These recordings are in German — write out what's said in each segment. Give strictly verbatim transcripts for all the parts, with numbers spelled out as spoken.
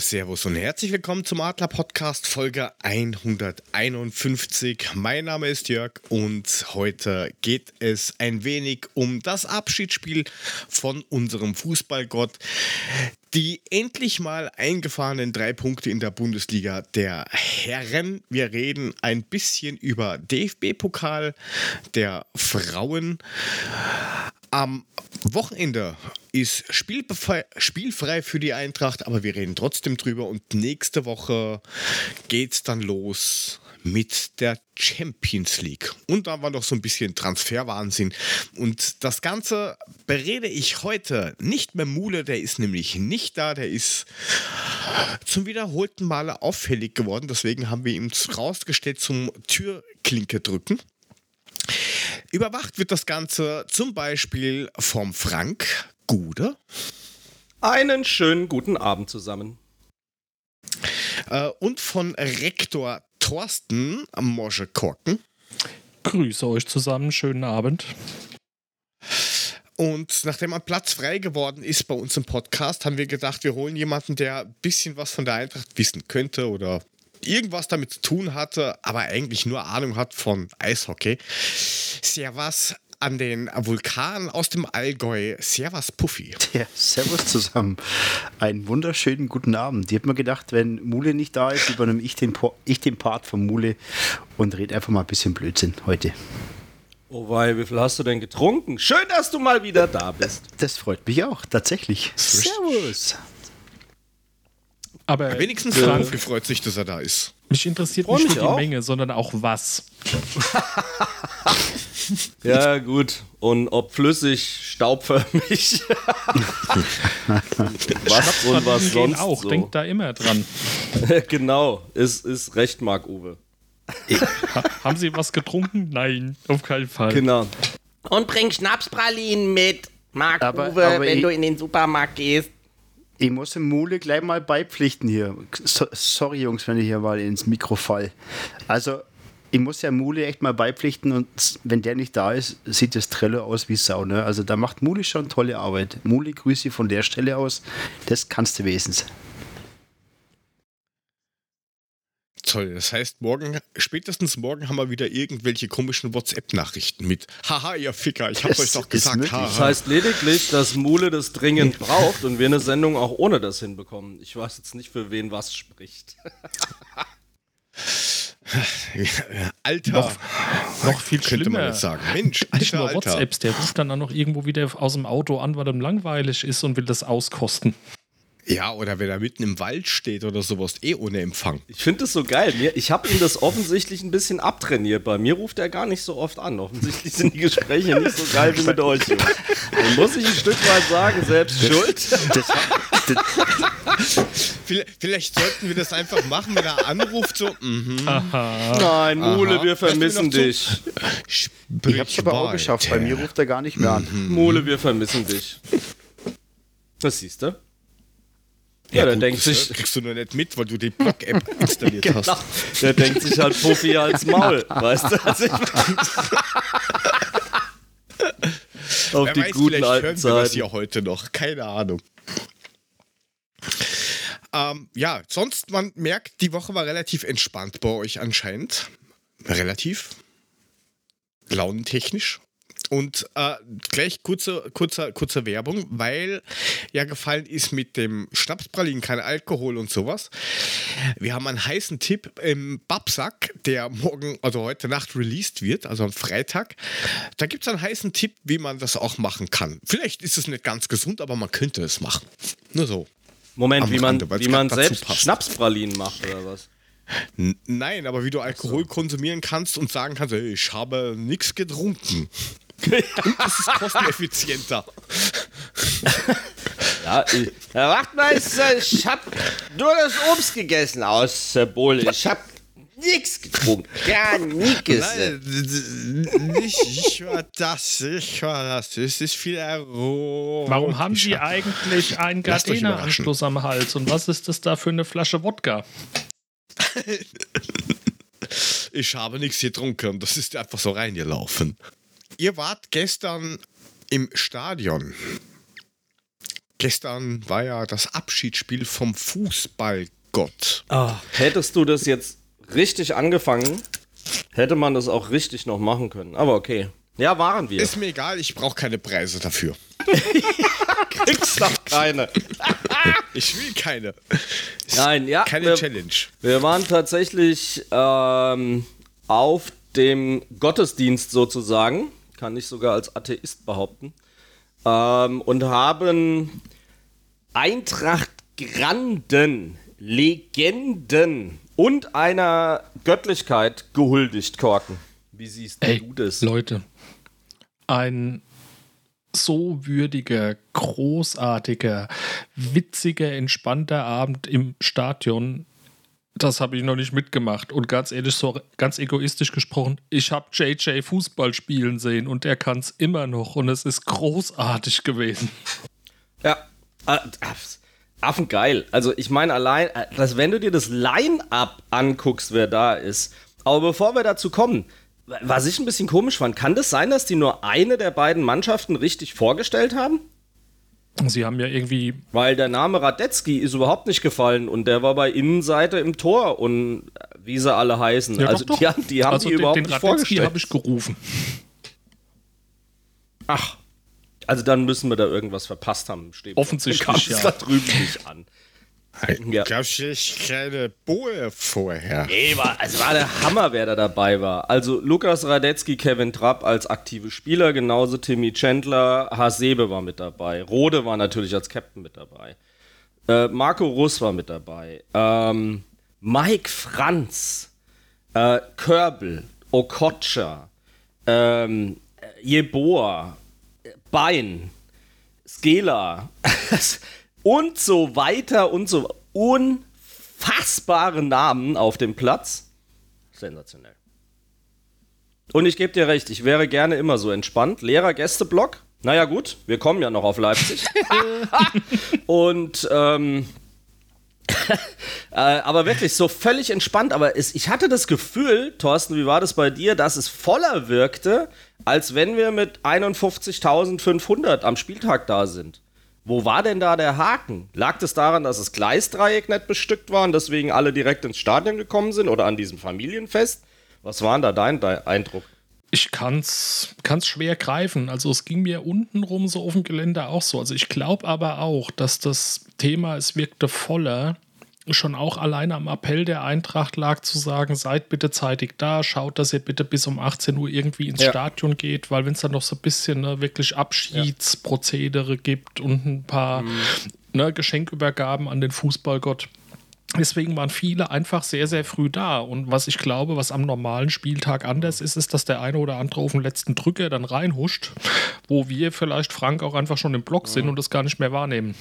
Servus und herzlich willkommen zum Adler Podcast Folge hunderteinundfünfzig. Mein Name ist Jörg und heute geht es ein wenig um das Abschiedsspiel von unserem Fußballgott. Die endlich mal eingefahrenen drei Punkte in der Bundesliga der Herren. Wir reden ein bisschen über D F B-Pokal der Frauen. Am Wochenende ist spielbefrei, spielfrei für die Eintracht, aber wir reden trotzdem drüber. Und nächste Woche geht's dann los mit der Champions League. Und da war noch so ein bisschen Transferwahnsinn. Und das Ganze berede ich heute nicht mehr Mule, der ist nämlich nicht da, der ist zum wiederholten Male auffällig geworden. Deswegen haben wir ihn rausgestellt zum Türklinke drücken. Überwacht wird das Ganze zum Beispiel vom Frank Gude. Einen schönen guten Abend zusammen. Äh, und von Rektor Thorsten Mosche Korken. Grüße euch zusammen, schönen Abend. Und nachdem ein Platz frei geworden ist bei uns im Podcast, haben wir gedacht, wir holen jemanden, der ein bisschen was von der Eintracht wissen könnte oder irgendwas damit zu tun hatte, aber eigentlich nur Ahnung hat von Eishockey. Servus an den Vulkan aus dem Allgäu. Servus Puffy. Ja, servus zusammen. Einen wunderschönen guten Abend. Ich habe mir gedacht, wenn Mule nicht da ist, übernehme ich den, po- ich den Part von Mule und rede einfach mal ein bisschen Blödsinn heute. Oh wei, wie viel hast du denn getrunken? Schön, dass du mal wieder da bist. Das freut mich auch, tatsächlich. Servus. Aber Wenigstens äh, Frank freut sich, dass er da ist. mich interessiert Freu nicht mich nur die auch. Menge, sondern auch was. Ja, gut. Und ob flüssig, staubförmig. Was und was Gehen sonst auch, so. denkt da immer dran. Genau, ist, ist recht, Marc-Uwe. Ha, haben Sie was getrunken? Nein, auf keinen Fall. Genau. Und bring Schnapspralinen mit, Aber- Marc-Uwe, aber wenn ich- du in den Supermarkt gehst. Ich muss dem Mule gleich mal beipflichten hier. So, sorry, Jungs, wenn ich hier mal ins Mikro fall. Also, ich muss ja Mule echt mal beipflichten und wenn der nicht da ist, sieht das Trello aus wie Sau. Ne? Also, da macht Mule schon tolle Arbeit. Mule, Grüße von der Stelle aus. Das kannst du wesens. Toll, das heißt, morgen, spätestens morgen haben wir wieder irgendwelche komischen WhatsApp-Nachrichten mit Haha, ihr Ficker, ich hab's Das euch doch ist gesagt. möglich. haha. Das heißt lediglich, dass Mule das dringend braucht und wir eine Sendung auch ohne das hinbekommen. Ich weiß jetzt nicht, für wen was spricht. Alter, Noch, noch viel könnte man schlimmer. jetzt sagen. Mensch, Nicht alter, nur alter. WhatsApps, der ruft dann auch noch irgendwo wieder aus dem Auto an, weil ihm langweilig ist und will das auskosten. Ja, oder wenn er mitten im Wald steht oder sowas, eh ohne Empfang. Ich finde das so geil. Mir- Ich habe ihm das offensichtlich ein bisschen abtrainiert. Bei mir ruft er gar nicht so oft an. Offensichtlich sind die Gespräche nicht so geil wie mit euch. Jungs. Dann muss ich ein Stück weit sagen, selbst schuld. Das, das, Vielleicht, vielleicht sollten wir das einfach machen, wenn er anruft, so, mhm. Nein, Mule, Aha. wir vermissen Weißt du, noch dich. ich hab's aber auch geschafft. Bei mir ruft er gar nicht mehr an. Mule, wir vermissen dich. Das siehst du? Ja, der gut, denkt das sich, kriegst du nur nicht mit, weil du die Blog-App installiert genau, hast. der denkt sich halt Puffi als Maul, weißt du? Also ich, auf Wer die weiß, guten vielleicht alten hören wir das Zeiten. ja heute noch. Keine Ahnung. Ähm, ja, sonst, man merkt, die Woche war relativ entspannt bei euch anscheinend. Relativ. Launentechnisch. Und äh, gleich kurze, kurze, kurze Werbung, weil ja gefallen ist mit dem Schnapspralinen, kein Alkohol und sowas. Wir haben einen heißen Tipp im Babsack, der morgen, also heute Nacht released wird, also am Freitag. Da gibt es einen heißen Tipp, wie man das auch machen kann. Vielleicht ist es nicht ganz gesund, aber man könnte es machen. Nur so. Moment, am wie man, Rande, weil's wie man grad dazu selbst passt. Schnapspralinen macht oder was? N- Nein, aber wie du Alkohol konsumieren kannst und sagen kannst, ey, ich habe nichts getrunken. Und das ist kosteneffizienter. Ja, ich, Herr Wachtmeister, ich hab nur das Obst gegessen aus der Bohle. Ich hab nichts getrunken. Gar nichts. Nein, nicht ich war das, ich war das. Es ist viel Aroma. Warum haben Sie eigentlich einen Lasst euch Gardena-Anschluss am Hals? Und was ist das da für eine Flasche Wodka? Ich habe nichts getrunken, das ist einfach so reingelaufen. Ihr wart gestern im Stadion. gestern war ja das Abschiedsspiel vom Fußballgott. Ah, hättest du das jetzt richtig angefangen, hätte man das auch richtig noch machen können. Aber okay. Ja, waren wir. Ist mir egal, ich brauche keine Preise dafür. Kriegst doch keine. Ich will keine. Nein, ja. Keine wir, Challenge. Wir waren tatsächlich ähm, auf dem Gottesdienst sozusagen, kann ich sogar als Atheist behaupten, ähm, und haben Eintracht Granden, Legenden und einer Göttlichkeit gehuldigt, Korken. Wie siehst Ey, du das? Leute, ein so würdiger, großartiger, witziger, entspannter Abend im Stadion, das habe ich noch nicht mitgemacht. Und ganz ehrlich, so ganz egoistisch gesprochen, ich habe J J Fußball spielen sehen und er kann es immer noch und es ist großartig gewesen. Ja, äh, affengeil. Also ich meine allein, dass wenn du dir das Line-Up anguckst, wer da ist. Aber bevor wir dazu kommen, was ich ein bisschen komisch fand, kann das sein, dass die nur eine der beiden Mannschaften richtig vorgestellt haben? Sie haben ja irgendwie... Weil der Name Radetzky ist überhaupt nicht gefallen und der war bei Innenseite im Tor und wie sie alle heißen. Ja, also doch, doch. die, haben- die haben also die den, überhaupt den nicht Radetzky vorgestellt. habe ich gerufen. Ach, also dann müssen wir da irgendwas verpasst haben. Steht Offensichtlich, kam es ja. da drüben nicht an. Ja. Gab es keine Bohe vorher? Nee, war, es war der Hammer, wer da dabei war. Also Lukas Radetzky, Kevin Trapp als aktive Spieler, genauso Timmy Chandler, Hasebe war mit dabei. Rode war natürlich als Captain mit dabei. Äh, Marco Russ war mit dabei. Ähm, Mike Franz, äh, Körbel, Okocha, ähm, Jeboa, Bein, Skela und so weiter und so unfassbare Namen auf dem Platz. Sensationell. Und ich gebe dir recht, ich wäre gerne immer so entspannt. Leerer Gästeblock. Naja gut, wir kommen ja noch auf Leipzig. Und ähm, äh, aber wirklich so völlig entspannt. Aber es, ich hatte das Gefühl, Thorsten, wie war das bei dir, dass es voller wirkte, als wenn wir mit einundfünfzigtausendfünfhundert am Spieltag da sind. Wo war denn da der Haken? Lag es daran, dass das Gleisdreieck nicht bestückt war und deswegen alle direkt ins Stadion gekommen sind oder an diesem Familienfest? Was war denn da dein De- Eindruck? Ich kann's, kann's schwer greifen. Also es ging mir untenrum so auf dem Gelände auch so. Also ich glaube aber auch, dass das Thema, es wirkte voller, schon auch alleine am Appell der Eintracht lag, zu sagen, seid bitte zeitig da, schaut, dass ihr bitte bis um achtzehn Uhr irgendwie ins Ja. Stadion geht, weil wenn es dann noch so ein bisschen ne, wirklich Abschiedsprozedere gibt und ein paar Mhm. ne, Geschenkübergaben an den Fußballgott. Deswegen waren viele einfach sehr, sehr früh da. Und was ich glaube, was am normalen Spieltag anders ist, ist, dass der eine oder andere auf den letzten Drücker dann reinhuscht, wo wir vielleicht, Frank, auch einfach schon im Block sind und das gar nicht mehr wahrnehmen.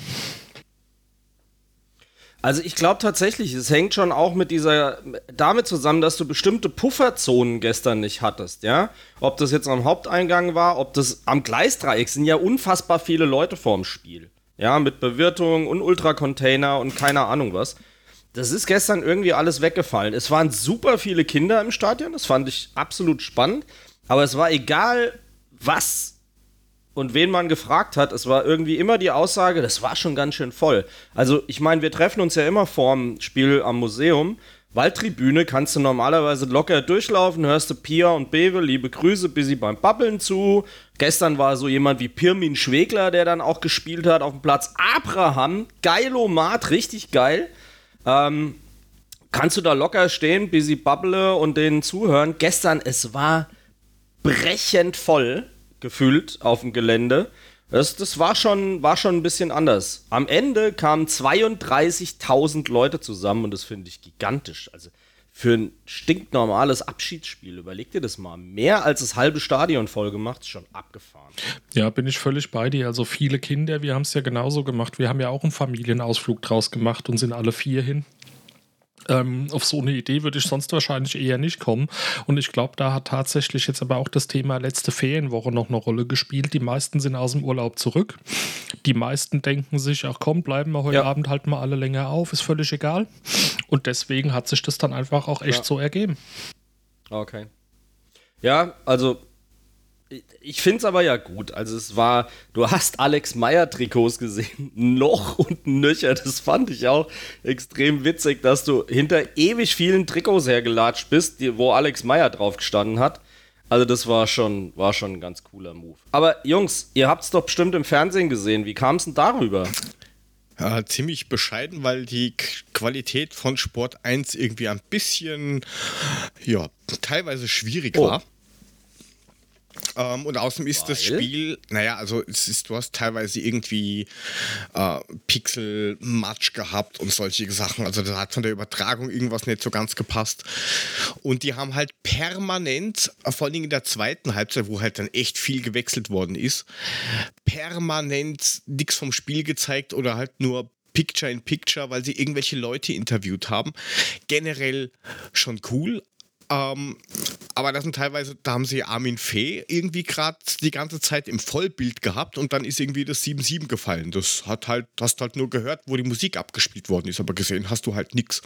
Also ich glaube tatsächlich, es hängt schon auch mit dieser, damit zusammen, dass du bestimmte Pufferzonen gestern nicht hattest, ja? Ob das jetzt am Haupteingang war, ob das am Gleisdreieck, sind ja unfassbar viele Leute vorm Spiel. Ja, mit Bewirtung und Ultracontainer und keine Ahnung was. Das ist gestern irgendwie alles weggefallen. Es waren super viele Kinder im Stadion, das fand ich absolut spannend. Aber es war egal, was und wen man gefragt hat, es war irgendwie immer die Aussage, das war schon ganz schön voll. Also ich meine, wir treffen uns ja immer vorm Spiel am Museum. Waldtribüne kannst du normalerweise locker durchlaufen, hörst du Pia und Bewe, liebe Grüße, bis sie beim Babbeln zu. Gestern war so jemand wie Pirmin Schwegler, der dann auch gespielt hat auf dem Platz. Abraham, Geilomat, richtig geil. Ähm, kannst du da locker stehen, bis sie babble und denen zuhören. Gestern, es war brechend voll gefühlt auf dem Gelände. Das, das war schon, war schon ein bisschen anders. Am Ende kamen zweiunddreißigtausend Leute zusammen und das finde ich gigantisch. Also für ein stinknormales Abschiedsspiel, überleg dir das mal. Mehr als das halbe Stadion voll gemacht, ist schon abgefahren. Ja, bin ich völlig bei dir. Also viele Kinder, wir haben es ja genauso gemacht. Wir haben ja auch einen Familienausflug draus gemacht und sind alle vier hin. Ähm, auf so eine Idee würde ich sonst wahrscheinlich eher nicht kommen. Und ich glaube, da hat tatsächlich jetzt aber auch das Thema letzte Ferienwoche noch eine Rolle gespielt. Die meisten sind aus dem Urlaub zurück. Die meisten denken sich, ach komm, bleiben wir heute Ja. Abend halt mal alle länger auf, ist völlig egal. Und deswegen hat sich das dann einfach auch echt Ja. so ergeben. Okay. Ja, also ich finde es aber ja gut. Also es war, du hast Alex Meyer Trikots gesehen, noch und nöcher. Das fand ich auch extrem witzig, dass du hinter ewig vielen Trikots hergelatscht bist, die, wo Alex Meyer drauf gestanden hat. Also das war schon, war schon ein ganz cooler Move. Aber Jungs, ihr habt es doch bestimmt im Fernsehen gesehen. Wie kam es denn darüber? Ja, ziemlich bescheiden, weil die K- Qualität von Sport eins irgendwie ein bisschen, ja, teilweise schwierig Oh. war. Ähm, und außerdem ist das Weil? Spiel, naja, also es ist, du hast teilweise irgendwie äh, Pixel-Matsch gehabt und solche Sachen. Also da hat von der Übertragung irgendwas nicht so ganz gepasst. Und die haben halt permanent, vor allem in der zweiten Halbzeit, wo halt dann echt viel gewechselt worden ist, permanent nichts vom Spiel gezeigt oder halt nur Picture in Picture, weil sie irgendwelche Leute interviewt haben. Generell schon cool. Ähm, aber das sind teilweise, da haben sie Armin Fee irgendwie gerade die ganze Zeit im Vollbild gehabt und dann ist irgendwie das sieben sieben gefallen. Das hat halt, hast halt nur gehört, wo die Musik abgespielt worden ist, aber gesehen hast du halt nichts.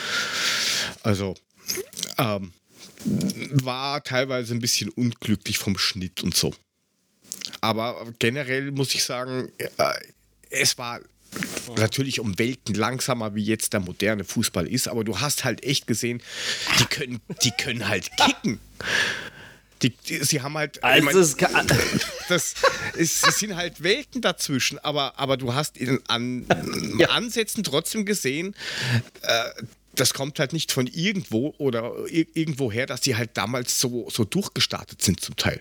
Also, ähm, war teilweise ein bisschen unglücklich vom Schnitt und so. Aber generell muss ich sagen, äh, es war natürlich um Welten langsamer, wie jetzt der moderne Fußball ist, aber du hast halt echt gesehen, die können, die können halt kicken. Die, die, sie haben halt. ich Also mein, es kann, das ist, es sind halt Welten dazwischen, aber, aber du hast in an, Ja. Ansätzen trotzdem gesehen, äh, das kommt halt nicht von irgendwo oder ir- irgendwo her, dass die halt damals so, so durchgestartet sind zum Teil.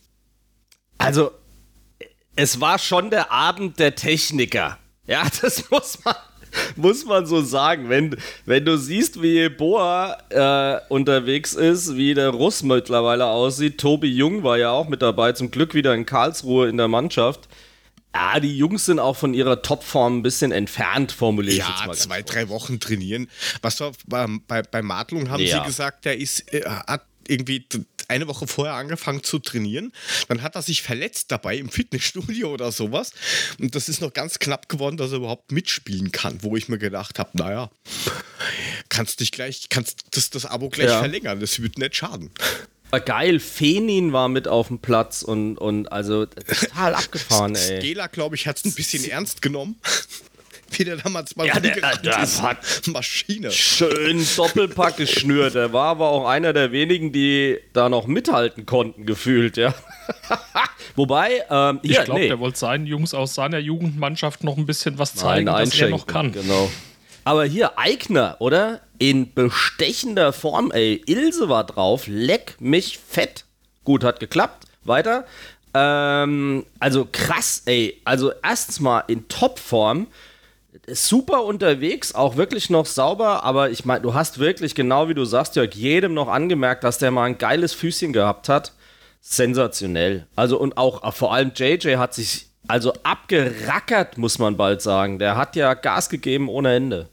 also es war schon der Abend der Techniker. Ja, das muss man, muss man so sagen. Wenn, wenn du siehst, wie Boa äh, unterwegs ist, wie der Russ mittlerweile aussieht, Tobi Jung war ja auch mit dabei, zum Glück wieder in Karlsruhe in der Mannschaft. Ja, die Jungs sind auch von ihrer Topform ein bisschen entfernt, formuliere ich jetzt Ja, mal. zwei, ganz drei Wochen trainieren. Was war bei, bei, bei Martlung haben Ja. sie gesagt, der ist, äh, hat irgendwie d- eine Woche vorher angefangen zu trainieren. Dann hat er sich verletzt dabei im Fitnessstudio oder sowas. Und das ist noch ganz knapp geworden, dass er überhaupt mitspielen kann, wo ich mir gedacht habe, naja, kannst dich gleich, kannst das, das Abo gleich Ja. verlängern, das wird nicht schaden. Aber geil, Fenin war mit auf dem Platz und, und also total abgefahren, ey. Skela, glaube ich, hat es ein bisschen ernst genommen. Wie der damals mal Ja, der- rumgerannt der ist. hat- Maschine. Schön Doppelpack geschnürt. Der war aber auch einer der wenigen, die da noch mithalten konnten, gefühlt, ja. Wobei, ähm, Ich hier, glaube, nee. der wollte seinen Jungs aus seiner Jugendmannschaft noch ein bisschen was Nein, zeigen, was er einschenken, noch kann. Genau. Aber hier, Eigner, oder? In bestechender Form, ey. Ilse war drauf, leck mich fett. Gut, hat geklappt. Weiter. Ähm, also krass, ey. Also erstens mal in Topform. Super unterwegs, auch wirklich noch sauber, aber ich meine, du hast wirklich, genau wie du sagst, Jörg, jedem noch angemerkt, dass der mal ein geiles Füßchen gehabt hat. Sensationell. Also und auch vor allem J J hat sich also abgerackert, muss man bald sagen. Der hat ja Gas gegeben ohne Ende.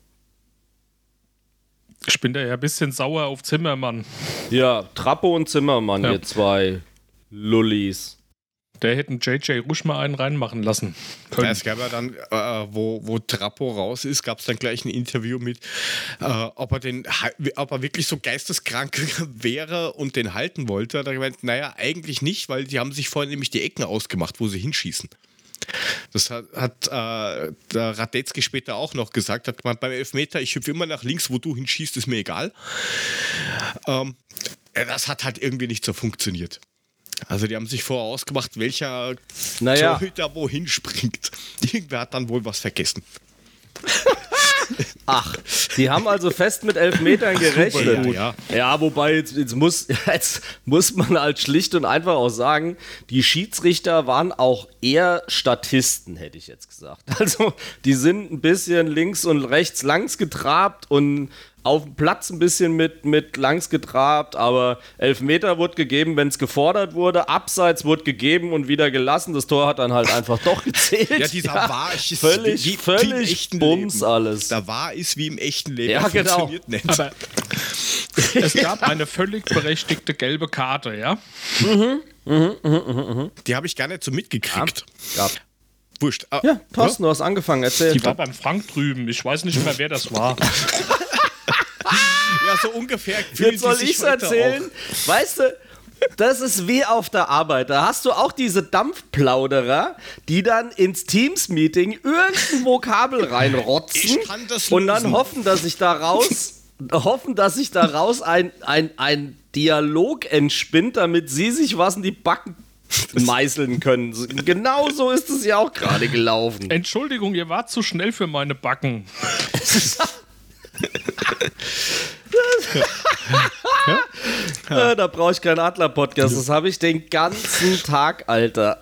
Ich bin da ja ein bisschen sauer auf Zimmermann. Ja, Trappo und Zimmermann, Ja. ihr zwei Lullis. Der hätten J J ruhig mal einen reinmachen lassen Ja, können. es gab ja dann, äh, wo, wo Trappo raus ist, gab es dann gleich ein Interview mit, äh, ob, er den, ob er wirklich so geisteskrank wäre und den halten wollte. Da hat er gemeint, naja, eigentlich nicht, weil die haben sich vorhin nämlich die Ecken ausgemacht, wo sie hinschießen. Das hat, hat äh, der Radetzky später auch noch gesagt, hat gemeint, beim Elfmeter, ich hüpfe immer nach links, wo du hinschießt, ist mir egal. Ähm, das hat halt irgendwie nicht so funktioniert. Also die haben sich vorher ausgemacht, welcher Naja. Torhüter wohin springt. Irgendwer hat dann wohl was vergessen. Ach, die haben also fest mit Elfmetern gerechnet. ja, Ja, wobei jetzt, jetzt, muss, jetzt muss man halt schlicht und einfach auch sagen, die Schiedsrichter waren auch eher Statisten, hätte ich jetzt gesagt. Also die sind ein bisschen links und rechts langs getrabt und auf dem Platz ein bisschen mit, mit langs getrabt, aber Elfmeter wurde gegeben, wenn es gefordert wurde, Abseits wurde gegeben und wieder gelassen. Das Tor hat dann halt einfach doch gezählt. Ja, dieser war ist völlig, wie, wie, völlig wie im echten Bums Leben. alles. Da war ist wie im echten Leben. Ja, genau. Funktioniert nicht. Aber es gab eine völlig berechtigte gelbe Karte, ja? Die habe ich gar nicht so mitgekriegt. Ja. Wurscht. Ah, Ja, Thorsten, du hast angefangen, erzähl. Die war beim Frank drüben. Ich weiß nicht mehr, wer das war. ja, so ungefähr. fühlen Jetzt soll die sich ich's heute erzählen. Weißt du, Das ist wie auf der Arbeit. Da hast du auch diese Dampfplauderer, die dann ins Teams-Meeting irgendein Vokabel reinrotzen Ich kann das und dann lösen. hoffen, dass sich daraus, hoffen, dass sich daraus ein, ein, ein Dialog entspinnt, damit sie sich was in die Backen meißeln können. Genau so ist es ja auch gerade gelaufen. Entschuldigung, ihr wart zu schnell für meine Backen. Ja, da brauche ich keinen Adler-Podcast. Das habe ich den ganzen Tag, Alter.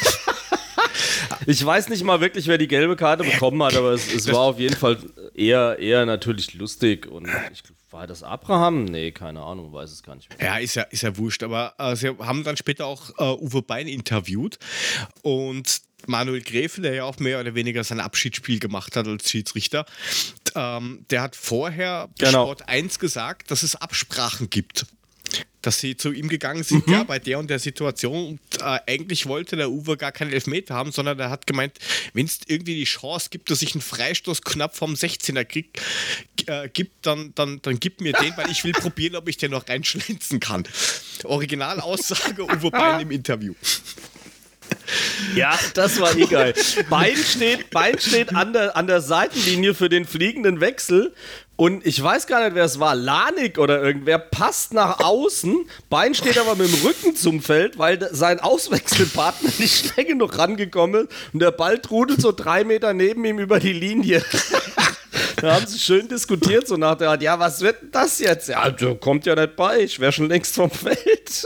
Ich weiß nicht mal wirklich, wer die gelbe Karte bekommen hat, aber es, es war auf jeden Fall eher, eher natürlich lustig. Und ich, war das Abraham? Nee, keine Ahnung, weiß es gar nicht mehr. Ja, ist ja, ist ja wurscht, aber äh, sie haben dann später auch äh, Uwe Bein interviewt und Manuel Gräfe, der ja auch mehr oder weniger sein Abschiedsspiel gemacht hat als Schiedsrichter, ähm, der hat vorher bei Genau. Sport eins gesagt, dass es Absprachen gibt. Dass sie zu ihm gegangen sind, Mhm. ja, bei der und der Situation. Und äh, eigentlich wollte der Uwe gar keinen Elfmeter haben, sondern er hat gemeint, wenn es irgendwie die Chance gibt, dass ich einen Freistoß knapp vom sechzehner krieg, äh, gibt, dann, dann, dann gib mir den, weil ich will probieren, ob ich den noch reinschlänzen kann. Originalaussage Uwe Bein im Interview. Ja, das war eh geil. Bein steht, Bein steht an, der, an der Seitenlinie für den fliegenden Wechsel und ich weiß gar nicht, wer es war, Lanik oder irgendwer, passt nach außen, Bein steht aber mit dem Rücken zum Feld, weil sein Auswechselpartner nicht schnell genug rangekommen ist und der Ball trudelt so drei Meter neben ihm über die Linie. Da haben sie schön diskutiert, so nach der Art, ja, was wird denn das jetzt? Ja, der kommt ja nicht bei, ich wäre schon längst vom Feld.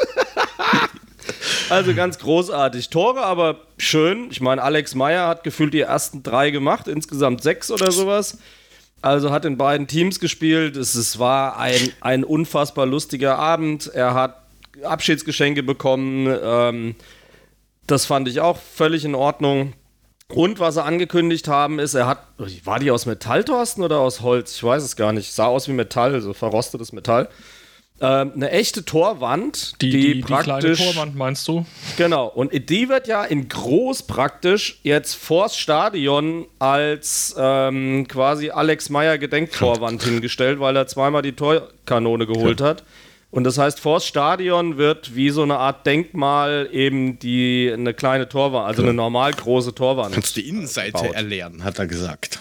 Also ganz großartig. Tore aber schön. Ich meine, Alex Meyer hat gefühlt die ersten drei gemacht, insgesamt sechs oder sowas. Also hat in beiden Teams gespielt. Es, es war ein, ein unfassbar lustiger Abend. Er hat Abschiedsgeschenke bekommen. Ähm, das fand ich auch völlig in Ordnung. Und was sie angekündigt haben, ist, er hat, war die aus Metall, Thorsten, oder aus Holz? Ich weiß es gar nicht. Sah aus wie Metall, so verrostetes Metall. Ähm, eine echte Torwand, Die, die, die, die praktisch, kleine Torwand, meinst du? genau, und die wird ja in groß praktisch jetzt vors Stadion als ähm, quasi Alex Meyer Gedenktorwand hingestellt, weil er zweimal die Torkanone geholt hat. Und das heißt, vors Stadion wird wie so eine Art Denkmal eben die eine kleine Torwand, also eine normal große Torwand. Kannst die Innenseite gebaut. erlernen, hat er gesagt.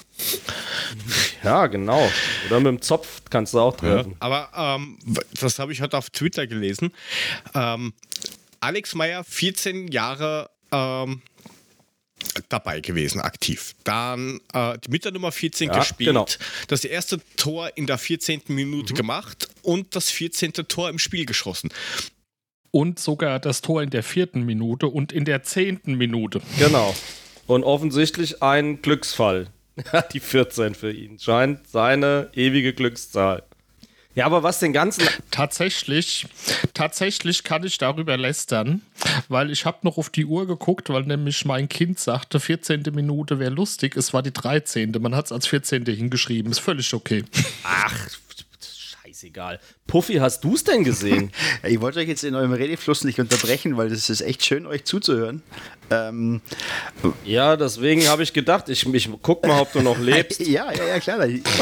Ja, genau. Oder mit dem Zopf kannst du auch treffen. Aber ähm, das habe ich heute auf Twitter gelesen. Ähm, Alex Meyer, vierzehn Jahre ähm, dabei gewesen, aktiv. Dann äh, mit der Nummer vierzehn Ja, gespielt. genau. Das erste Tor in der vierzehnten Minute gemacht und das vierzehnte Tor im Spiel geschossen. Und sogar das Tor in der vierten Minute und in der zehnten Minute. Genau. Und offensichtlich ein Glücksfall. Die vierzehn für ihn. Scheint seine ewige Glückszahl. Ja, aber was den ganzen... Tatsächlich, tatsächlich kann ich darüber lästern, weil ich habe noch auf die Uhr geguckt, weil nämlich mein Kind sagte, vierzehnte Minute wäre lustig, es war die dreizehnte. Man hat es als vierzehnte hingeschrieben, ist völlig okay. Ach, scheißegal. Puffy, hast du es denn gesehen? Ich wollte euch jetzt in eurem Redefluss nicht unterbrechen, weil es ist echt schön, euch zuzuhören. Ähm, Ja, deswegen habe ich gedacht, ich, ich guck mal, ob du noch lebst. ja, ja, ja, klar. Ich,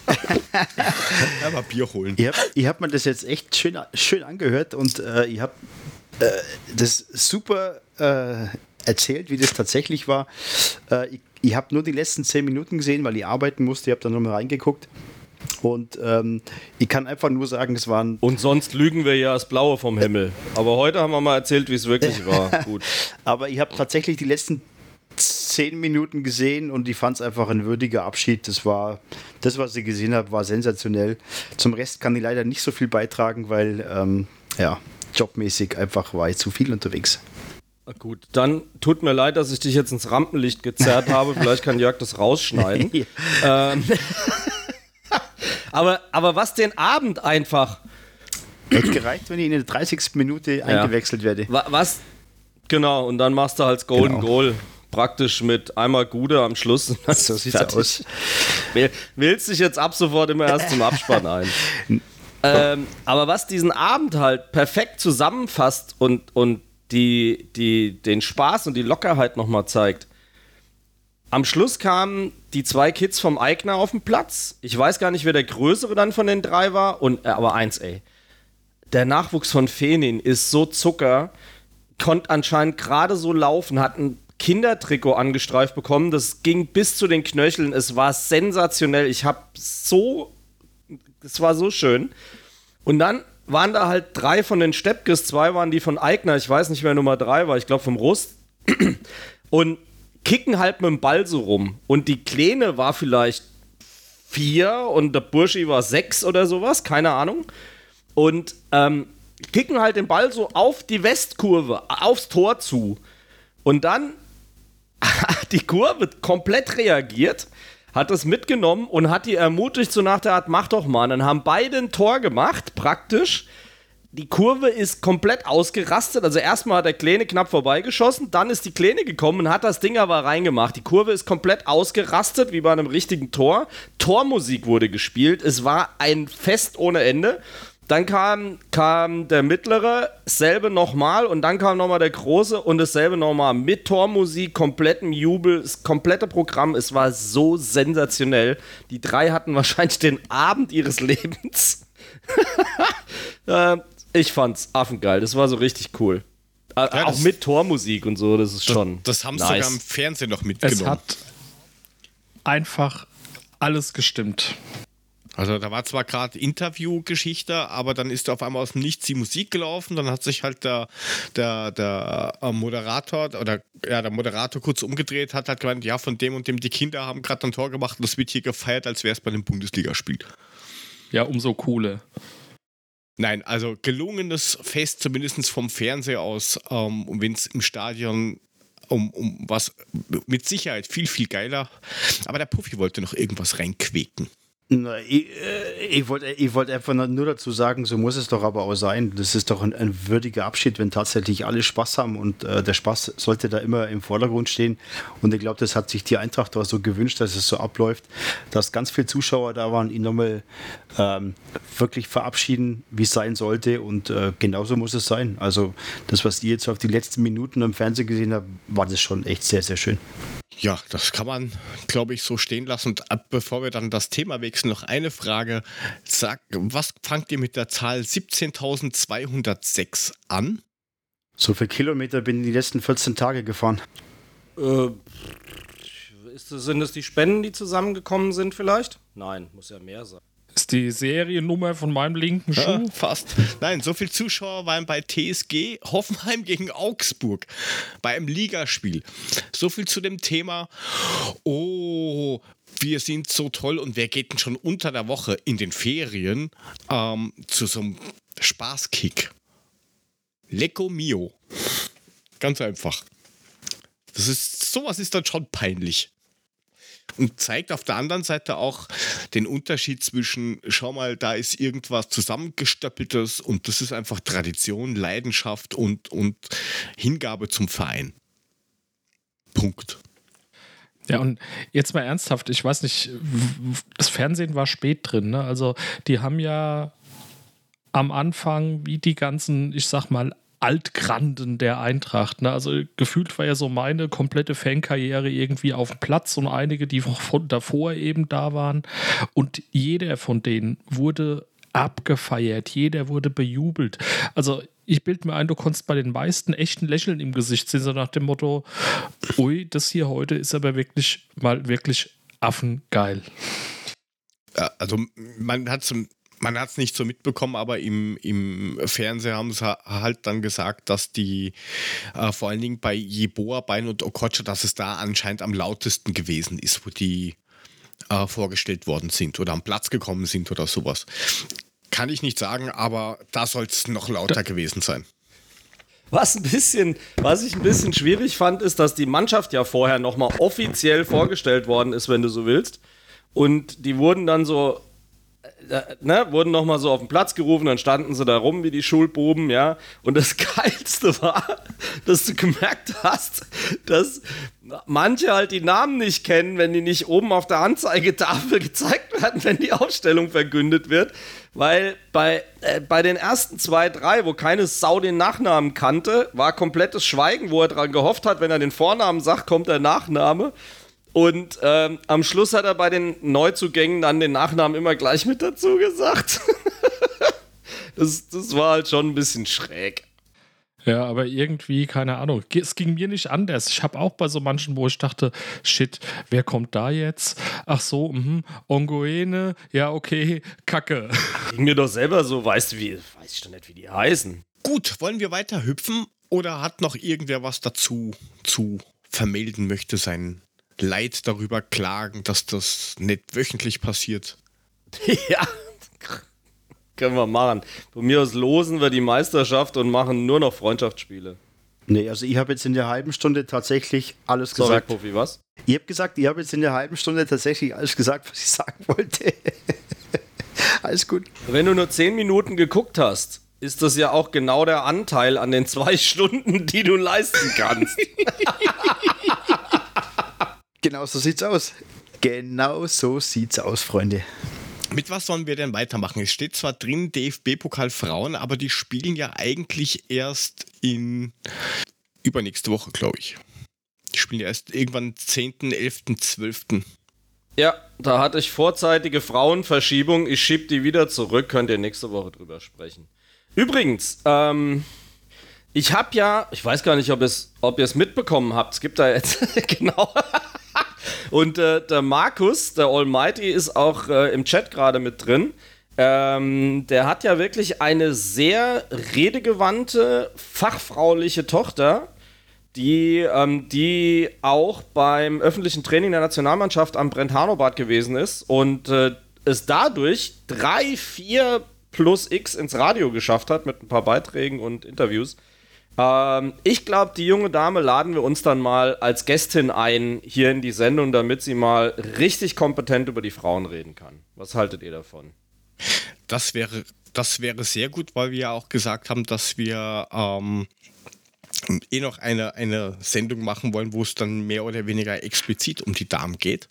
Ja, mal Bier holen. ihr, habt, ihr habt mir das jetzt echt schön, schön angehört und äh, ihr habt äh, das super äh, erzählt, wie das tatsächlich war. Äh, ich ich habe nur die letzten zehn Minuten gesehen, weil ich arbeiten musste. Ich habe da nochmal reingeguckt. Und ähm, ich kann einfach nur sagen, es waren. Und sonst lügen wir ja das Blaue vom Himmel. Aber heute haben wir mal erzählt, wie es wirklich war. Gut. Aber ich habe tatsächlich die letzten zehn Minuten gesehen und ich fand es einfach ein würdiger Abschied. Das war, das, was ich gesehen habe, war sensationell. Zum Rest kann ich leider nicht so viel beitragen, weil, ähm, ja, jobmäßig einfach war ich zu viel unterwegs. Gut, dann tut mir leid, dass ich dich jetzt ins Rampenlicht gezerrt habe. Vielleicht kann Jörg das rausschneiden. ähm, aber, aber was den Abend einfach... Hätte gereicht, wenn ich in der dreißigsten Minute eingewechselt werde. wa- Was? Genau, und dann machst du halt Golden Genau. Goal. Praktisch mit einmal Gude am Schluss. Und dann So ist sieht's fertig. aus. Wähl- Wählst dich jetzt ab sofort immer erst zum Abspann ein. ähm, aber was diesen Abend halt perfekt zusammenfasst und, und die, die, den Spaß und die Lockerheit nochmal zeigt. Am Schluss kamen die zwei Kids vom Eigner auf den Platz. Ich weiß gar nicht, wer der Größere dann von den drei war. Und, äh, aber eins, ey. der Nachwuchs von Fenin ist so Zucker, konnte anscheinend gerade so laufen, hat ein Kindertrikot angestreift bekommen, das ging bis zu den Knöcheln, es war sensationell, ich habe so, es war so schön. Und dann waren da halt drei von den Steppkes, zwei waren die von Eigner, ich weiß nicht, wer Nummer drei war, ich glaube vom Rust. Und kicken halt mit dem Ball so rum. Und die Kleine war vielleicht vier und der Burschi war sechs oder sowas, keine Ahnung. Und ähm, kicken halt den Ball so auf die Westkurve, aufs Tor zu. Und dann hat die Kurve komplett reagiert, hat das mitgenommen und hat die ermutigt, so nach der Art, mach doch mal. Und dann haben beide ein Tor gemacht, praktisch. Die Kurve ist komplett ausgerastet. Also erstmal hat der Kleine knapp vorbeigeschossen, dann ist die Kleine gekommen und hat das Ding aber reingemacht. Die Kurve ist komplett ausgerastet, wie bei einem richtigen Tor. Tormusik wurde gespielt. Es war ein Fest ohne Ende. Dann kam, kam der Mittlere, dasselbe nochmal und dann kam nochmal der Große und dasselbe nochmal mit Tormusik, komplettem Jubel, das komplette Programm. Es war so sensationell. Die drei hatten wahrscheinlich den Abend ihres Lebens. äh, Ich fand's affengeil, das war so richtig cool. Äh, ja, auch mit Tormusik und so, das ist schon. Das, das haben sie nice. sogar im Fernsehen noch mitgenommen. Es hat einfach alles gestimmt. Also da war zwar gerade Interviewgeschichte, aber dann ist auf einmal aus dem Nichts die Musik gelaufen, dann hat sich halt der, der, der Moderator oder ja, der Moderator kurz umgedreht, hat halt gemeint, ja, von dem und dem, die Kinder haben gerade ein Tor gemacht und das wird hier gefeiert, als wäre es bei einem Bundesligaspiel. Ja, umso cooler. Nein, also gelungenes Fest, zumindest vom Fernseher aus, ähm, und wenn es im Stadion um, um was mit Sicherheit viel, viel geiler. Aber der Puffi wollte noch irgendwas reinquäken. Na, ich äh, ich wollte ich wollt einfach nur dazu sagen, so muss es doch aber auch sein. Das ist doch ein, ein würdiger Abschied, wenn tatsächlich alle Spaß haben und äh, der Spaß sollte da immer im Vordergrund stehen. Und ich glaube, das hat sich die Eintracht auch so gewünscht, dass es so abläuft, dass ganz viele Zuschauer da waren, ihn nochmal ähm, wirklich verabschieden, wie es sein sollte. Und äh, genauso muss es sein. Also das, was ihr jetzt auf die letzten Minuten im Fernsehen gesehen habt, war das schon echt sehr, sehr schön. Ja, das kann man, glaube ich, so stehen lassen. Und ab, bevor wir dann das Thema wechseln, noch eine Frage. Sag, was fangt ihr mit der Zahl siebzehntausendzweihundertsechs an? So viele Kilometer bin ich die letzten vierzehn Tage gefahren. Äh, ist das, sind das die Spenden, die zusammengekommen sind vielleicht? Nein, muss ja mehr sein. Ist die Seriennummer von meinem linken Schuh? Ja, fast. Nein, so viele Zuschauer waren bei T S G Hoffenheim gegen Augsburg bei einem Ligaspiel. So viel zu dem Thema. Oh, wir sind so toll und wer geht denn schon unter der Woche in den Ferien ähm, zu so einem Spaßkick? Lecco mio. Ganz einfach. Das ist, sowas ist dann schon peinlich. Und zeigt auf der anderen Seite auch den Unterschied zwischen, schau mal, da ist irgendwas Zusammengestöppeltes und das ist einfach Tradition, Leidenschaft und, und Hingabe zum Verein. Punkt. Ja, und jetzt mal ernsthaft, ich weiß nicht, das Fernsehen war spät drin, ne? Also die haben ja am Anfang, wie die ganzen, ich sag mal, Altgranden der Eintracht. Ne? Also gefühlt war ja so meine komplette Fankarriere irgendwie auf dem Platz und einige, die von davor eben da waren. Und jeder von denen wurde abgefeiert, jeder wurde bejubelt. Also ich bilde mir ein, du konntest bei den meisten echten Lächeln im Gesicht sehen, so nach dem Motto, ui, das hier heute ist aber wirklich mal wirklich affengeil. Ja, also man hat zum Man hat es nicht so mitbekommen, aber im, im Fernsehen haben sie halt dann gesagt, dass die äh, vor allen Dingen bei Jeboa, Bein und Okocha, dass es da anscheinend am lautesten gewesen ist, wo die äh, vorgestellt worden sind oder am Platz gekommen sind oder sowas. Kann ich nicht sagen, aber da soll es noch lauter da gewesen sein. Was ein bisschen, was ich ein bisschen schwierig fand, ist, dass die Mannschaft ja vorher nochmal offiziell vorgestellt worden ist, wenn du so willst. Und die wurden dann so Ne, wurden nochmal so auf den Platz gerufen, dann standen sie da rum wie die Schulbuben, ja. Und das Geilste war, dass du gemerkt hast, dass manche halt die Namen nicht kennen, wenn die nicht oben auf der Anzeigetafel gezeigt werden, wenn die Aufstellung verkündet wird. Weil bei, äh, bei den ersten zwei, drei, wo keine Sau den Nachnamen kannte, war komplettes Schweigen, wo er dran gehofft hat, wenn er den Vornamen sagt, kommt der Nachname. Und ähm, am Schluss hat er bei den Neuzugängen dann den Nachnamen immer gleich mit dazu gesagt. Das, das war halt schon ein bisschen schräg. Ja, aber irgendwie, keine Ahnung, es ging mir nicht anders. Ich habe auch bei so manchen, wo ich dachte, shit, wer kommt da jetzt? Ach so, mhm, Ongoene, ja, okay, Kacke. Ging mir doch selber so, weißt du, wie, weiß ich doch nicht, wie die heißen. Gut, wollen wir weiter hüpfen oder hat noch irgendwer was dazu zu vermelden möchte, sein Leid darüber klagen, dass das nicht wöchentlich passiert? Ja, können wir machen. Von mir aus losen wir die Meisterschaft und machen nur noch Freundschaftsspiele. Nee, also ich habe jetzt in der halben Stunde tatsächlich alles Sorry, gesagt. Puffi, was? Ich habe gesagt, ich habe jetzt in der halben Stunde tatsächlich alles gesagt, was ich sagen wollte. Alles gut. Wenn du nur zehn Minuten geguckt hast, ist das ja auch genau der Anteil an den zwei Stunden, die du leisten kannst. Genau so sieht's aus. Genau so sieht's aus, Freunde. Mit was sollen wir denn weitermachen? Es steht zwar drin D F B-Pokal Frauen, aber die spielen ja eigentlich erst in übernächste Woche, glaube ich. Die spielen ja erst irgendwann zehnten, elften, zwölften Ja, da hatte ich vorzeitige Frauenverschiebung. Ich schieb die wieder zurück. Könnt ihr nächste Woche drüber sprechen. Übrigens, ähm, ich habe ja, ich weiß gar nicht, ob, es, ob ihr es mitbekommen habt. Es gibt da jetzt, genau. Und äh, der Markus, der Almighty, ist auch äh, im Chat gerade mit drin. Ähm, der hat ja wirklich eine sehr redegewandte, fachfrauliche Tochter, die, ähm, die auch beim öffentlichen Training der Nationalmannschaft am Brent-Hanobad gewesen ist und äh, es dadurch drei, vier plus X ins Radio geschafft hat mit ein paar Beiträgen und Interviews. Ähm, ich glaube, die junge Dame laden wir uns dann mal als Gästin ein hier in die Sendung, damit sie mal richtig kompetent über die Frauen reden kann. Was haltet ihr davon? Das wäre, das wäre sehr gut, weil wir ja auch gesagt haben, dass wir ähm, eh noch eine, eine Sendung machen wollen, wo es dann mehr oder weniger explizit um die Damen geht.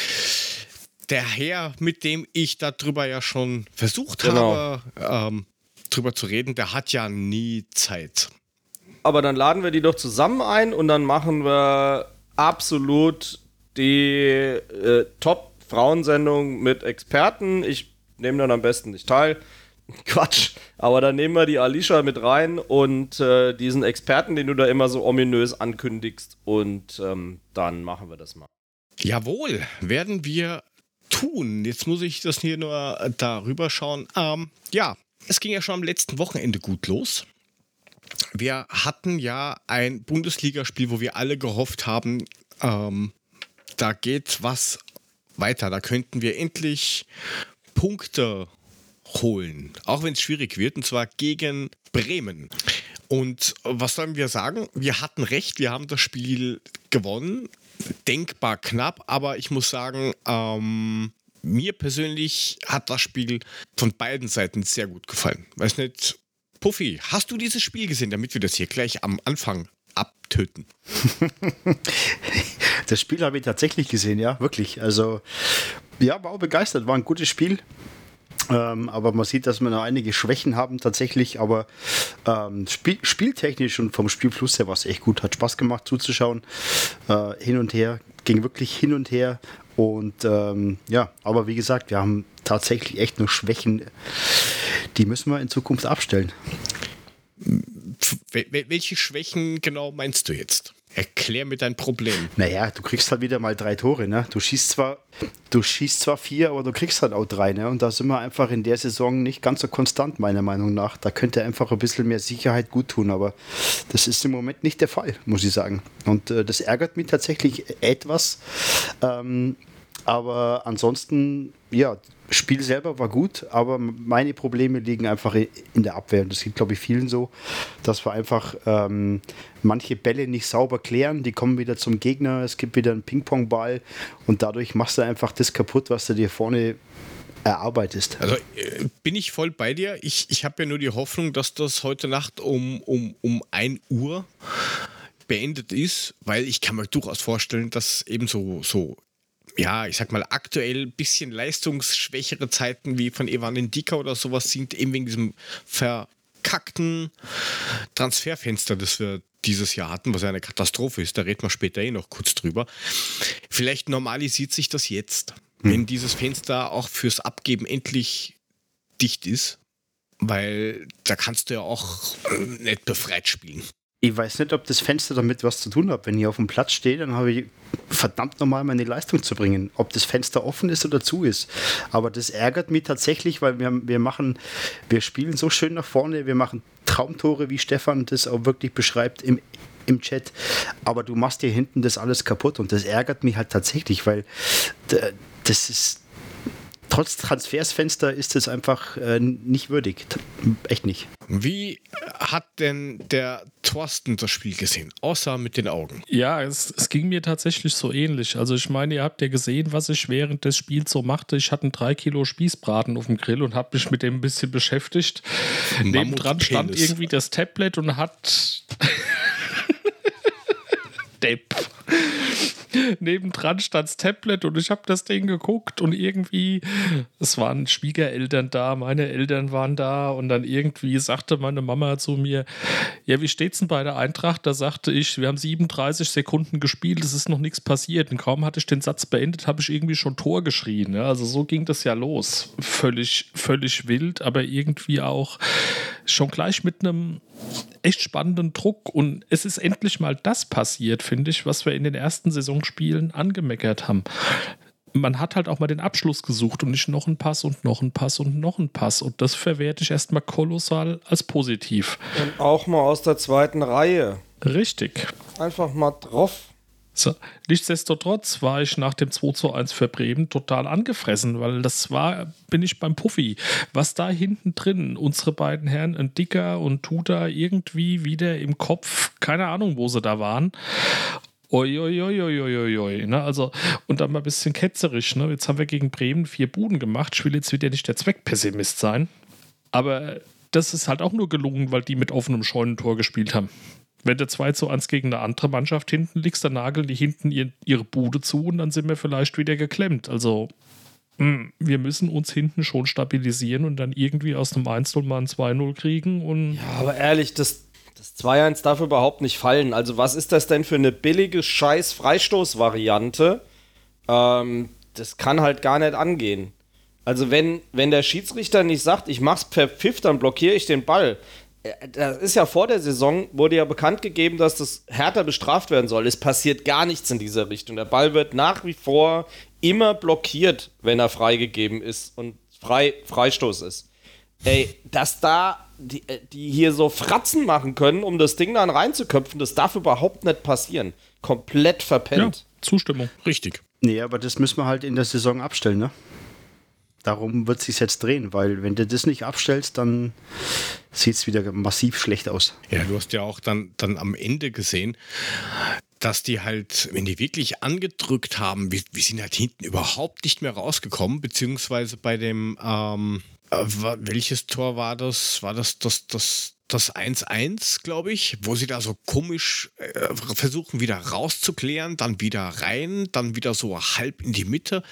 Der Herr, mit dem ich darüber ja schon versucht Genau. habe, ähm, drüber zu reden, der hat ja nie Zeit. Aber dann laden wir die doch zusammen ein und dann machen wir absolut die äh, Top-Frauensendung mit Experten. Ich nehme dann am besten nicht teil. Quatsch. Aber dann nehmen wir die Alicia mit rein und äh, diesen Experten, den du da immer so ominös ankündigst. Und ähm, dann machen wir das mal. Jawohl, werden wir tun. Jetzt muss ich das hier nur darüber schauen. Ähm, ja, es ging ja schon am letzten Wochenende gut los. Wir hatten ja ein Bundesligaspiel, wo wir alle gehofft haben, ähm, da geht was weiter. Da könnten wir endlich Punkte holen, auch wenn es schwierig wird, und zwar gegen Bremen. Und was sollen wir sagen? Wir hatten recht, wir haben das Spiel gewonnen, denkbar knapp, aber ich muss sagen, ähm, mir persönlich hat das Spiel von beiden Seiten sehr gut gefallen. Weiß nicht, Puffi, hast du dieses Spiel gesehen, damit wir das hier gleich am Anfang abtöten? Das Spiel habe ich tatsächlich gesehen, ja, wirklich. Also, ja, war auch begeistert, war ein gutes Spiel. Ähm, aber man sieht, dass wir noch einige Schwächen haben tatsächlich, aber ähm, spiel, spieltechnisch und vom Spielfluss her war es echt gut, hat Spaß gemacht zuzuschauen, äh, hin und her, ging wirklich hin und her und ähm, ja, aber wie gesagt, wir haben tatsächlich echt nur Schwächen, die müssen wir in Zukunft abstellen. Welche Schwächen genau meinst du jetzt? Erklär mir dein Problem. Naja, du kriegst halt wieder mal drei Tore, ne? Du schießt zwar, du schießt zwar vier, aber du kriegst halt auch drei, ne? Und da sind wir einfach in der Saison nicht ganz so konstant, meiner Meinung nach. Da könnte einfach ein bisschen mehr Sicherheit gut tun, aber das ist im Moment nicht der Fall, muss ich sagen. Und äh, das ärgert mich tatsächlich etwas. Ähm, aber ansonsten, ja, Spiel selber war gut, aber meine Probleme liegen einfach in der Abwehr. Das geht, glaube ich, vielen so, dass wir einfach ähm, manche Bälle nicht sauber klären. Die kommen wieder zum Gegner, es gibt wieder einen Ping-Pong-Ball und dadurch machst du einfach das kaputt, was du dir vorne erarbeitest. Also äh, bin ich voll bei dir. Ich, ich habe ja nur die Hoffnung, dass das heute Nacht um, um, um ein Uhr beendet ist, weil ich kann mir durchaus vorstellen, dass eben so, so ja, ich sag mal, aktuell ein bisschen leistungsschwächere Zeiten wie von Evan Ndika oder sowas sind, eben wegen diesem verkackten Transferfenster, das wir dieses Jahr hatten, was ja eine Katastrophe ist, da reden wir später eh noch kurz drüber. Vielleicht normalisiert sich das jetzt, hm. wenn dieses Fenster auch fürs Abgeben endlich dicht ist. weil da kannst du ja auch nicht befreit spielen. Ich weiß nicht, ob das Fenster damit was zu tun hat. Wenn ich auf dem Platz stehe, dann habe ich verdammt nochmal meine Leistung zu bringen. Ob das Fenster offen ist oder zu ist. Aber das ärgert mich tatsächlich, weil wir, wir machen, wir spielen so schön nach vorne, wir machen Traumtore, wie Stefan das auch wirklich beschreibt im, im Chat. Aber du machst hier hinten das alles kaputt und das ärgert mich halt tatsächlich, weil das ist, trotz Transfersfenster ist es einfach äh, nicht würdig. Echt nicht. Wie hat denn der Thorsten das Spiel gesehen? Außer mit den Augen. Ja, es, es ging mir tatsächlich so ähnlich. Also ich meine, ihr habt ja gesehen, was ich während des Spiels so machte. Ich hatte einen drei Kilo Spießbraten auf dem Grill und habe mich mit dem ein bisschen beschäftigt. Nebendran stand irgendwie das Tablet und hat... Depp. Nebendran stand das Tablet und ich habe das Ding geguckt und irgendwie, es waren Schwiegereltern da, meine Eltern waren da und dann irgendwie sagte meine Mama zu mir, ja, wie steht's denn bei der Eintracht? Da sagte ich, wir haben siebenunddreißig Sekunden gespielt, es ist noch nichts passiert und kaum hatte ich den Satz beendet, habe ich irgendwie schon Tor geschrien. Ja, also so ging das ja los. Völlig, völlig wild, aber irgendwie auch schon gleich mit einem echt spannenden Druck und es ist endlich mal das passiert, finde ich, was wir in den ersten Saisonspielen angemeckert haben. Man hat halt auch mal den Abschluss gesucht und nicht noch einen Pass und noch einen Pass und noch einen Pass und das verwerte ich erstmal kolossal als positiv. Und auch mal aus der zweiten Reihe. Richtig. Einfach mal drauf. So. Nichtsdestotrotz war ich nach dem zwei zu eins für Bremen total angefressen, weil das war, bin ich beim Puffi. Was da hinten drin, unsere beiden Herren, ein Dicker und Tuta irgendwie wieder im Kopf, keine Ahnung, wo sie da waren. Uiuiuiuiui, ne? Also, und dann mal ein bisschen ketzerisch, ne? Jetzt haben wir gegen Bremen vier Buden gemacht. Ich will jetzt wieder nicht der Zweckpessimist sein, aber das ist halt auch nur gelungen, weil die mit offenem Scheunentor gespielt haben. Wenn du zwei zu eins gegen eine andere Mannschaft hinten liegst, dann nageln die hinten ihr, ihre Bude zu und dann sind wir vielleicht wieder geklemmt. Also mh, wir müssen uns hinten schon stabilisieren und dann irgendwie aus einem eins null mal ein zwei null kriegen. Und ja, aber ehrlich, das, das zwei eins darf überhaupt nicht fallen. Also was ist das denn für eine billige Scheiß-Freistoß-Variante? Ähm, das kann halt gar nicht angehen. Also wenn, wenn der Schiedsrichter nicht sagt, ich mach's per Pfiff, dann blockiere ich den Ball. Das ist ja vor der Saison, wurde ja bekannt gegeben, dass das härter bestraft werden soll. Es passiert gar nichts in dieser Richtung. Der Ball wird nach wie vor immer blockiert, wenn er freigegeben ist und frei, Freistoß ist. Ey, dass da die, die hier so Fratzen machen können, um das Ding dann reinzuköpfen, das darf überhaupt nicht passieren. Komplett verpennt. Ja, Zustimmung. Richtig. Nee, aber das müssen wir halt in der Saison abstellen, ne? Darum wird es sich jetzt drehen, weil wenn du das nicht abstellst, dann sieht es wieder massiv schlecht aus. Ja, du hast ja auch dann, dann am Ende gesehen, dass die halt, wenn die wirklich angedrückt haben, wir, wir sind halt hinten überhaupt nicht mehr rausgekommen, beziehungsweise bei dem, ähm, äh, welches Tor war das? War das das, das, das eins eins, glaube ich, wo sie da so komisch äh, versuchen, wieder rauszuklären, dann wieder rein, dann wieder so halb in die Mitte.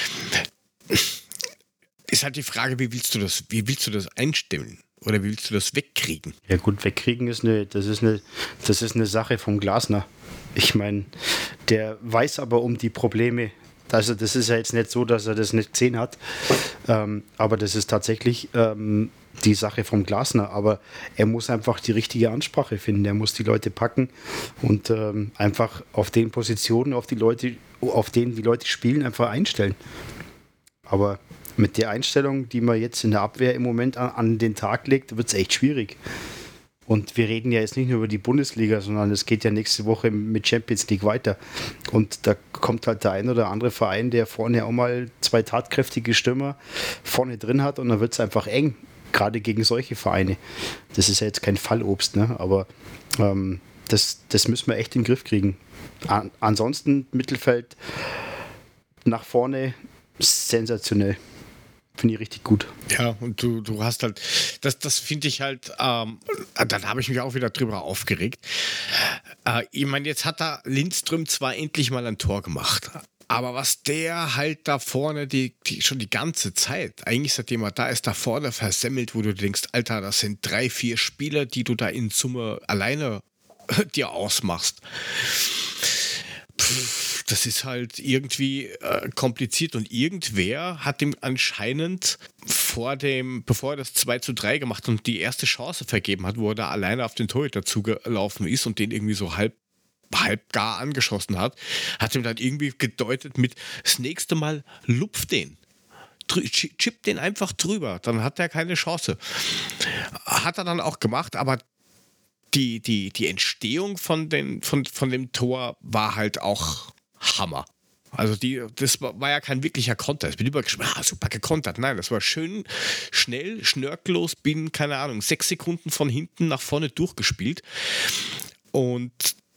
Ist halt die Frage, wie willst du das, wie willst du das einstellen? Oder wie willst du das wegkriegen? Ja gut, wegkriegen ist eine, das ist eine, das ist eine Sache vom Glasner. Ich meine, der weiß aber um die Probleme. Also das ist ja jetzt nicht so, dass er das nicht gesehen hat. Ähm, aber das ist tatsächlich ähm, die Sache vom Glasner. Aber er muss einfach die richtige Ansprache finden. Er muss die Leute packen und ähm, einfach auf den Positionen, auf die Leute, auf denen die Leute spielen, einfach einstellen. Aber mit der Einstellung, die man jetzt in der Abwehr im Moment an, an den Tag legt, wird es echt schwierig. Und wir reden ja jetzt nicht nur über die Bundesliga, sondern es geht ja nächste Woche mit Champions League weiter. Und da kommt halt der ein oder andere Verein, der vorne auch mal zwei tatkräftige Stürmer vorne drin hat und dann wird es einfach eng, gerade gegen solche Vereine. Das ist ja jetzt kein Fallobst, ne? Aber ähm, das, das müssen wir echt in den Griff kriegen. An, ansonsten Mittelfeld nach vorne sensationell. Finde ich richtig gut. Ja, und du, du hast halt, das, das finde ich halt, ähm, dann habe ich mich auch wieder drüber aufgeregt. Äh, ich meine, jetzt hat da Lindström zwar endlich mal ein Tor gemacht, aber was der halt da vorne die, die, schon die ganze Zeit, eigentlich seitdem er da ist, da vorne versemmelt, wo du denkst, Alter, das sind drei, vier Spieler, die du da in Summe alleine dir ausmachst. Pff, das ist halt irgendwie äh, kompliziert und irgendwer hat ihm anscheinend vor dem, bevor er das zwei zu drei gemacht und die erste Chance vergeben hat, wo er da alleine auf den Torhüter zugelaufen ist und den irgendwie so halb halb gar angeschossen hat, hat ihm dann irgendwie gedeutet mit, das nächste Mal lupf den. Chip den einfach drüber, dann hat er keine Chance. Hat er dann auch gemacht, aber die, die, die Entstehung von, den, von, von dem Tor war halt auch Hammer. Also die, das war, war ja kein wirklicher Konter. Ich bin übergeschrieben, ah, super gekontert. Nein, das war schön, schnell, schnörkellos, binnen, keine Ahnung, sechs Sekunden von hinten nach vorne durchgespielt. Und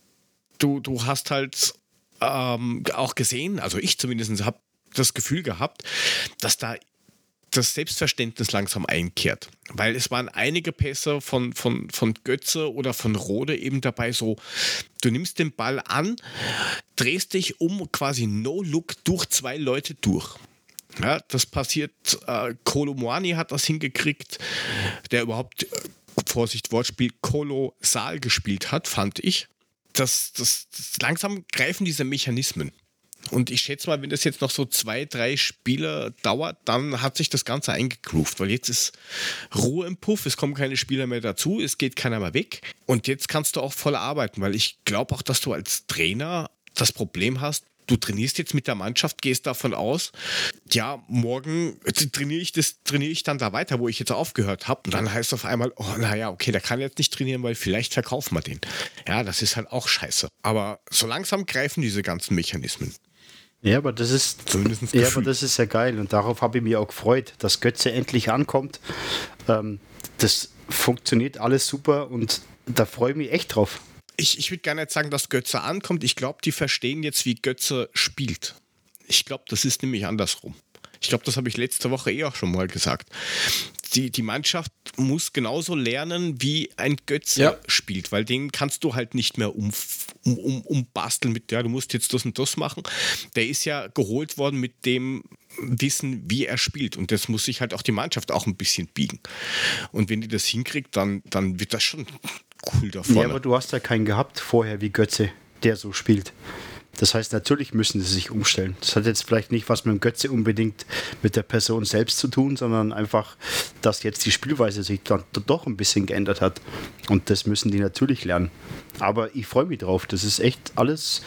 du, du hast halt ähm, auch gesehen, also ich zumindest habe das Gefühl gehabt, dass da das Selbstverständnis langsam einkehrt. Weil es waren einige Pässe von, von, von Götze oder von Rode eben dabei so, du nimmst den Ball an, drehst dich um, quasi No-Look durch zwei Leute durch. Ja, das passiert, äh, Kolo Muani hat das hingekriegt, der überhaupt, äh, Vorsicht, Wortspiel, kolossal gespielt hat, fand ich. Das, das, das langsam greifen diese Mechanismen. Und ich schätze mal, wenn das jetzt noch so zwei, drei Spiele dauert, dann hat sich das Ganze eingegroovt, weil jetzt ist Ruhe im Puff, es kommen keine Spieler mehr dazu, es geht keiner mehr weg und jetzt kannst du auch voll arbeiten, weil ich glaube auch, dass du als Trainer das Problem hast, du trainierst jetzt mit der Mannschaft, gehst davon aus, ja, morgen trainiere ich das, trainiere ich dann da weiter, wo ich jetzt aufgehört habe. Und dann heißt es auf einmal, oh, naja, okay, der kann jetzt nicht trainieren, weil vielleicht verkaufen wir den. Ja, das ist halt auch scheiße. Aber so langsam greifen diese ganzen Mechanismen. Ja, aber das ist Zumindest ja, aber das ist ja geil und darauf habe ich mich auch gefreut, dass Götze endlich ankommt. Ähm, das funktioniert alles super und da freue ich mich echt drauf. Ich, ich würde gar nicht sagen, dass Götze ankommt. Ich glaube, die verstehen jetzt, wie Götze spielt. Ich glaube, das ist nämlich andersrum. Ich glaube, das habe ich letzte Woche eh auch schon mal gesagt. Die, die Mannschaft muss genauso lernen, wie ein Götze ja. spielt, weil den kannst du halt nicht mehr um, um, um, umbasteln mit, ja, du musst jetzt das und das machen. Der ist ja geholt worden mit dem Wissen, wie er spielt und das muss sich halt auch die Mannschaft auch ein bisschen biegen. Und wenn die das hinkriegt, dann, dann wird das schon cool da vorne. Ja, aber du hast ja keinen gehabt vorher wie Götze, der so spielt. Das heißt, natürlich müssen sie sich umstellen. Das hat jetzt vielleicht nicht was mit dem Götze unbedingt mit der Person selbst zu tun, sondern einfach, dass jetzt die Spielweise sich dann doch ein bisschen geändert hat. Und das müssen die natürlich lernen. Aber ich freue mich drauf. Das ist echt alles,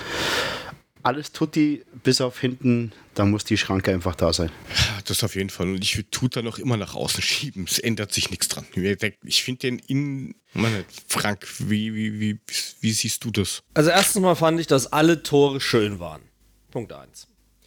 alles tutti, bis auf hinten. Da muss die Schranke einfach da sein. Das auf jeden Fall. Und ich würde Tuta noch immer nach außen schieben. Es ändert sich nichts dran. Ich finde den in... Meine, Frank, wie, wie, wie, wie siehst du das? Also erstens mal fand ich, dass alle Tore schön waren. Punkt eins.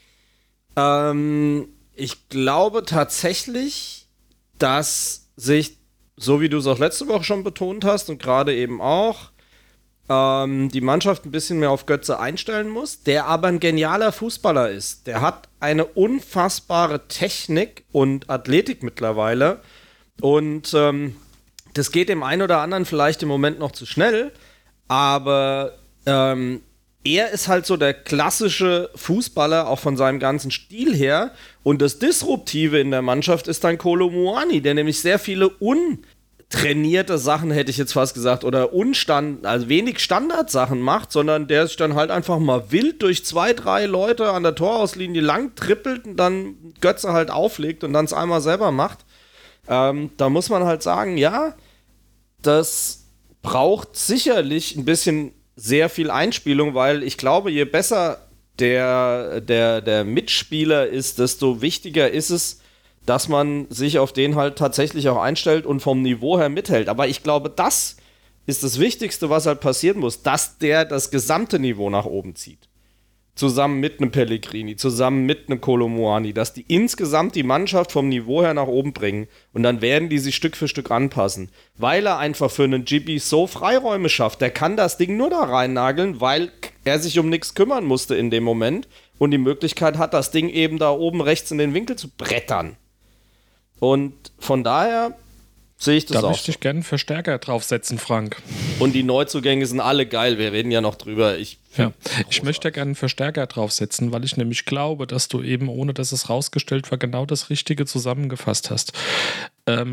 Ähm, ich glaube tatsächlich, dass sich, so wie du es auch letzte Woche schon betont hast und gerade eben auch, ähm, die Mannschaft ein bisschen mehr auf Götze einstellen muss, der aber ein genialer Fußballer ist. Der hat eine unfassbare Technik und Athletik mittlerweile und ähm, das geht dem einen oder anderen vielleicht im Moment noch zu schnell, aber ähm, er ist halt so der klassische Fußballer, auch von seinem ganzen Stil her. Und das Disruptive in der Mannschaft ist dann Kolo Muani, der nämlich sehr viele untrainierte Sachen, hätte ich jetzt fast gesagt, oder unstand, also wenig Standardsachen macht, sondern der sich dann halt einfach mal wild durch zwei, drei Leute an der Torauslinie lang trippelt und dann Götze halt auflegt und dann es einmal selber macht. Ähm, da muss man halt sagen, ja, das braucht sicherlich ein bisschen sehr viel Einspielung, weil ich glaube, je besser der, der, der Mitspieler ist, desto wichtiger ist es, dass man sich auf den halt tatsächlich auch einstellt und vom Niveau her mithält. Aber ich glaube, das ist das Wichtigste, was halt passieren muss, dass der das gesamte Niveau nach oben zieht. Zusammen mit einem Pellegrini, zusammen mit einem Kolo Muani, dass die insgesamt die Mannschaft vom Niveau her nach oben bringen und dann werden die sich Stück für Stück anpassen, weil er einfach für einen Gibi so Freiräume schafft. Der kann das Ding nur da reinnageln, weil er sich um nichts kümmern musste in dem Moment und die Möglichkeit hat, das Ding eben da oben rechts in den Winkel zu brettern. Und von daher sehe ich das da auch. Da möchte ich gerne einen Verstärker draufsetzen, Frank. Und die Neuzugänge sind alle geil. Wir reden ja noch drüber. Ich, ja. ich möchte gerne einen Verstärker draufsetzen, weil ich nämlich glaube, dass du eben, ohne dass es rausgestellt war, genau das Richtige zusammengefasst hast. Ähm,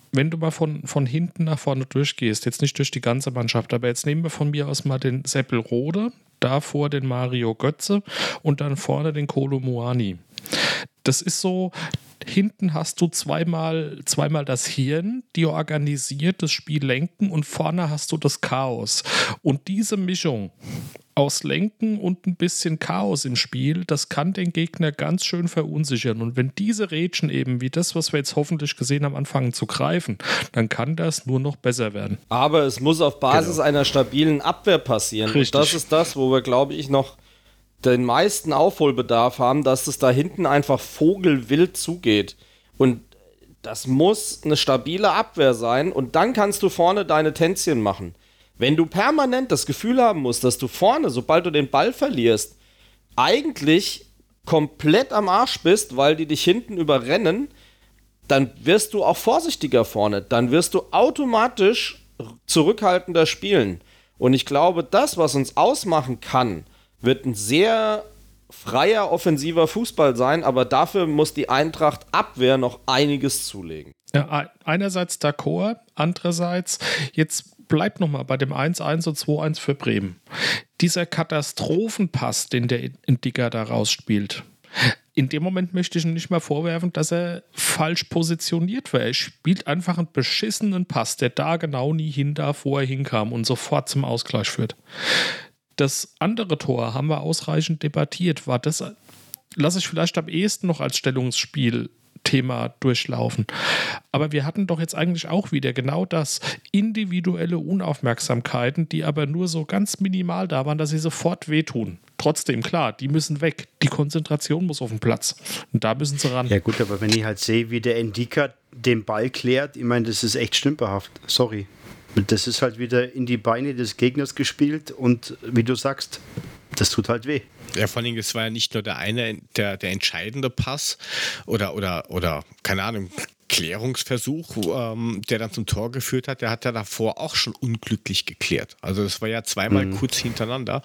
wenn du mal von, von hinten nach vorne durchgehst, jetzt nicht durch die ganze Mannschaft, aber jetzt nehmen wir von mir aus mal den Seppelrode, davor den Mario Götze und dann vorne den Kolo Muani. Das ist so, hinten hast du zweimal, zweimal das Hirn, die organisiert das Spiel lenken, und vorne hast du das Chaos. Und diese Mischung aus Lenken und ein bisschen Chaos im Spiel, das kann den Gegner ganz schön verunsichern. Und wenn diese Rädchen eben, wie das, was wir jetzt hoffentlich gesehen haben, anfangen zu greifen, dann kann das nur noch besser werden. Aber es muss auf Basis Genau. einer stabilen Abwehr passieren. Richtig. Und das ist das, wo wir, glaube ich, noch den meisten Aufholbedarf haben, dass es da hinten einfach vogelwild zugeht. Und das muss eine stabile Abwehr sein, und dann kannst du vorne deine Tänzchen machen. Wenn du permanent das Gefühl haben musst, dass du vorne, sobald du den Ball verlierst, eigentlich komplett am Arsch bist, weil die dich hinten überrennen, dann wirst du auch vorsichtiger vorne. Dann wirst du automatisch zurückhaltender spielen. Und ich glaube, das, was uns ausmachen kann, wird ein sehr freier, offensiver Fußball sein, aber dafür muss die Eintracht Abwehr noch einiges zulegen. Ja, einerseits d'accord, andererseits, jetzt bleibt nochmal bei dem eins eins und zwei eins für Bremen. Dieser Katastrophenpass, den der Indica da rausspielt, in dem Moment möchte ich ihm nicht mal vorwerfen, dass er falsch positioniert war. Er spielt einfach einen beschissenen Pass, der da genau nie hin darf, wo er hinkam und sofort zum Ausgleich führt. Das andere Tor haben wir ausreichend debattiert. War das, lasse ich vielleicht am ehesten noch als Stellungsspiel-Thema durchlaufen. Aber wir hatten doch jetzt eigentlich auch wieder genau das. Individuelle Unaufmerksamkeiten, die aber nur so ganz minimal da waren, dass sie sofort wehtun. Trotzdem, klar, die müssen weg. Die Konzentration muss auf den Platz. Und da müssen sie ran. Ja gut, aber wenn ich halt sehe, wie der Indica den Ball klärt, ich meine, das ist echt stümperhaft. Sorry. Das ist halt wieder in die Beine des Gegners gespielt, und wie du sagst, das tut halt weh. Ja, vor allem, es war ja nicht nur der eine, der, der entscheidende Pass oder, oder, oder, keine Ahnung, Klärungsversuch, ähm, der dann zum Tor geführt hat, der hat ja davor auch schon unglücklich geklärt. Also das war ja zweimal mhm. kurz hintereinander.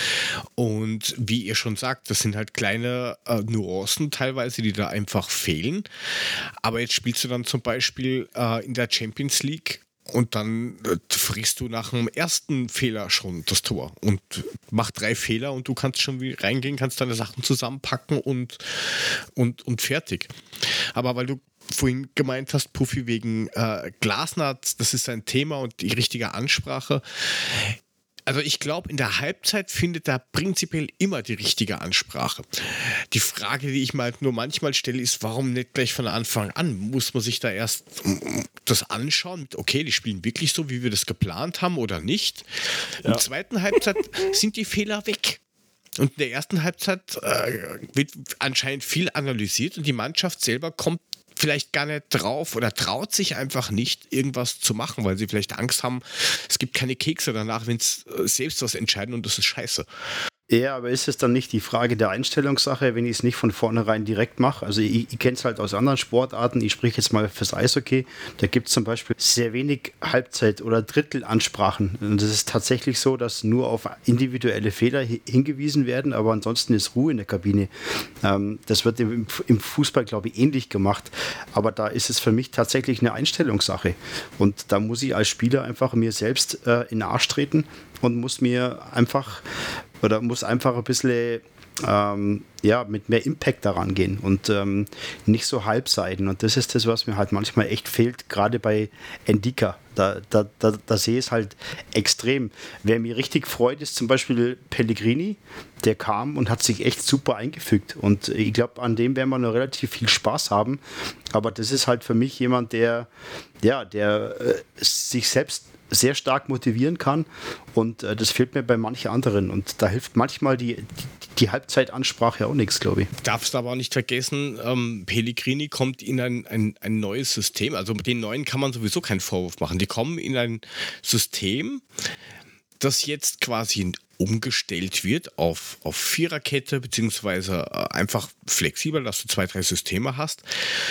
Und wie ihr schon sagt, das sind halt kleine äh, Nuancen teilweise, die da einfach fehlen. Aber jetzt spielst du dann zum Beispiel äh, in der Champions League, und dann äh, frisst du nach dem ersten Fehler schon das Tor und mach drei Fehler, und du kannst schon wieder reingehen, kannst deine Sachen zusammenpacken und, und, und fertig. Aber weil du vorhin gemeint hast, Puffy, wegen äh, Glasner, das ist ein Thema und die richtige Ansprache. Also ich glaube, in der Halbzeit findet er prinzipiell immer die richtige Ansprache. Die Frage, die ich mir halt nur manchmal stelle, ist, warum nicht gleich von Anfang an? Muss man sich da erst das anschauen? Okay, die spielen wirklich so, wie wir das geplant haben, oder nicht? Ja. In der zweiten Halbzeit sind die Fehler weg. Und in der ersten Halbzeit äh, wird anscheinend viel analysiert, und die Mannschaft selber kommt vielleicht gar nicht drauf oder traut sich einfach nicht, irgendwas zu machen, weil sie vielleicht Angst haben, es gibt keine Kekse danach, wenn sie selbst was entscheiden, und das ist scheiße. Ja, aber ist es dann nicht die Frage der Einstellungssache, wenn ich es nicht von vornherein direkt mache? Also ich, ich kenne es halt aus anderen Sportarten, ich spreche jetzt mal fürs Eishockey, da gibt es zum Beispiel sehr wenig Halbzeit- oder Drittelansprachen. Und das ist tatsächlich so, dass nur auf individuelle Fehler hi- hingewiesen werden, aber ansonsten ist Ruhe in der Kabine. Ähm, das wird im, im Fußball, glaube ich, ähnlich gemacht, aber da ist es für mich tatsächlich eine Einstellungssache. Und da muss ich als Spieler einfach mir selbst äh, in den Arsch treten und muss mir einfach oder muss einfach ein bisschen ähm, ja, mit mehr Impact daran gehen und ähm, nicht so halbseiden. Und das ist das, was mir halt manchmal echt fehlt, gerade bei Indica. Da, da, da, da sehe ich es halt extrem. Wer mir richtig freut, ist zum Beispiel Pellegrini. Der kam und hat sich echt super eingefügt. Und ich glaube, an dem werden wir noch relativ viel Spaß haben. Aber das ist halt für mich jemand, der, ja, der äh, sich selbst sehr stark motivieren kann, und äh, das fehlt mir bei manchen anderen, und da hilft manchmal die, die, die Halbzeitansprache auch nichts, glaube ich. Darfst aber auch nicht vergessen, ähm, Pellegrini kommt in ein, ein, ein neues System, also mit den Neuen kann man sowieso keinen Vorwurf machen, die kommen in ein System, das jetzt quasi umgestellt wird auf, auf Viererkette, beziehungsweise äh, einfach flexibel, dass du zwei, drei Systeme hast.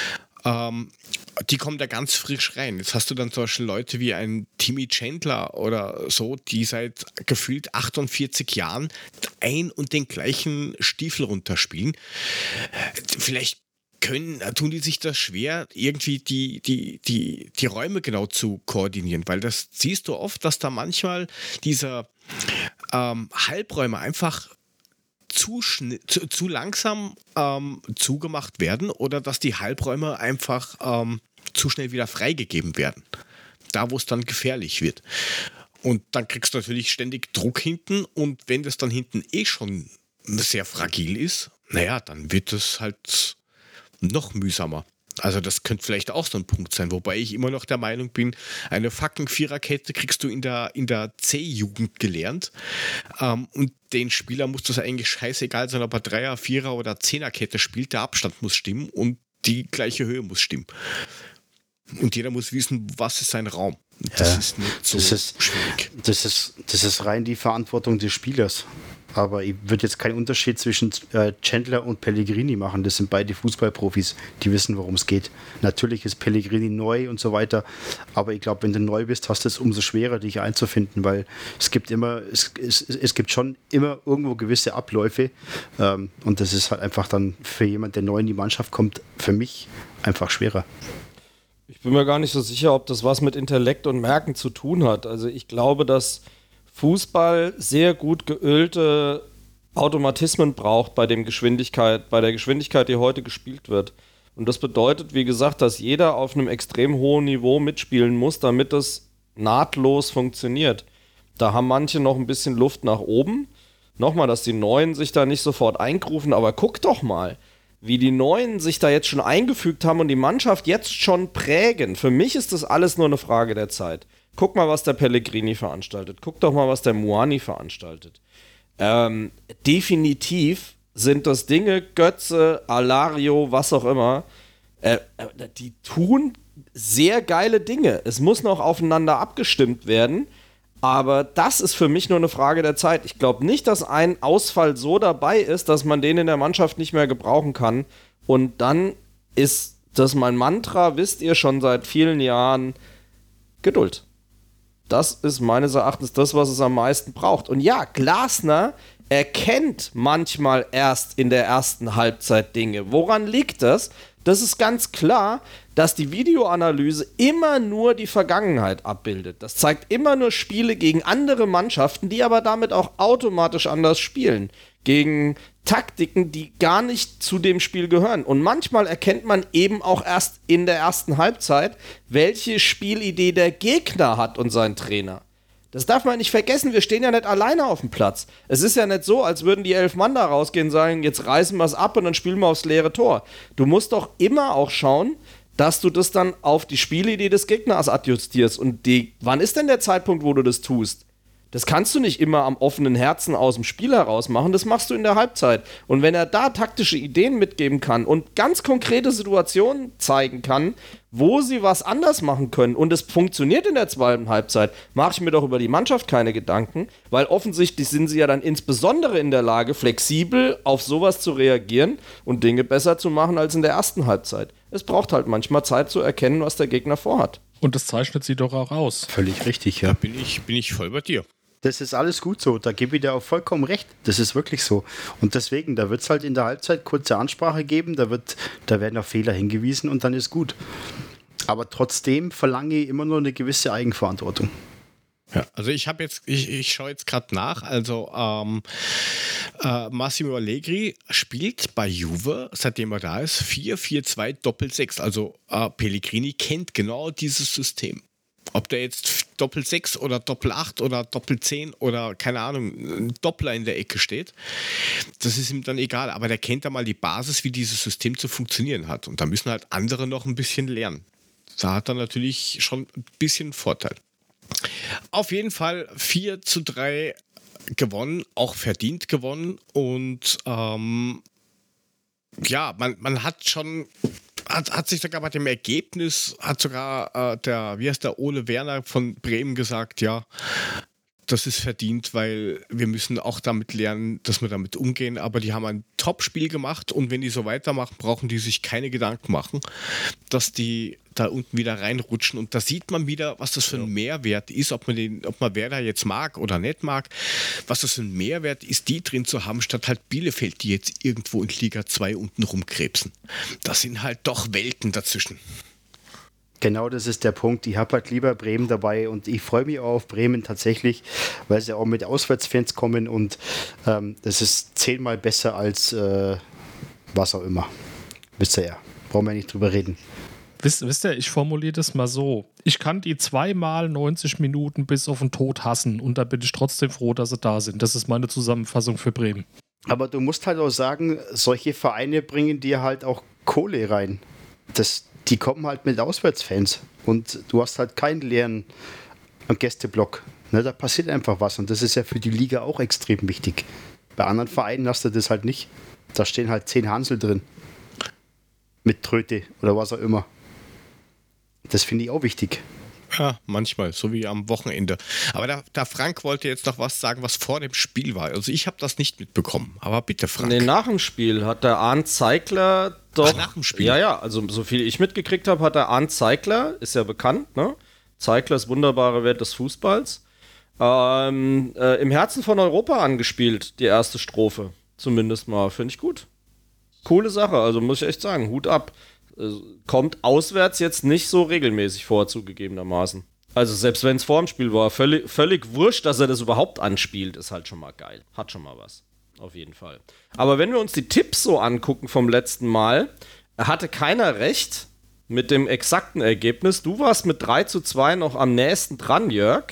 Ähm, die kommen da ganz frisch rein. Jetzt hast du dann solche Leute wie ein Timmy Chandler oder so, die seit gefühlt achtundvierzig Jahren ein und den gleichen Stiefel runterspielen. Vielleicht können, tun die sich das schwer, irgendwie die, die, die, die Räume genau zu koordinieren, weil das siehst du oft, dass da manchmal diese ähm, Halbräume einfach zu, schn- zu, zu langsam ähm, zugemacht werden oder dass die Halbräume einfach ähm, zu schnell wieder freigegeben werden. Da, wo es dann gefährlich wird. Und dann kriegst du natürlich ständig Druck hinten und wenn das dann hinten eh schon sehr fragil ist, naja, dann wird es halt noch mühsamer. Also das könnte vielleicht auch so ein Punkt sein, wobei ich immer noch der Meinung bin, eine fucking Viererkette kriegst du in der, in der C-Jugend gelernt ähm, und den Spieler muss das eigentlich scheißegal sein, ob er Dreier-, Vierer- oder Zehnerkette spielt, der Abstand muss stimmen und die gleiche Höhe muss stimmen. Und jeder muss wissen, was ist sein Raum. Das Ja, ist nicht so das ist, schwierig. Das ist, das ist rein die Verantwortung des Spielers. Aber ich würde jetzt keinen Unterschied zwischen äh, Chandler und Pellegrini machen. Das sind beide Fußballprofis, die wissen, worum es geht. Natürlich ist Pellegrini neu und so weiter. Aber ich glaube, wenn du neu bist, hast du es umso schwerer, dich einzufinden, weil es gibt immer, es, es, es gibt schon immer irgendwo gewisse Abläufe. Ähm, und das ist halt einfach dann für jemanden, der neu in die Mannschaft kommt, für mich einfach schwerer. Ich bin mir gar nicht so sicher, ob das was mit Intellekt und Merken zu tun hat. Also ich glaube, dass Fußball sehr gut geölte Automatismen braucht bei dem Geschwindigkeit, bei der Geschwindigkeit, die heute gespielt wird. Und das bedeutet, wie gesagt, dass jeder auf einem extrem hohen Niveau mitspielen muss, damit das nahtlos funktioniert. Da haben manche noch ein bisschen Luft nach oben. Nochmal, dass die Neuen sich da nicht sofort eingrufen, aber guck doch mal, wie die Neuen sich da jetzt schon eingefügt haben und die Mannschaft jetzt schon prägen. Für mich ist das alles nur eine Frage der Zeit. Guck mal, was der Pellegrini veranstaltet. Guck doch mal, was der Muani veranstaltet. Ähm, definitiv sind das Dinge, Götze, Alario, was auch immer, äh, die tun sehr geile Dinge. Es muss noch aufeinander abgestimmt werden, aber das ist für mich nur eine Frage der Zeit. Ich glaube nicht, dass ein Ausfall so dabei ist, dass man den in der Mannschaft nicht mehr gebrauchen kann. Und dann ist das mein Mantra, wisst ihr schon seit vielen Jahren, Geduld. Das ist meines Erachtens das, was es am meisten braucht. Und ja, Glasner erkennt manchmal erst in der ersten Halbzeit Dinge. Woran liegt das? Das ist ganz klar, dass die Videoanalyse immer nur die Vergangenheit abbildet. Das zeigt immer nur Spiele gegen andere Mannschaften, die aber damit auch automatisch anders spielen. Gegen Taktiken, die gar nicht zu dem Spiel gehören. Und manchmal erkennt man eben auch erst in der ersten Halbzeit, welche Spielidee der Gegner hat und sein Trainer. Das darf man nicht vergessen, wir stehen ja nicht alleine auf dem Platz. Es ist ja nicht so, als würden die elf Mann da rausgehen und sagen, jetzt reißen wir es ab und dann spielen wir aufs leere Tor. Du musst doch immer auch schauen, dass du das dann auf die Spielidee des Gegners adjustierst. Und die, wann ist denn der Zeitpunkt, wo du das tust? Das kannst du nicht immer am offenen Herzen aus dem Spiel heraus machen, das machst du in der Halbzeit. Und wenn er da taktische Ideen mitgeben kann und ganz konkrete Situationen zeigen kann, wo sie was anders machen können und es funktioniert in der zweiten Halbzeit, mache ich mir doch über die Mannschaft keine Gedanken, weil offensichtlich sind sie ja dann insbesondere in der Lage, flexibel auf sowas zu reagieren und Dinge besser zu machen als in der ersten Halbzeit. Es braucht halt manchmal Zeit zu erkennen, was der Gegner vorhat. Und das zeichnet sie doch auch aus. Völlig richtig, ja. Da bin ich, bin ich voll bei dir. Das ist alles gut so, da gebe ich dir auch vollkommen recht. Das ist wirklich so. Und deswegen, da wird es halt in der Halbzeit kurze Ansprache geben, da, wird, da werden auf Fehler hingewiesen und dann ist gut. Aber trotzdem verlange ich immer nur eine gewisse Eigenverantwortung. Ja, also ich habe jetzt, ich, ich schaue jetzt gerade nach, also ähm, äh, Massimo Allegri spielt bei Juve, seitdem er da ist, vier vier zwei Doppel-sechs. Also äh, Pellegrini kennt genau dieses System. Ob der jetzt Doppel-sechs oder Doppel-acht oder Doppel-zehn oder keine Ahnung, ein Doppler in der Ecke steht, das ist ihm dann egal. Aber der kennt ja mal die Basis, wie dieses System zu funktionieren hat. Und da müssen halt andere noch ein bisschen lernen. Da hat er natürlich schon ein bisschen Vorteil. Auf jeden Fall vier zu drei gewonnen, auch verdient gewonnen. Und ähm, ja, man, man hat schon... Hat, hat sich sogar bei dem Ergebnis, hat sogar äh, der, wie heißt der, Ole Werner von Bremen gesagt, ja, das ist verdient, weil wir müssen auch damit lernen, dass wir damit umgehen, aber die haben ein Top-Spiel gemacht und wenn die so weitermachen, brauchen die sich keine Gedanken machen, dass die da unten wieder reinrutschen. Und da sieht man wieder, was das für ein Mehrwert ist, ob man den, ob man Werder jetzt mag oder nicht mag, was das für ein Mehrwert ist, die drin zu haben, statt halt Bielefeld, die jetzt irgendwo in Liga zwei unten rumkrebsen. Das sind halt doch Welten dazwischen. Genau, das ist der Punkt. Ich habe halt lieber Bremen dabei und ich freue mich auch auf Bremen tatsächlich, weil sie auch mit Auswärtsfans kommen und ähm, das ist zehnmal besser als äh, was auch immer. Wisst ihr ja. Brauchen wir nicht drüber reden. Wisst, wisst ihr, ich formuliere das mal so. Ich kann die zweimal neunzig Minuten bis auf den Tod hassen und da bin ich trotzdem froh, dass sie da sind. Das ist meine Zusammenfassung für Bremen. Aber du musst halt auch sagen, solche Vereine bringen dir halt auch Kohle rein. Das Die kommen halt mit Auswärtsfans und du hast halt keinen leeren Gästeblock. Ne, da passiert einfach was und das ist ja für die Liga auch extrem wichtig. Bei anderen Vereinen hast du das halt nicht. Da stehen halt zehn Hansel drin. Mit Tröte oder was auch immer. Das finde ich auch wichtig. Ja, manchmal, so wie am Wochenende. Aber der, der Frank wollte jetzt noch was sagen, was vor dem Spiel war. Also ich habe das nicht mitbekommen. Aber bitte, Frank. Nee, nach dem Spiel hat der Arndt Zeigler doch... Ach, nach dem Spiel? Ja, ja, also so viel ich mitgekriegt habe, hat der Arndt Zeigler, ist ja bekannt, ne? Zeiglers wunderbare Welt des Fußballs, ähm, äh, im Herzen von Europa angespielt, die erste Strophe. Zumindest mal, finde ich gut. Coole Sache, also muss ich echt sagen, Hut ab. Kommt auswärts jetzt nicht so regelmäßig vor, zugegebenermaßen. Also selbst wenn es vor dem Spiel war, völlig, völlig wurscht, dass er das überhaupt anspielt, ist halt schon mal geil. Hat schon mal was. Auf jeden Fall. Aber wenn wir uns die Tipps so angucken vom letzten Mal, hatte keiner recht mit dem exakten Ergebnis. Du warst mit drei zu zwei noch am nächsten dran, Jörg.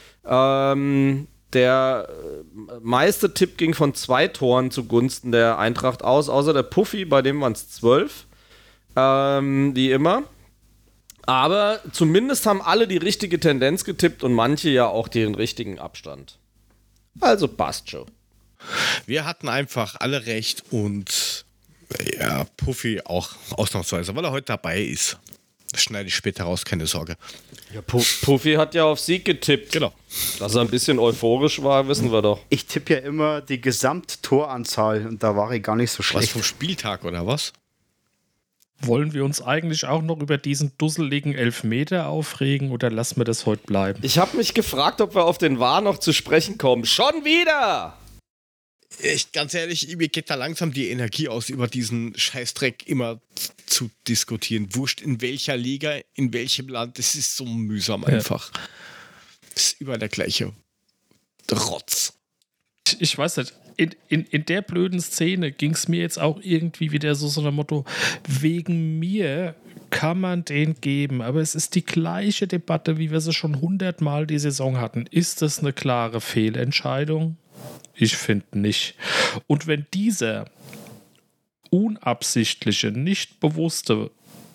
Ähm, der meiste Tipp ging von zwei Toren zugunsten der Eintracht aus, außer der Puffy, bei dem waren es zwölf. Ähm, wie immer. Aber zumindest haben alle die richtige Tendenz getippt und manche ja auch den richtigen Abstand. Also passt schon. Wir hatten einfach alle recht und ja, Puffy auch ausnahmsweise, weil er heute dabei ist. Das schneide ich später raus, keine Sorge. Ja, Puffy hat ja auf Sieg getippt. Genau. Dass er ein bisschen euphorisch war, wissen wir doch. Ich tippe ja immer die Gesamttoranzahl und da war ich gar nicht so Was schlecht. vom Spieltag oder was? Wollen wir uns eigentlich auch noch über diesen dusseligen Elfmeter aufregen oder lassen wir das heute bleiben? Ich habe mich gefragt, ob wir auf den V A R noch zu sprechen kommen. Schon wieder! Ich, ganz ehrlich, mir geht da langsam die Energie aus, über diesen Scheißdreck immer zu diskutieren. Wurscht in welcher Liga, in welchem Land, das ist so mühsam einfach. Ja. Das ist immer der gleiche Rotz. Ich, ich weiß nicht, in, in, in der blöden Szene ging es mir jetzt auch irgendwie wieder so so ein Motto, wegen mir kann man den geben, aber es ist die gleiche Debatte, wie wir sie schon hundertmal die Saison hatten. Ist das eine klare Fehlentscheidung? Ich finde nicht. Und wenn dieser unabsichtliche, nicht bewusste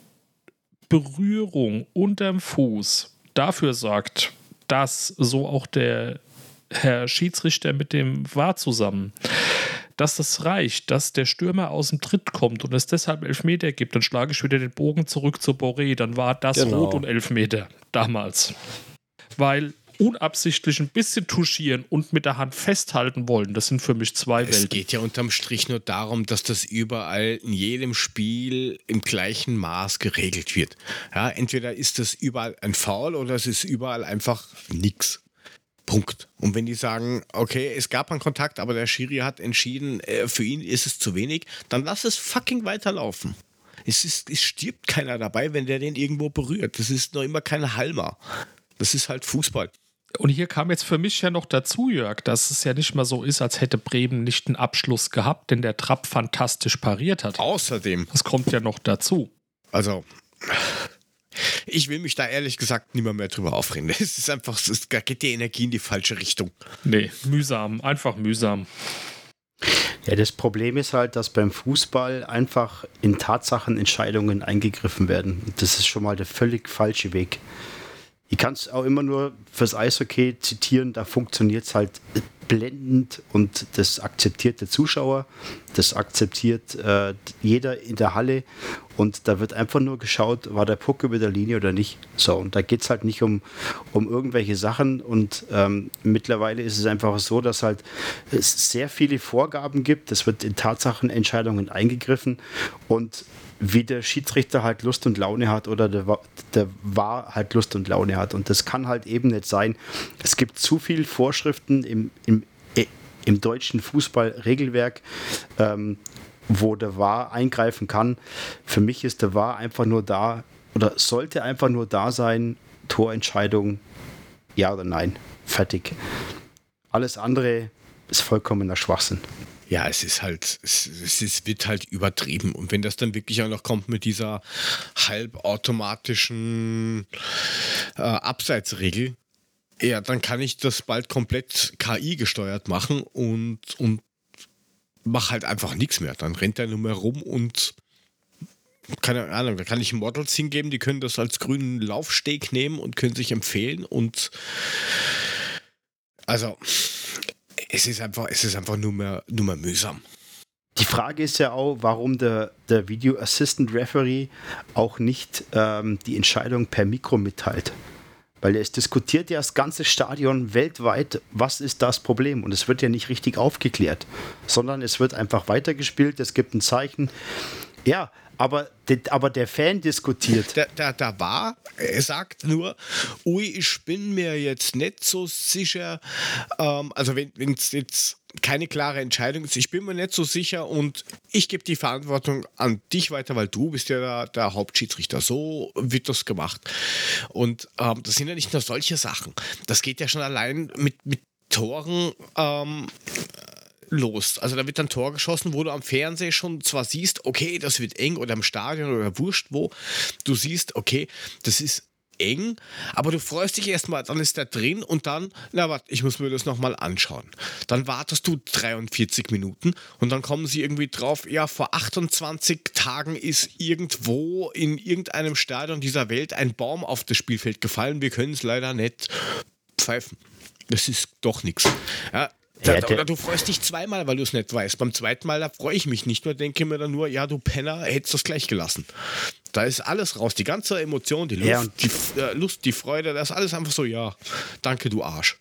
Berührung unterm Fuß dafür sorgt, dass so auch der Herr Schiedsrichter mit dem V A R zusammen, dass das reicht, dass der Stürmer aus dem Tritt kommt und es deshalb Elfmeter gibt, dann schlage ich wieder den Bogen zurück zu Boré, dann war das genau. Rot und Elfmeter damals. Weil unabsichtlich ein bisschen touchieren und mit der Hand festhalten wollen, das sind für mich zwei es Welten. Es geht ja unterm Strich nur darum, dass das überall in jedem Spiel im gleichen Maß geregelt wird. Ja, entweder ist das überall ein Foul oder es ist überall einfach nix. Punkt. Und wenn die sagen, okay, es gab einen Kontakt, aber der Schiri hat entschieden, äh, für ihn ist es zu wenig, dann lass es fucking weiterlaufen. Es, ist, es stirbt keiner dabei, wenn der den irgendwo berührt. Das ist noch immer kein Halmer. Das ist halt Fußball. Und hier kam jetzt für mich ja noch dazu, Jörg, dass es ja nicht mal so ist, als hätte Bremen nicht einen Abschluss gehabt, denn der Trapp fantastisch pariert hat. Außerdem. Das kommt ja noch dazu. Also, ich will mich da ehrlich gesagt nicht mehr, mehr drüber aufregen. Es ist einfach, es geht die Energie in die falsche Richtung. Nee, mühsam, einfach mühsam. Ja, das Problem ist halt, dass beim Fußball einfach in Tatsachenentscheidungen eingegriffen werden. Das ist schon mal der völlig falsche Weg. Ich kann es auch immer nur fürs Eishockey zitieren, da funktioniert es halt blendend und das akzeptiert der Zuschauer, das akzeptiert äh, jeder in der Halle und da wird einfach nur geschaut, war der Puck über der Linie oder nicht. So, und da geht es halt nicht um, um irgendwelche Sachen und ähm, mittlerweile ist es einfach so, dass halt es sehr viele Vorgaben gibt, es wird in Tatsachenentscheidungen eingegriffen und wie der Schiedsrichter halt Lust und Laune hat oder der, der V A R halt Lust und Laune hat. Und das kann halt eben nicht sein. Es gibt zu viele Vorschriften im, im, im deutschen Fußballregelwerk, ähm, wo der V A R eingreifen kann. Für mich ist der V A R einfach nur da oder sollte einfach nur da sein, Torentscheidung, ja oder nein, fertig. Alles andere ist vollkommener Schwachsinn. Ja, es ist halt, es, es ist, wird halt übertrieben. Und wenn das dann wirklich auch noch kommt mit dieser halbautomatischen äh, Abseitsregel, ja, dann kann ich das bald komplett K I gesteuert machen und, und mach halt einfach nichts mehr. Dann rennt er nur mehr rum und keine Ahnung, da kann ich Models hingeben, die können das als grünen Laufsteg nehmen und können sich empfehlen und also es ist einfach, es ist einfach nur mehr, nur mehr mühsam. Die Frage ist ja auch, warum der, der Video Assistant Referee auch nicht ähm, die Entscheidung per Mikro mitteilt. Weil es diskutiert ja das ganze Stadion weltweit, was ist das Problem? Und es wird ja nicht richtig aufgeklärt, sondern es wird einfach weitergespielt, es gibt ein Zeichen. Ja, aber, aber der Fan diskutiert. Der, der, der war, er sagt nur, ui, ich bin mir jetzt nicht so sicher, ähm, also wenn es jetzt keine klare Entscheidung ist, ich bin mir nicht so sicher und ich gebe die Verantwortung an dich weiter, weil du bist ja der, der Hauptschiedsrichter. So wird das gemacht. Und ähm, das sind ja nicht nur solche Sachen. Das geht ja schon allein mit, mit Toren ähm, los. Also da wird dann Tor geschossen, wo du am Fernseher schon zwar siehst, okay, das wird eng oder im Stadion oder wurscht wo, du siehst, okay, das ist eng, aber du freust dich erstmal, dann ist der drin und dann, na warte, ich muss mir das nochmal anschauen. Dann wartest du dreiundvierzig Minuten und dann kommen sie irgendwie drauf, ja, vor achtundzwanzig Tagen ist irgendwo in irgendeinem Stadion dieser Welt ein Baum auf das Spielfeld gefallen, wir können es leider nicht pfeifen. Das ist doch nichts. Ja, Da, Ja, der- oder du freust dich zweimal, weil du es nicht weißt. Beim zweiten Mal, da freue ich mich nicht mehr, denke mir dann nur, ja, du Penner, hättest das gleich gelassen. Da ist alles raus, die ganze Emotion, die Lust, Ja, und- die äh, Lust, die Freude, das ist alles einfach so, ja, danke, du Arsch.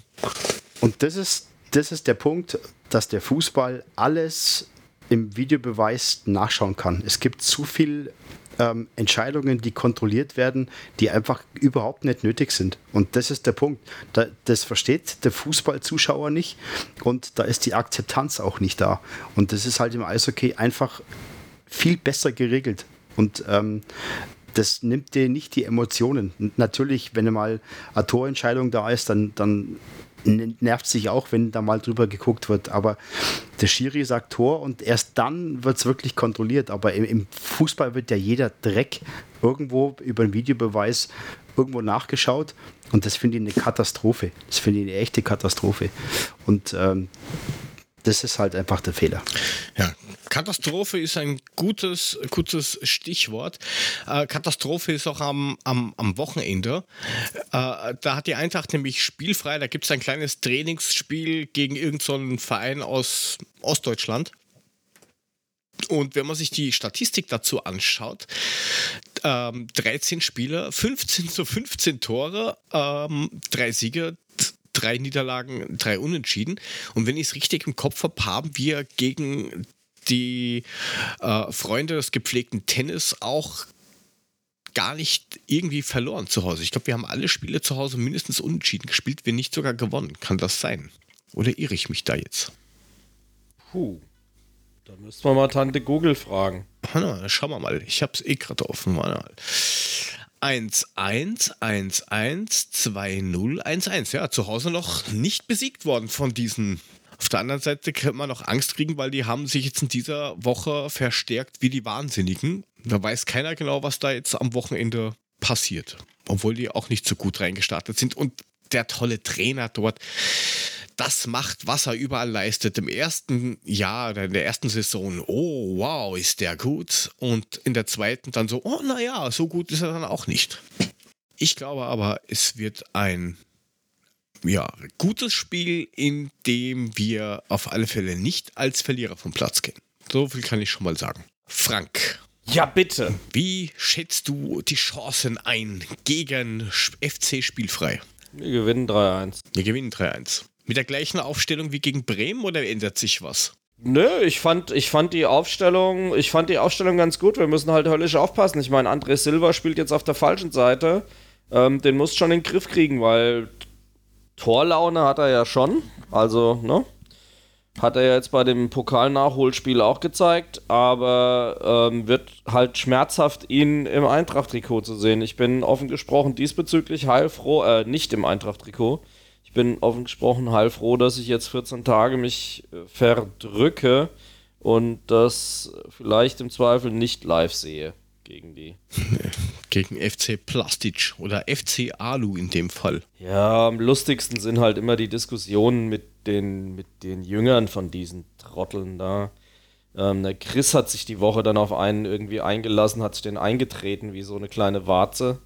Und das ist, das ist der Punkt, dass der Fußball alles im Videobeweis nachschauen kann. Es gibt zu viel ähm, Entscheidungen, die kontrolliert werden, die einfach überhaupt nicht nötig sind. Und das ist der Punkt. Da, das versteht der Fußballzuschauer nicht und da ist die Akzeptanz auch nicht da. Und das ist halt im Eishockey einfach viel besser geregelt. Und ähm, das nimmt dir nicht die Emotionen. Und natürlich, wenn mal eine Torentscheidung da ist, dann, dann nervt sich auch, wenn da mal drüber geguckt wird. Aber der Schiri sagt Tor und erst dann wird es wirklich kontrolliert. Aber im, im Fußball wird ja jeder Dreck irgendwo über einen Videobeweis irgendwo nachgeschaut. Und das finde ich eine Katastrophe. Das finde ich eine echte Katastrophe. Und ähm, das ist halt einfach der Fehler. Ja, Katastrophe ist ein gutes, gutes Stichwort. Äh, Katastrophe ist auch am, am, am Wochenende. Äh, da hat die Eintracht nämlich spielfrei. Da gibt es ein kleines Trainingsspiel gegen irgendeinen so Verein aus Ostdeutschland. Und wenn man sich die Statistik dazu anschaut, ähm, dreizehn Spieler, fünfzehn zu fünfzehn Tore, ähm, drei Siege, drei Niederlagen, drei Unentschieden. Und wenn ich es richtig im Kopf habe, haben wir gegen die äh, Freunde des gepflegten Tennis auch gar nicht irgendwie verloren zu Hause. Ich glaube, wir haben alle Spiele zu Hause mindestens unentschieden gespielt, wenn nicht sogar gewonnen. Kann das sein? Oder irre ich mich da jetzt? Puh. Da müssten wir mal Tante Google fragen. Warte mal, schauen wir mal. Ich habe es eh gerade offen. Warte mal. eins eins, eins eins, zwei null, eins eins. Ja, zu Hause noch nicht besiegt worden von diesen. Auf der anderen Seite könnte man noch Angst kriegen, weil die haben sich jetzt in dieser Woche verstärkt wie die Wahnsinnigen. Da weiß keiner genau, was da jetzt am Wochenende passiert. Obwohl die auch nicht so gut reingestartet sind. Und der tolle Trainer dort, das macht, was er überall leistet. Im ersten Jahr oder in der ersten Saison, oh wow, ist der gut. Und in der zweiten dann so, oh naja, so gut ist er dann auch nicht. Ich glaube aber, es wird ein ja, gutes Spiel, in dem wir auf alle Fälle nicht als Verlierer vom Platz gehen. So viel kann ich schon mal sagen. Frank, Ja, bitte. wie schätzt du die Chancen ein gegen F C Spielfrei? Wir gewinnen drei eins. Wir gewinnen drei eins. Mit der gleichen Aufstellung wie gegen Bremen oder ändert sich was? Nö, ich fand, ich fand die Aufstellung, ich fand die Aufstellung ganz gut. Wir müssen halt höllisch aufpassen. Ich meine, André Silva spielt jetzt auf der falschen Seite. Ähm, den musst schon in den Griff kriegen, weil Torlaune hat er ja schon. Also, ne? Hat er ja jetzt bei dem Pokal-Nachholspiel auch gezeigt, aber ähm, wird halt schmerzhaft, ihn im Eintracht-Trikot zu sehen. Ich bin offen gesprochen diesbezüglich heilfroh, äh, nicht im Eintracht-Trikot. Ich bin offen gesprochen heilfroh, dass ich jetzt vierzehn Tage mich äh, verdrücke und das vielleicht im Zweifel nicht live sehe gegen die. Gegen F C Plastic oder F C Alu in dem Fall. Ja, am lustigsten sind halt immer die Diskussionen mit den, mit den Jüngern von diesen Trotteln da. Ähm, der Chris hat sich die Woche dann auf einen irgendwie eingelassen, hat sich den eingetreten wie so eine kleine Warze.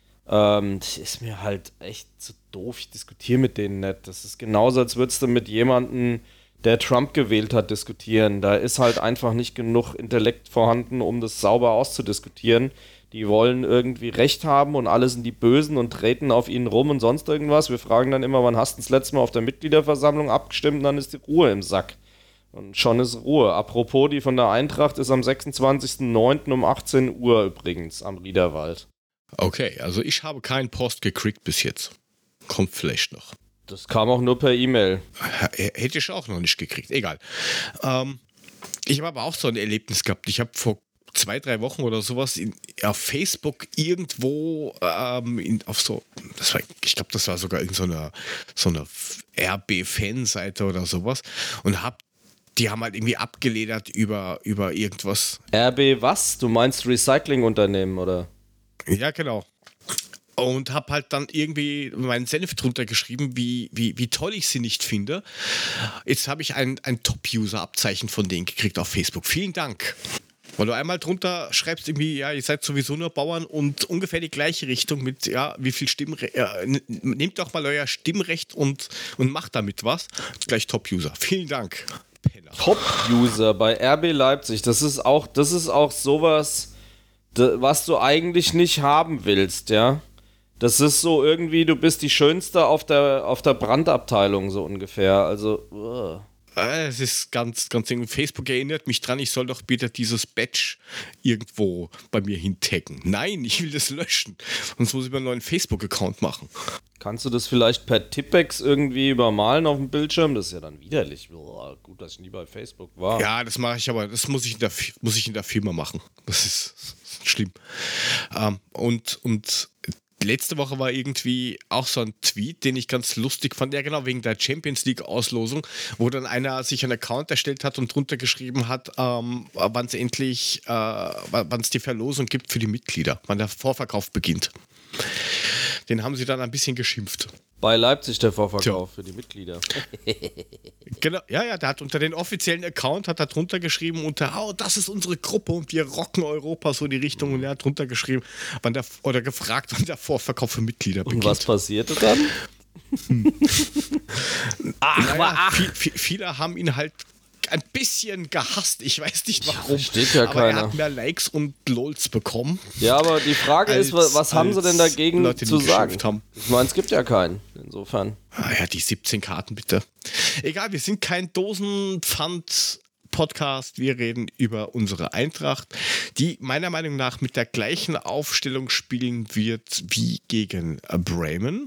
Ähm, das ist mir halt echt zu doof. Ich diskutiere mit denen nicht. Das ist genauso, als würdest du mit jemandem, der Trump gewählt hat, diskutieren. Da ist halt einfach nicht genug Intellekt vorhanden, um das sauber auszudiskutieren. Die wollen irgendwie Recht haben und alle sind die Bösen und treten auf ihnen rum und sonst irgendwas. Wir fragen dann immer, wann hast du das letzte Mal auf der Mitgliederversammlung abgestimmt? Und dann ist die Ruhe im Sack. Und schon ist Ruhe. Apropos, die von der Eintracht ist am sechsundzwanzigsten neunten um achtzehn Uhr übrigens am Riederwald. Okay, also ich habe keinen Post gekriegt bis jetzt. Kommt vielleicht noch. Das kam auch nur per E-Mail. H- Hätte ich auch noch nicht gekriegt. Egal. Ähm, ich habe aber auch so ein Erlebnis gehabt. Ich habe vor zwei, drei Wochen oder sowas in, auf Facebook irgendwo ähm, in, auf so, das war, ich glaube, das war sogar irgend so eine, so eine R B-Fanseite oder sowas und hab, die haben halt irgendwie abgeledert über, über irgendwas. R B was? Du meinst Recyclingunternehmen, oder? Ja, genau. Und habe halt dann irgendwie meinen Senf drunter geschrieben, wie, wie, wie toll ich sie nicht finde. Jetzt habe ich ein, ein Top-User-Abzeichen von denen gekriegt auf Facebook. Vielen Dank. Weil du einmal drunter schreibst irgendwie, ja, ihr seid sowieso nur Bauern und ungefähr die gleiche Richtung mit, ja, wie viel Stimmrecht, äh, nehmt doch mal euer Stimmrecht und, und macht damit was. Gleich Top-User. Vielen Dank. Penner. Top-User bei R B Leipzig, das ist auch, das ist auch sowas, was du eigentlich nicht haben willst, ja. Das ist so irgendwie, du bist die Schönste auf der, auf der Brandabteilung, so ungefähr. Also, uh. Es ist ganz, ganz eng. Facebook erinnert mich dran, ich soll doch bitte dieses Badge irgendwo bei mir hintaggen. Nein, ich will das löschen. Sonst muss ich mir einen neuen Facebook-Account machen. Kannst du das vielleicht per Tippex irgendwie übermalen auf dem Bildschirm? Das ist ja dann widerlich. Boah, gut, dass ich nie bei Facebook war. Ja, das mache ich, aber das muss ich in der, muss ich in der Firma machen. Das ist, das ist schlimm. Ähm, und, und letzte Woche war irgendwie auch so ein Tweet, den ich ganz lustig fand, ja genau, wegen der Champions League Auslosung, wo dann einer sich einen Account erstellt hat und drunter geschrieben hat, ähm, wann es endlich, äh, wann es die Verlosung gibt für die Mitglieder, wann der Vorverkauf beginnt. Den haben sie dann ein bisschen geschimpft. Bei Leipzig der Vorverkauf Tja. Für die Mitglieder. Genau, ja, ja, der hat unter den offiziellen Account, hat er drunter geschrieben, unter, oh, das ist unsere Gruppe und wir rocken Europa, so die Richtung. Und er hat drunter geschrieben, wann der, oder gefragt, wann der Vorverkauf für Mitglieder beginnt. Und was passierte dann? ach, naja, aber ach. Viel, viel, viele haben ihn halt ein bisschen gehasst. Ich weiß nicht warum. Steht ja aber keiner. Er hat mehr Likes und LOLs bekommen. Ja, aber die Frage als, ist, was, was haben sie denn dagegen Leute, zu sagen? Haben. Ich meine, es gibt ja keinen. Insofern. Ah ja, die siebzehn Karten bitte. Egal, wir sind kein Dosenpfand-Podcast. Wir reden über unsere Eintracht, die meiner Meinung nach mit der gleichen Aufstellung spielen wird wie gegen Bremen.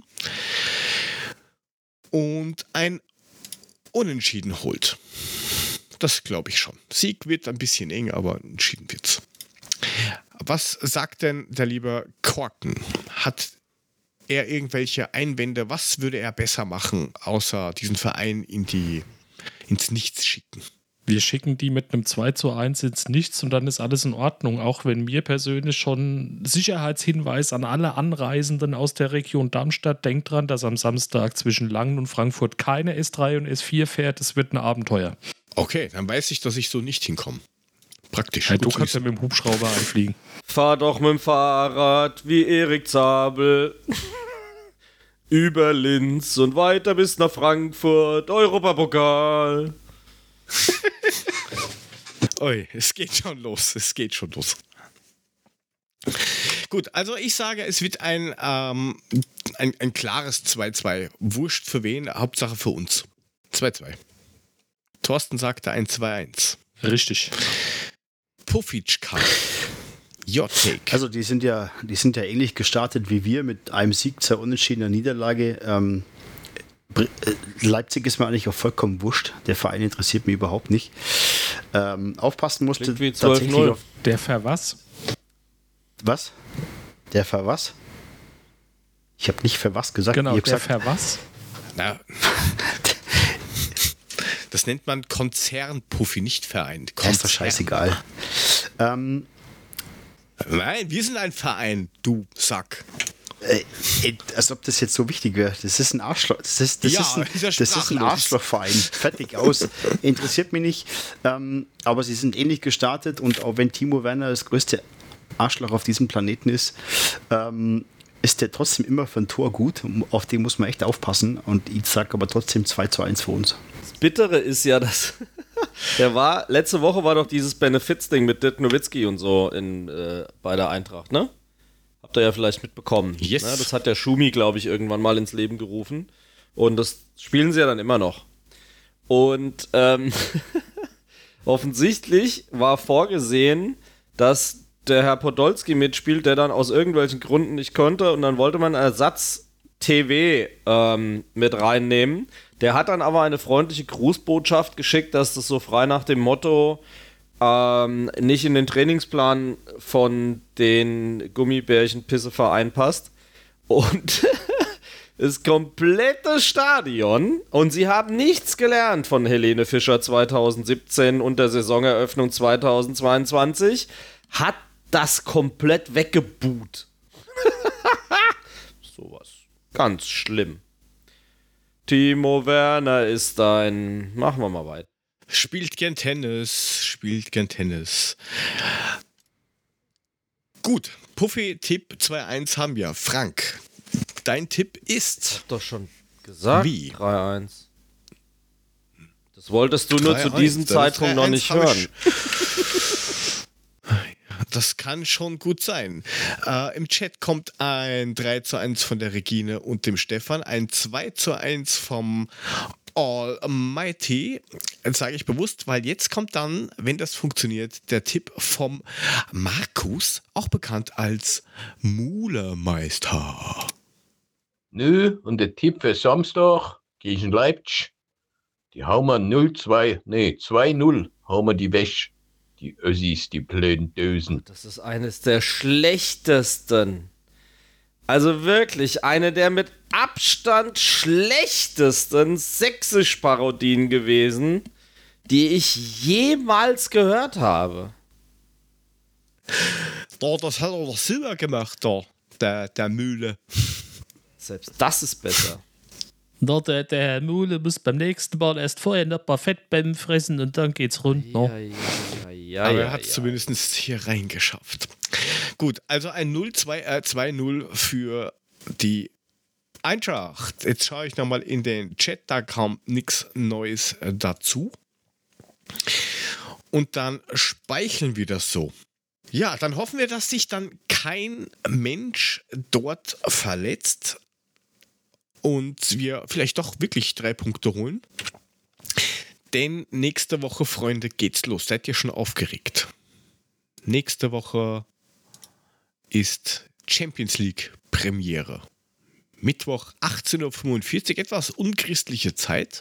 Und ein Unentschieden holt. Das glaube ich schon. Sieg wird ein bisschen eng, aber entschieden wird's. Was sagt denn der liebe Korken? Hat er irgendwelche Einwände? Was würde er besser machen, außer diesen Verein in die, ins Nichts schicken? Wir schicken die mit einem zwei zu eins ins Nichts und dann ist alles in Ordnung. Auch wenn mir persönlich schon Sicherheitshinweis an alle Anreisenden aus der Region Darmstadt, denkt dran, dass am Samstag zwischen Langen und Frankfurt keine S drei und S vier fährt. Es wird ein Abenteuer. Okay, dann weiß ich, dass ich so nicht hinkomme. Praktisch. Ja, du kannst ja mit dem Hubschrauber einfliegen. Fahr doch mit dem Fahrrad wie Erik Zabel über Linz und weiter bis nach Frankfurt. Europapokal. Oi, es geht schon los. Es geht schon los. Gut, also ich sage, es wird ein, ähm, ein, ein klares zwei zwei. Wurscht für wen, Hauptsache für uns. zwei zwei. Thorsten sagte ein zwei eins. Richtig. Pufitschka. Your take. Also die sind ja, die sind ja ähnlich gestartet wie wir mit einem Sieg, zwei unentschiedener Niederlage. Ähm, Leipzig ist mir eigentlich auch vollkommen wurscht. Der Verein interessiert mich überhaupt nicht. Ähm, aufpassen musste wie tatsächlich zwölf null. auf Der Ver was? was? Der Ver was? Ich habe nicht Ver was gesagt. Genau, ich hab der gesagt, Ver was? Na, das nennt man Konzernpuffi, nicht Verein. ist Konzern. doch scheißegal. Ähm, Nein, wir sind ein Verein, du Sack. Äh, als ob das jetzt so wichtig wäre. Das ist ein Arschloch. Das ist, das Ja, ist, ein, ist ja das ist ein sprachlos. Arschlochverein. Fertig aus. Interessiert mich nicht. Ähm, aber sie sind ähnlich gestartet und auch wenn Timo Werner das größte Arschloch auf diesem Planeten ist, ähm, ist der trotzdem immer für ein Tor gut. Auf den muss man echt aufpassen. Und ich sage aber trotzdem zwei zu eins für uns. Das Bittere ist ja, dass der war, letzte Woche war doch dieses Benefits-Ding mit Dirk Nowitzki und so in, äh, bei der Eintracht, ne? Habt ihr ja vielleicht mitbekommen. Yes. Ne? Das hat der Schumi, glaube ich, irgendwann mal ins Leben gerufen. Und das spielen sie ja dann immer noch. Und ähm, offensichtlich war vorgesehen, dass der Herr Podolski mitspielt, der dann aus irgendwelchen Gründen nicht konnte. Und dann wollte man Ersatz-T V ähm, mit reinnehmen. Der hat dann aber eine freundliche Grußbotschaft geschickt, dass das so frei nach dem Motto ähm, nicht in den Trainingsplan von den Gummibärchen-Pisseverein passt. Und das komplette Stadion, und sie haben nichts gelernt von Helene Fischer zwanzig siebzehn und der Saisoneröffnung zwanzig zweiundzwanzig, hat das komplett weggebuht. Sowas. Ganz schlimm. Timo Werner ist ein... Machen wir mal weiter. Spielt gern Tennis, spielt gern Tennis. Gut, Puffy-Tipp zwei eins haben wir. Frank, dein Tipp ist... Doch schon gesagt. Wie? drei eins. Das wolltest du nur zu diesem Zeitpunkt noch nicht hören. Das kann schon gut sein. Äh, Im Chat kommt ein drei zu eins von der Regine und dem Stefan, ein zwei zu eins vom Almighty, sage ich bewusst, weil jetzt kommt dann, wenn das funktioniert, der Tipp vom Markus, auch bekannt als Mulemeister. Nö, und der Tipp für Samstag gegen Leipzig, die hauen wir null zwei, nee, zwei null, hauen wir die weg. Die Össis, die blöden Dösen. Das ist eines der schlechtesten. Also wirklich eine der mit Abstand schlechtesten Sächsisch-Parodien gewesen, die ich jemals gehört habe. Da, das hat er doch Silber gemacht, da, der, der Mühle. Selbst das ist besser. Na, der, der Herr Mule muss beim nächsten Mal erst vorher noch ein paar Fettbämmen fressen und dann geht's rund. No? Ja, ja, ja, Aber ja, er hat es ja. zumindest hier reingeschafft. Gut, also ein null zwei, äh, zwei null für die Eintracht. Jetzt schaue ich nochmal in den Chat, da kam nichts Neues äh, dazu. Und dann speicheln wir das so. Ja, dann hoffen wir, dass sich dann kein Mensch dort verletzt und wir vielleicht doch wirklich drei Punkte holen. Denn nächste Woche, Freunde, geht's los. Seid ihr schon aufgeregt? Nächste Woche ist Champions League Premiere. Mittwoch achtzehn Uhr fünfundvierzig, etwas unchristliche Zeit.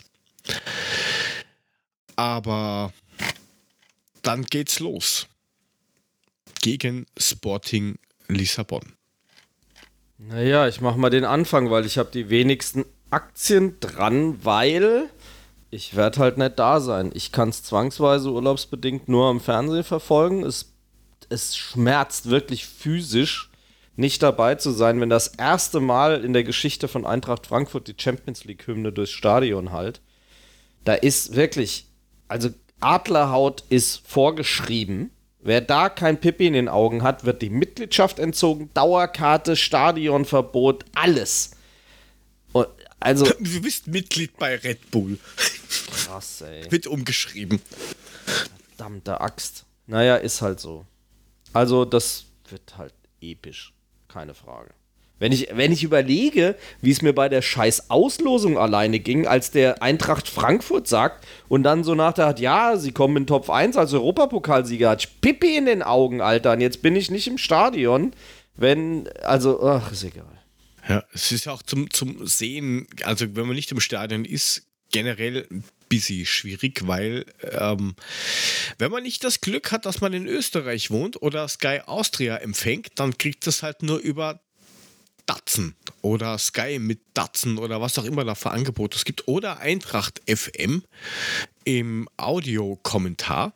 Aber dann geht's los. Gegen Sporting Lissabon. Naja, ich mache mal den Anfang, weil ich habe die wenigsten Aktien dran, weil ich werde halt nicht da sein. Ich kann es zwangsweise urlaubsbedingt nur am Fernsehen verfolgen. Es, es schmerzt wirklich physisch, nicht dabei zu sein, wenn das erste Mal in der Geschichte von Eintracht Frankfurt die Champions League-Hymne durchs Stadion halt. Da ist wirklich, also Adlerhaut ist vorgeschrieben. Wer da kein Pipi in den Augen hat, wird die Mitgliedschaft entzogen, Dauerkarte, Stadionverbot, alles. Und also Du bist Mitglied bei Red Bull. krass, ey. Wird umgeschrieben. Verdammte Axt. Naja, ist halt so. Also das wird halt episch. Keine Frage. Wenn ich, wenn ich überlege, wie es mir bei der scheiß Auslosung alleine ging, als der Eintracht Frankfurt sagt und dann so nach der Art, ja, sie kommen in Top eins als Europapokalsieger, hat ich Pipi in den Augen, Alter, und jetzt bin ich nicht im Stadion, wenn, also, ach, ist egal. Ja, es ist auch zum, zum Sehen, also wenn man nicht im Stadion ist, generell ein bisschen schwierig, weil ähm, wenn man nicht das Glück hat, dass man in Österreich wohnt oder Sky Austria empfängt, dann kriegt das halt nur über Datsen oder Sky mit Datsen oder was auch immer da für Angebote es gibt oder Eintracht F M im Audiokommentar.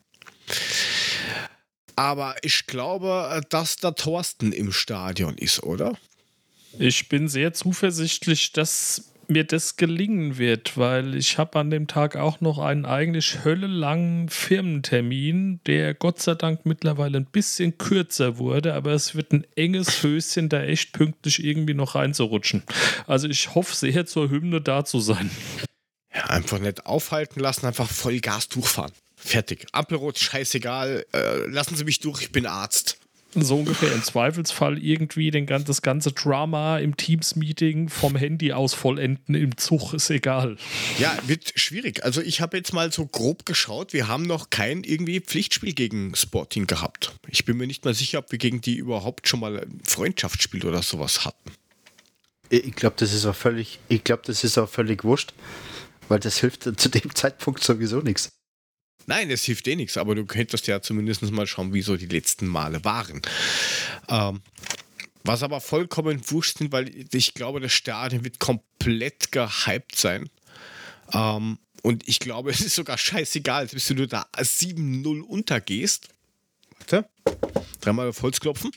Aber ich glaube, dass der Thorsten im Stadion ist, oder? Ich bin sehr zuversichtlich, dass mir das gelingen wird, weil ich habe an dem Tag auch noch einen eigentlich höllenlangen Firmentermin, der Gott sei Dank mittlerweile ein bisschen kürzer wurde, aber es wird ein enges Höschen, da echt pünktlich irgendwie noch reinzurutschen. Also ich hoffe sehr, zur Hymne da zu sein. Ja, einfach nicht aufhalten lassen, einfach voll Gas durchfahren. Fertig. Ampelrot, scheißegal. Äh, lassen Sie mich durch, ich bin Arzt. So ungefähr im Zweifelsfall irgendwie den, das ganze Drama im Teams-Meeting vom Handy aus vollenden im Zug, ist egal. Ja, wird schwierig. Also ich habe jetzt mal so grob geschaut, wir haben noch kein irgendwie Pflichtspiel gegen Sporting gehabt. Ich bin mir nicht mal sicher, ob wir gegen die überhaupt schon mal ein Freundschaftsspiel oder sowas hatten. Ich glaube, das ist auch völlig, ich glaube, das ist auch völlig wurscht, weil das hilft zu dem Zeitpunkt sowieso nichts. Nein, es hilft eh nichts, aber du könntest ja zumindest mal schauen, wie so die letzten Male waren. Ähm, was aber vollkommen wurscht sind, weil ich glaube, das Stadion wird komplett gehypt sein. Ähm, und ich glaube, es ist sogar scheißegal, bis du da sieben null untergehst. Warte, dreimal auf Holz klopfen.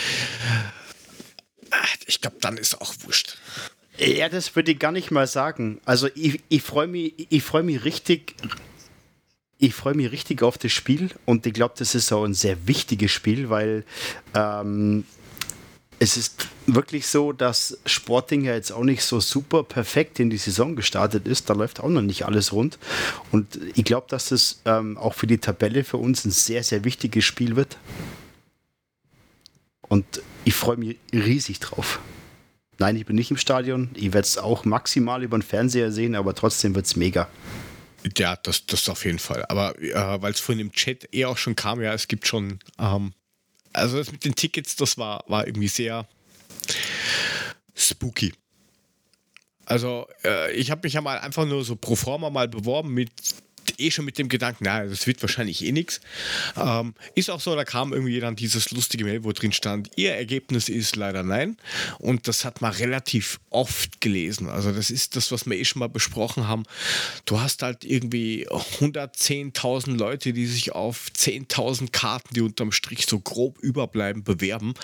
Ich glaube, dann ist auch wurscht. Ja, das würde ich gar nicht mal sagen. Also ich, ich freue mich, ich freue mich richtig... Ich freue mich richtig auf das Spiel und ich glaube, das ist auch ein sehr wichtiges Spiel, weil ähm, es ist wirklich so, dass Sporting ja jetzt auch nicht so super perfekt in die Saison gestartet ist. Da läuft auch noch nicht alles rund. Und ich glaube, dass das ähm, auch für die Tabelle für uns ein sehr, sehr wichtiges Spiel wird. Und ich freue mich riesig drauf. Nein, ich bin nicht im Stadion. Ich werde es auch maximal über den Fernseher sehen, aber trotzdem wird es mega. Ja, das, das auf jeden Fall. Aber äh, weil es vorhin im Chat eh auch schon kam, ja, es gibt schon, ähm, also das mit den Tickets, das war, war irgendwie sehr spooky. Also äh, ich habe mich ja mal einfach nur so pro forma mal beworben mit eh schon mit dem Gedanken, na, das wird wahrscheinlich eh nichts. Ähm, ist auch so, da kam irgendwie dann dieses lustige Mail, wo drin stand, ihr Ergebnis ist leider nein. Und das hat man relativ oft gelesen. Also das ist das, was wir eh schon mal besprochen haben. Du hast halt irgendwie hundertzehntausend Leute, die sich auf zehntausend Karten, die unterm Strich so grob überbleiben, bewerben.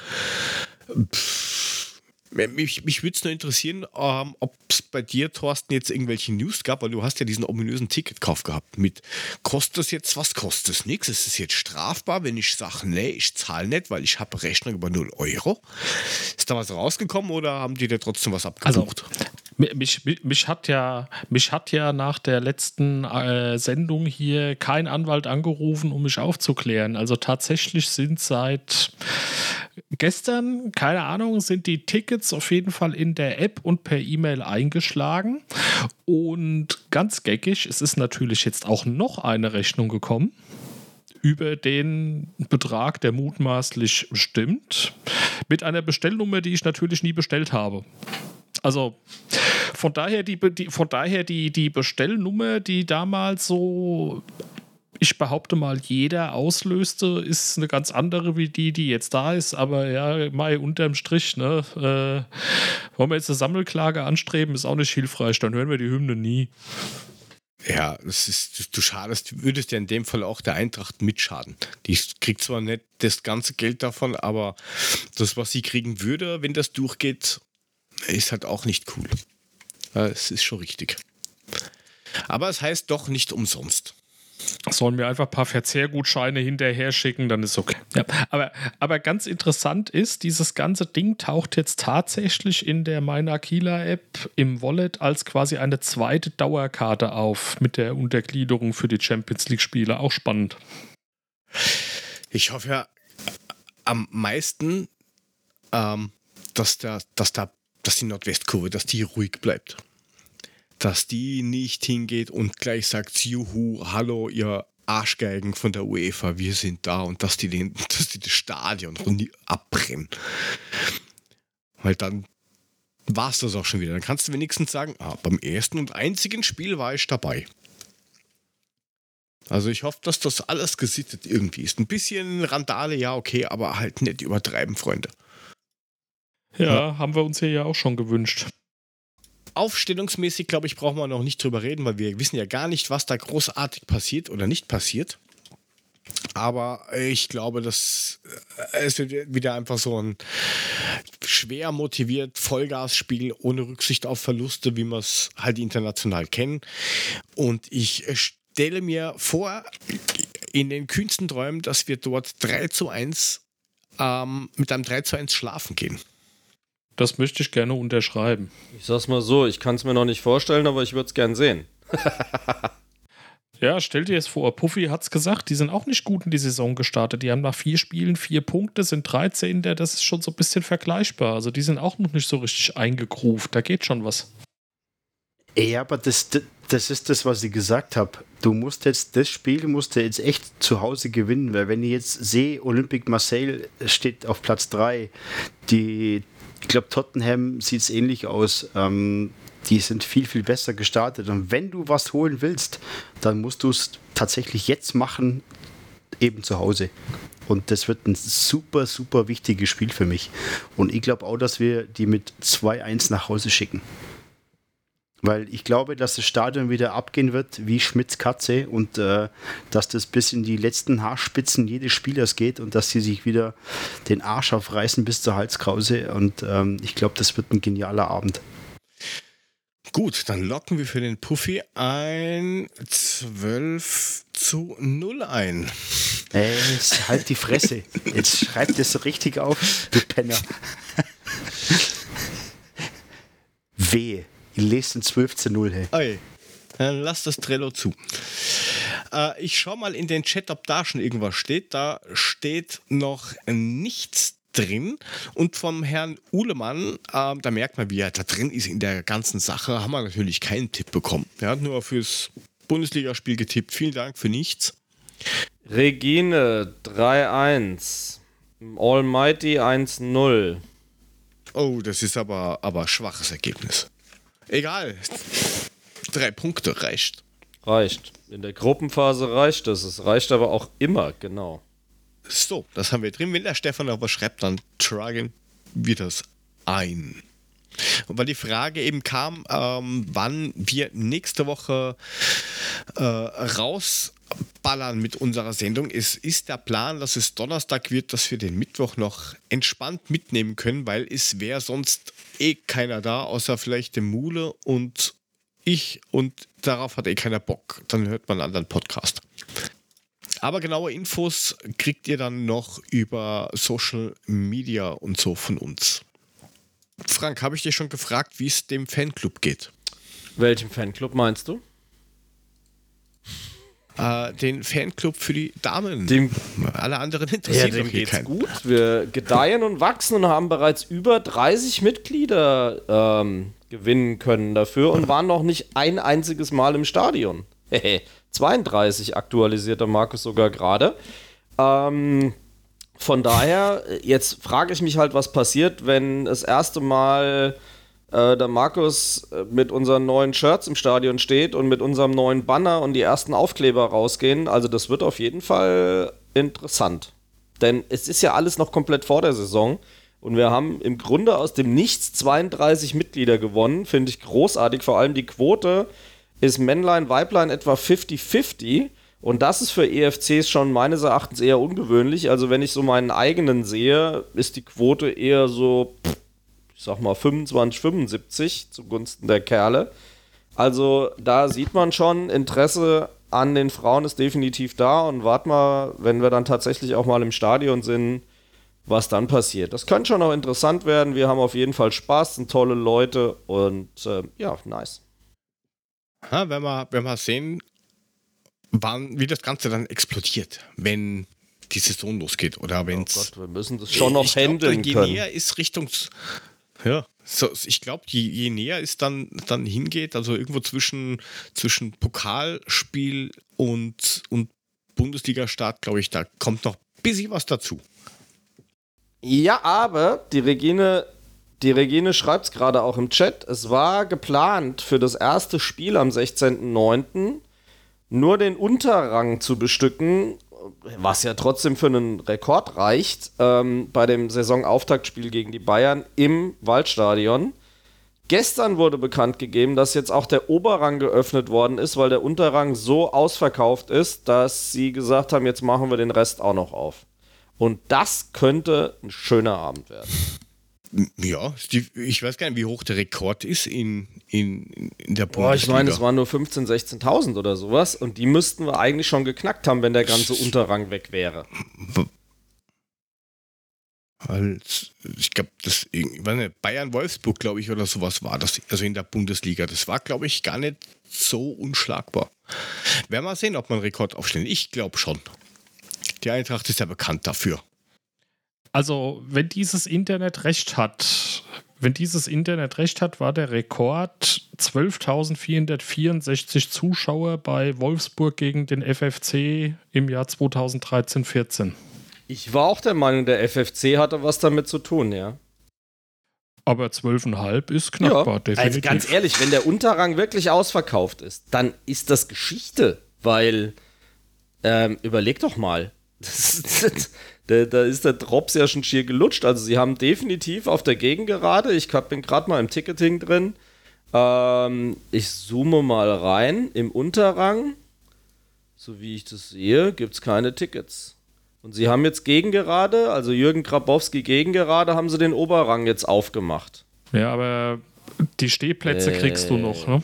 Pff. Mich, mich würde es nur interessieren, ähm, ob es bei dir, Thorsten, jetzt irgendwelche News gab, weil du hast ja diesen ominösen Ticketkauf gehabt mit, kostet das jetzt, was kostet es nichts? Ist es jetzt strafbar, wenn ich sage, nee, ich zahle nicht, weil ich habe Rechnung über null Euro? Ist da was rausgekommen oder haben die dir trotzdem was abgebucht? Also, mich, mich, mich, hat ja, mich hat ja nach der letzten äh, Sendung hier kein Anwalt angerufen, um mich aufzuklären. Also tatsächlich sind seit gestern, keine Ahnung, sind die Tickets auf jeden Fall in der App und per E-Mail eingeschlagen. Und ganz geckig, es ist natürlich jetzt auch noch eine Rechnung gekommen über den Betrag, der mutmaßlich stimmt, mit einer Bestellnummer, die ich natürlich nie bestellt habe. Also von daher die, die, von daher die, die Bestellnummer, die damals so, ich behaupte mal, jeder auslöste, ist eine ganz andere wie die, die jetzt da ist. Aber ja, mal unterm Strich, ne, äh, wollen wir jetzt eine Sammelklage anstreben, ist auch nicht hilfreich, dann hören wir die Hymne nie. Ja, das ist, du schadest, würdest ja in dem Fall auch der Eintracht mitschaden. Die kriegt zwar nicht das ganze Geld davon, aber das, was sie kriegen würde, wenn das durchgeht, ist halt auch nicht cool. Es ist schon richtig. Aber es heißt doch nicht umsonst. Sollen wir einfach ein paar Verzehrgutscheine hinterher schicken, dann ist okay. Ja, aber, aber ganz interessant ist, dieses ganze Ding taucht jetzt tatsächlich in der Meiner Kieler App im Wallet als quasi eine zweite Dauerkarte auf mit der Untergliederung für die Champions League Spiele. Auch spannend. Ich hoffe ja am meisten, ähm, dass, der, dass, der, dass die Nordwestkurve, dass die ruhig bleibt. Dass die nicht hingeht und gleich sagt, juhu, hallo, ihr Arschgeigen von der UEFA, wir sind da, und dass die, den, dass die das Stadion abbrennen. Weil dann war es das auch schon wieder. Dann kannst du wenigstens sagen, ah, beim ersten und einzigen Spiel war ich dabei. Also ich hoffe, dass das alles gesittet irgendwie ist. Ein bisschen Randale, ja, okay, aber halt nicht übertreiben, Freunde. Ja, ja. Haben wir uns hier ja auch schon gewünscht. Aufstellungsmäßig, glaube ich, brauchen wir noch nicht drüber reden, weil wir wissen ja gar nicht, was da großartig passiert oder nicht passiert. Aber ich glaube, dass es wird wieder einfach so ein schwer motiviert Vollgasspiel ohne Rücksicht auf Verluste, wie wir es halt international kennen. Und ich stelle mir vor, in den kühnsten Träumen, dass wir dort drei zu eins ähm, mit einem drei zu eins schlafen gehen. Das möchte ich gerne unterschreiben. Ich sag's mal so, ich kann es mir noch nicht vorstellen, aber ich würde es gern sehen. Ja, stell dir es vor, Puffy hat's gesagt, die sind auch nicht gut in die Saison gestartet. Die haben nach vier Spielen vier Punkte, sind dreizehn, das ist schon so ein bisschen vergleichbar. Also die sind auch noch nicht so richtig eingegruft, da geht schon was. Ja, aber das, das ist das, was ich gesagt habe. Du musst jetzt, das Spiel musst du jetzt echt zu Hause gewinnen, weil wenn ich jetzt sehe, Olympique Marseille steht auf Platz drei, die, ich glaube Tottenham sieht es ähnlich aus, ähm, die sind viel, viel besser gestartet. Und wenn du was holen willst, dann musst du es tatsächlich jetzt machen, eben zu Hause. Und das wird ein super, super wichtiges Spiel für mich. Und ich glaube auch, dass wir die mit zwei eins nach Hause schicken. Weil ich glaube, dass das Stadion wieder abgehen wird wie Schmidts Katze und äh, dass das bis in die letzten Haarspitzen jedes Spielers geht und dass sie sich wieder den Arsch aufreißen bis zur Halskrause. Und ähm, ich glaube, das wird ein genialer Abend. Gut, dann locken wir für den Puffy ein zwölf zu null ein. Ey, halt die Fresse. Jetzt schreibt das so richtig auf, du Penner. Wehe. Ich lese den zwölf zu null, hey. Ey, dann lass das Trello zu. Äh, ich schau mal in den Chat, ob da schon irgendwas steht. Da steht noch nichts drin. Und vom Herrn Uhlemann, äh, da merkt man, wie er da drin ist in der ganzen Sache, haben wir natürlich keinen Tipp bekommen. Er hat nur fürs Bundesligaspiel getippt. Vielen Dank für nichts. Regine drei eins. Almighty eins null. Oh, das ist aber, aber schwaches Ergebnis. Egal. Drei Punkte reicht. Reicht. In der Gruppenphase reicht das. Es reicht aber auch immer, genau. So, das haben wir drin. Wenn der Stefan noch was schreibt, dann tragen wir das ein. Und weil die Frage eben kam, ähm, wann wir nächste Woche äh, rausballern mit unserer Sendung, ist, ist der Plan, dass es Donnerstag wird, dass wir den Mittwoch noch entspannt mitnehmen können, weil es wäre sonst eh keiner da, außer vielleicht der Mule und ich, und darauf hat eh keiner Bock. Dann hört man einen anderen Podcast. Aber genaue Infos kriegt ihr dann noch über Social Media und so von uns. Frank, habe ich dir schon gefragt, wie es dem Fanclub geht? Welchem Fanclub meinst du? Äh, den Fanclub für die Damen. Dem, Alle anderen ja, interessiert dem doch hier geht's keinen. gut. Wir gedeihen und wachsen und haben bereits über dreißig Mitglieder ähm, gewinnen können dafür und waren noch nicht ein einziges Mal im Stadion. zweiunddreißig aktualisiert der Markus sogar gerade. Ähm, von daher, jetzt frage ich mich halt, was passiert, wenn das erste Mal äh, der Markus mit unseren neuen Shirts im Stadion steht und mit unserem neuen Banner und die ersten Aufkleber rausgehen. Also das wird auf jeden Fall interessant. Denn es ist ja alles noch komplett vor der Saison und wir haben im Grunde aus dem Nichts zweiunddreißig Mitglieder gewonnen. Finde ich großartig, vor allem die Quote ist Männlein, Weiblein etwa fünfzig fünfzig und das ist für E F Cs schon meines Erachtens eher ungewöhnlich. Also wenn ich so meinen eigenen sehe, ist die Quote eher so, ich sag mal fünfundzwanzig, fünfundsiebzig zugunsten der Kerle. Also da sieht man schon, Interesse an den Frauen ist definitiv da und wart mal, wenn wir dann tatsächlich auch mal im Stadion sind, was dann passiert. Das könnte schon noch interessant werden. Wir haben auf jeden Fall Spaß, sind tolle Leute und äh, ja, nice. Ja, wenn wir, wenn wir sehen, wann, wie das Ganze dann explodiert, wenn die Saison losgeht. Oder wenn es. Oh Gott, wir müssen das schon noch handeln je können. Je näher ist Richtung. Ja, so, ich glaube, je, je näher es dann, dann hingeht, also irgendwo zwischen, zwischen Pokalspiel und, und Bundesliga-Start, glaube ich, da kommt noch ein bisschen was dazu. Ja, aber die Regine, die Regine schreibt es gerade auch im Chat, es war geplant für das erste Spiel am sechzehnten neunten nur den Unterrang zu bestücken, was ja trotzdem für einen Rekord reicht, ähm, bei dem Saisonauftaktspiel gegen die Bayern im Waldstadion. Gestern wurde bekannt gegeben, dass jetzt auch der Oberrang geöffnet worden ist, weil der Unterrang so ausverkauft ist, dass sie gesagt haben, jetzt machen wir den Rest auch noch auf. Und das könnte ein schöner Abend werden. Ja, die, ich weiß gar nicht, wie hoch der Rekord ist in, in, in der Boah, ich Bundesliga. meine, es waren nur fünfzehntausend, sechzehntausend oder sowas. Und die müssten wir eigentlich schon geknackt haben, wenn der ganze Unterrang weg wäre. Als, ich glaube, das Bayern-Wolfsburg, glaube ich, oder sowas war das, also in der Bundesliga. Das war, glaube ich, gar nicht so unschlagbar. Werden wir sehen, ob man einen Rekord aufstellen. Ich glaube schon. Die Eintracht ist ja bekannt dafür. Also, wenn dieses Internet recht hat, wenn dieses Internet recht hat, war der Rekord zwölftausendvierhundertvierundsechzig Zuschauer bei Wolfsburg gegen den F F C im Jahr zweitausenddreizehn vierzehn. Ich war auch der Meinung, der F F C hatte was damit zu tun, ja. Aber zwölf Komma fünf ist knackbar, ja, definitiv. Also ganz ehrlich, wenn der Unterrang wirklich ausverkauft ist, dann ist das Geschichte, weil, ähm, überleg doch mal, das, das, da, da ist der Drops ja schon schier gelutscht. Also sie haben definitiv auf der Gegengerade, ich bin gerade mal im Ticketing drin, ähm, ich zoome mal rein, im Unterrang, so wie ich das sehe, gibt es keine Tickets. Und sie haben jetzt Gegengerade, also Jürgen Grabowski Gegengerade, haben sie den Oberrang jetzt aufgemacht. Ja, aber die Stehplätze äh, kriegst du noch, ne?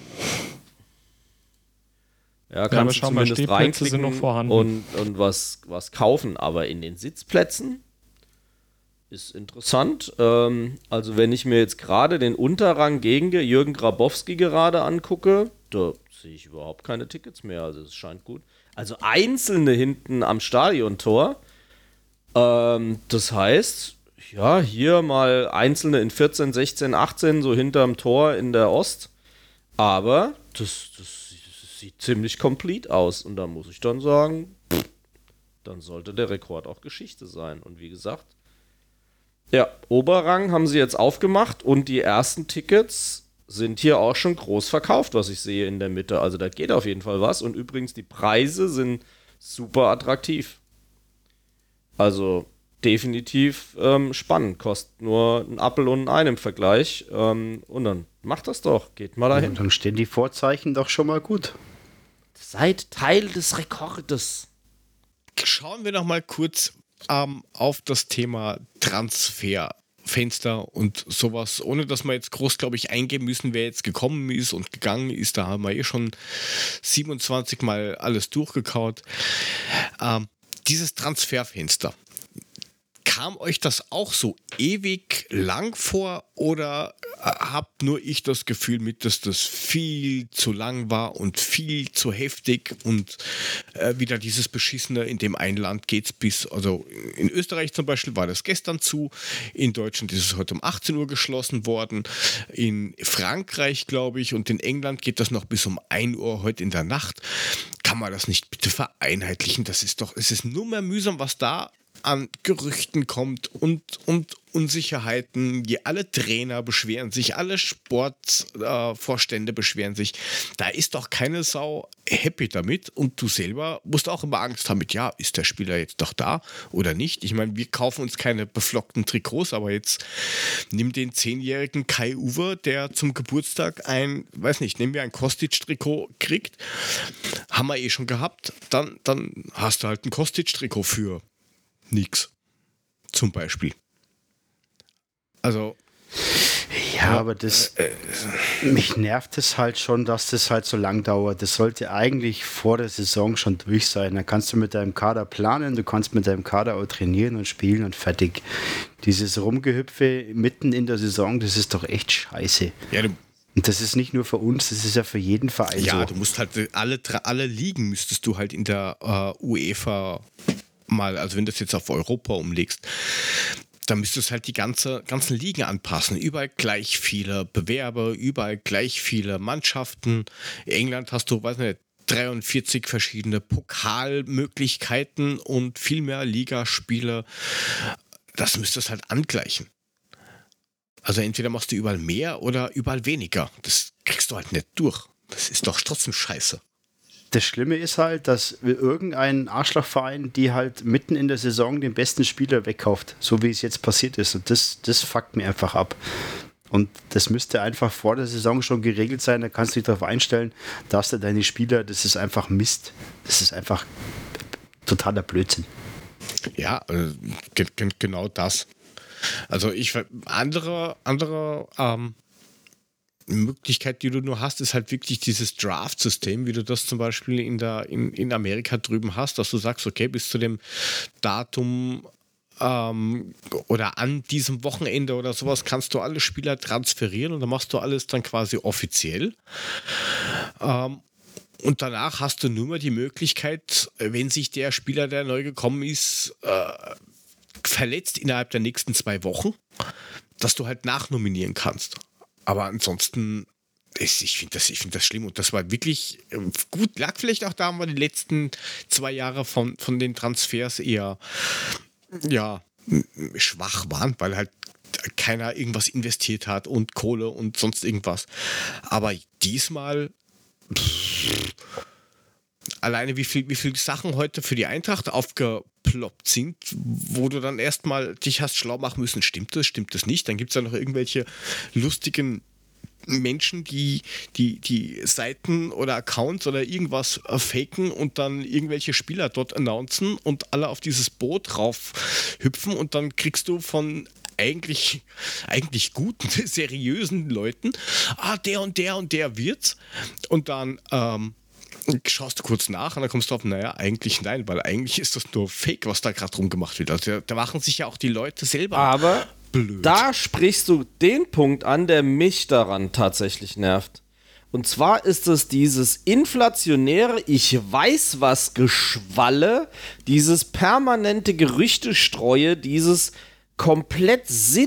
Ja, kannst ja, du mal, zumindest Stehplätze sind noch vorhanden. und, und was, was kaufen. Aber in den Sitzplätzen ist interessant. Ähm, also wenn ich mir jetzt gerade den Unterrang gegen Jürgen Grabowski gerade angucke, da sehe ich überhaupt keine Tickets mehr. Also es scheint gut. Also einzelne hinten am Stadiontor. Ähm, das heißt, ja, hier mal einzelne in vierzehn, sechzehn, achtzehn, so hinterm Tor in der Ost. Aber das, das sieht ziemlich komplett aus. Und da muss ich dann sagen, pff, dann sollte der Rekord auch Geschichte sein. Und wie gesagt, ja, Oberrang haben sie jetzt aufgemacht und die ersten Tickets sind hier auch schon groß verkauft, was ich sehe in der Mitte. Also da geht auf jeden Fall was. Und übrigens, die Preise sind super attraktiv. Also definitiv ähm, spannend. Kostet nur ein Apfel und ein Ei im Vergleich. Ähm, und dann macht das doch. Geht mal dahin. Und dann stehen die Vorzeichen doch schon mal gut. Seid Teil des Rekordes. Schauen wir noch mal kurz ähm, auf das Thema Transferfenster und sowas, ohne dass wir jetzt groß, glaube ich, eingeben müssen, wer jetzt gekommen ist und gegangen ist. Da haben wir eh schon siebenundzwanzig Mal alles durchgekaut. Ähm, dieses Transferfenster, kam euch das auch so ewig lang vor oder habt nur ich das Gefühl mit, dass das viel zu lang war und viel zu heftig und äh, wieder dieses Beschissene, in dem ein Land geht's bis, also in Österreich zum Beispiel war das gestern zu, in Deutschland ist es heute um achtzehn Uhr geschlossen worden, in Frankreich, glaube ich, und in England geht das noch bis um ein Uhr heute in der Nacht. Kann man das nicht bitte vereinheitlichen? Das ist doch, es ist nur mehr mühsam, was da an Gerüchten kommt und, und Unsicherheiten. Alle Trainer beschweren sich, alle Sportvorstände äh, beschweren sich. Da ist doch keine Sau happy damit und du selber musst auch immer Angst haben mit, ja, ist der Spieler jetzt doch da oder nicht? Ich meine, wir kaufen uns keine beflockten Trikots, aber jetzt nimm den zehnjährigen Kai Uwe, der zum Geburtstag ein, weiß nicht, nehmen wir ein Kostic-Trikot kriegt, haben wir eh schon gehabt, dann, dann hast du halt ein Kostic-Trikot für nix. Zum Beispiel. Also. Ja, ja, aber das. Äh, mich nervt es halt schon, dass das halt so lang dauert. Das sollte eigentlich vor der Saison schon durch sein. Dann kannst du mit deinem Kader planen, du kannst mit deinem Kader auch trainieren und spielen und fertig. Dieses Rumgehüpfe mitten in der Saison, das ist doch echt scheiße. Ja, du Und das ist nicht nur für uns, das ist ja für jeden Verein ja, so. Ja, du musst halt alle, alle Ligen müsstest du halt in der äh, UEFA mal, also wenn du das jetzt auf Europa umlegst, dann müsstest du halt die ganze, ganzen Ligen anpassen. Überall gleich viele Bewerber, überall gleich viele Mannschaften. In England hast du, weiß nicht, dreiundvierzig verschiedene Pokalmöglichkeiten und viel mehr Ligaspiele. Das müsstest du halt angleichen. Also entweder machst du überall mehr oder überall weniger. Das kriegst du halt nicht durch. Das ist doch trotzdem scheiße. Das Schlimme ist halt, dass irgendein Arschlochverein, die halt mitten in der Saison den besten Spieler wegkauft, so wie es jetzt passiert ist. Und das, das fuckt mir einfach ab. Und das müsste einfach vor der Saison schon geregelt sein. Da kannst du dich darauf einstellen, dass du deine Spieler, das ist einfach Mist. Das ist einfach totaler Blödsinn. Ja, äh, ge- ge- genau das. Also ich andere, andere ähm, Möglichkeit, die du nur hast, ist halt wirklich dieses Draft-System, wie du das zum Beispiel in, der, in, in Amerika drüben hast, dass du sagst, okay, bis zu dem Datum ähm, oder an diesem Wochenende oder sowas kannst du alle Spieler transferieren und dann machst du alles dann quasi offiziell. Ähm, und danach hast du nur mal die Möglichkeit, wenn sich der Spieler, der neu gekommen ist, äh, verletzt innerhalb der nächsten zwei Wochen, dass du halt nachnominieren kannst. Aber ansonsten, ist, ich finde das, ich find das schlimm und das war wirklich gut. Lag vielleicht auch da, weil die letzten zwei Jahre von, von den Transfers eher ja, schwach waren, weil halt keiner irgendwas investiert hat und Kohle und sonst irgendwas. Aber diesmal pff, alleine wie viel, wie viele Sachen heute für die Eintracht aufgeploppt sind, wo du dann erstmal dich hast schlau machen müssen, stimmt das, stimmt das nicht? Dann gibt es da noch irgendwelche lustigen Menschen, die, die die Seiten oder Accounts oder irgendwas äh, faken und dann irgendwelche Spieler dort announcen und alle auf dieses Boot rauf hüpfen und dann kriegst du von eigentlich, eigentlich guten, seriösen Leuten, ah, der und der und der wird's und dann ähm, schaust du kurz nach und dann kommst du auf, naja, eigentlich nein, weil eigentlich ist das nur Fake, was da gerade rumgemacht wird. Also da machen sich ja auch die Leute selber Aber blöd. Da sprichst du den Punkt an, der mich daran tatsächlich nervt. Und zwar ist es dieses inflationäre, ich weiß was Geschwalle, dieses permanente Gerüchtestreue, dieses komplett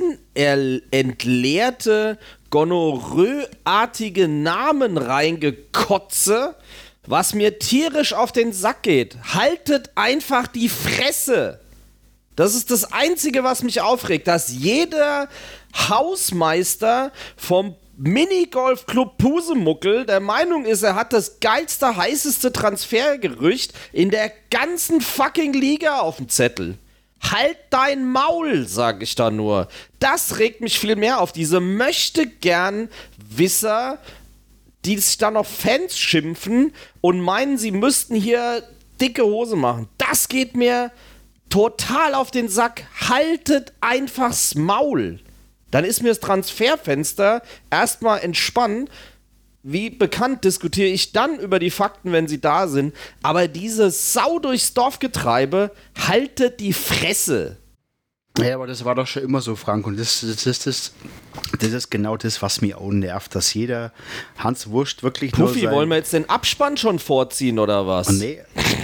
sinnentleerte, gonorrhoeartige Namen reingekotze, was mir tierisch auf den Sack geht. Haltet einfach die Fresse. Das ist das Einzige, was mich aufregt, dass jeder Hausmeister vom Minigolf-Club Pusemuckel der Meinung ist, er hat das geilste, heißeste Transfergerücht in der ganzen fucking Liga auf dem Zettel. Halt dein Maul, sag ich da nur. Das regt mich viel mehr auf. Diese Möchtegern-Wisser, die sich dann noch Fans schimpfen und meinen, sie müssten hier dicke Hose machen. Das geht mir total auf den Sack. Haltet einfach's Maul. Dann ist mir das Transferfenster erstmal entspannt. Wie bekannt diskutiere ich dann über die Fakten, wenn sie da sind. Aber dieses Sau durchs Dorfgetreibe, haltet die Fresse. Ja, aber das war doch schon immer so, Frank. Und das, das, das, das, das ist genau das, was mich auch nervt, dass jeder Hans Wurst wirklich nur Puffy, sein... wollen wir jetzt den Abspann schon vorziehen, oder was? Oh, nee.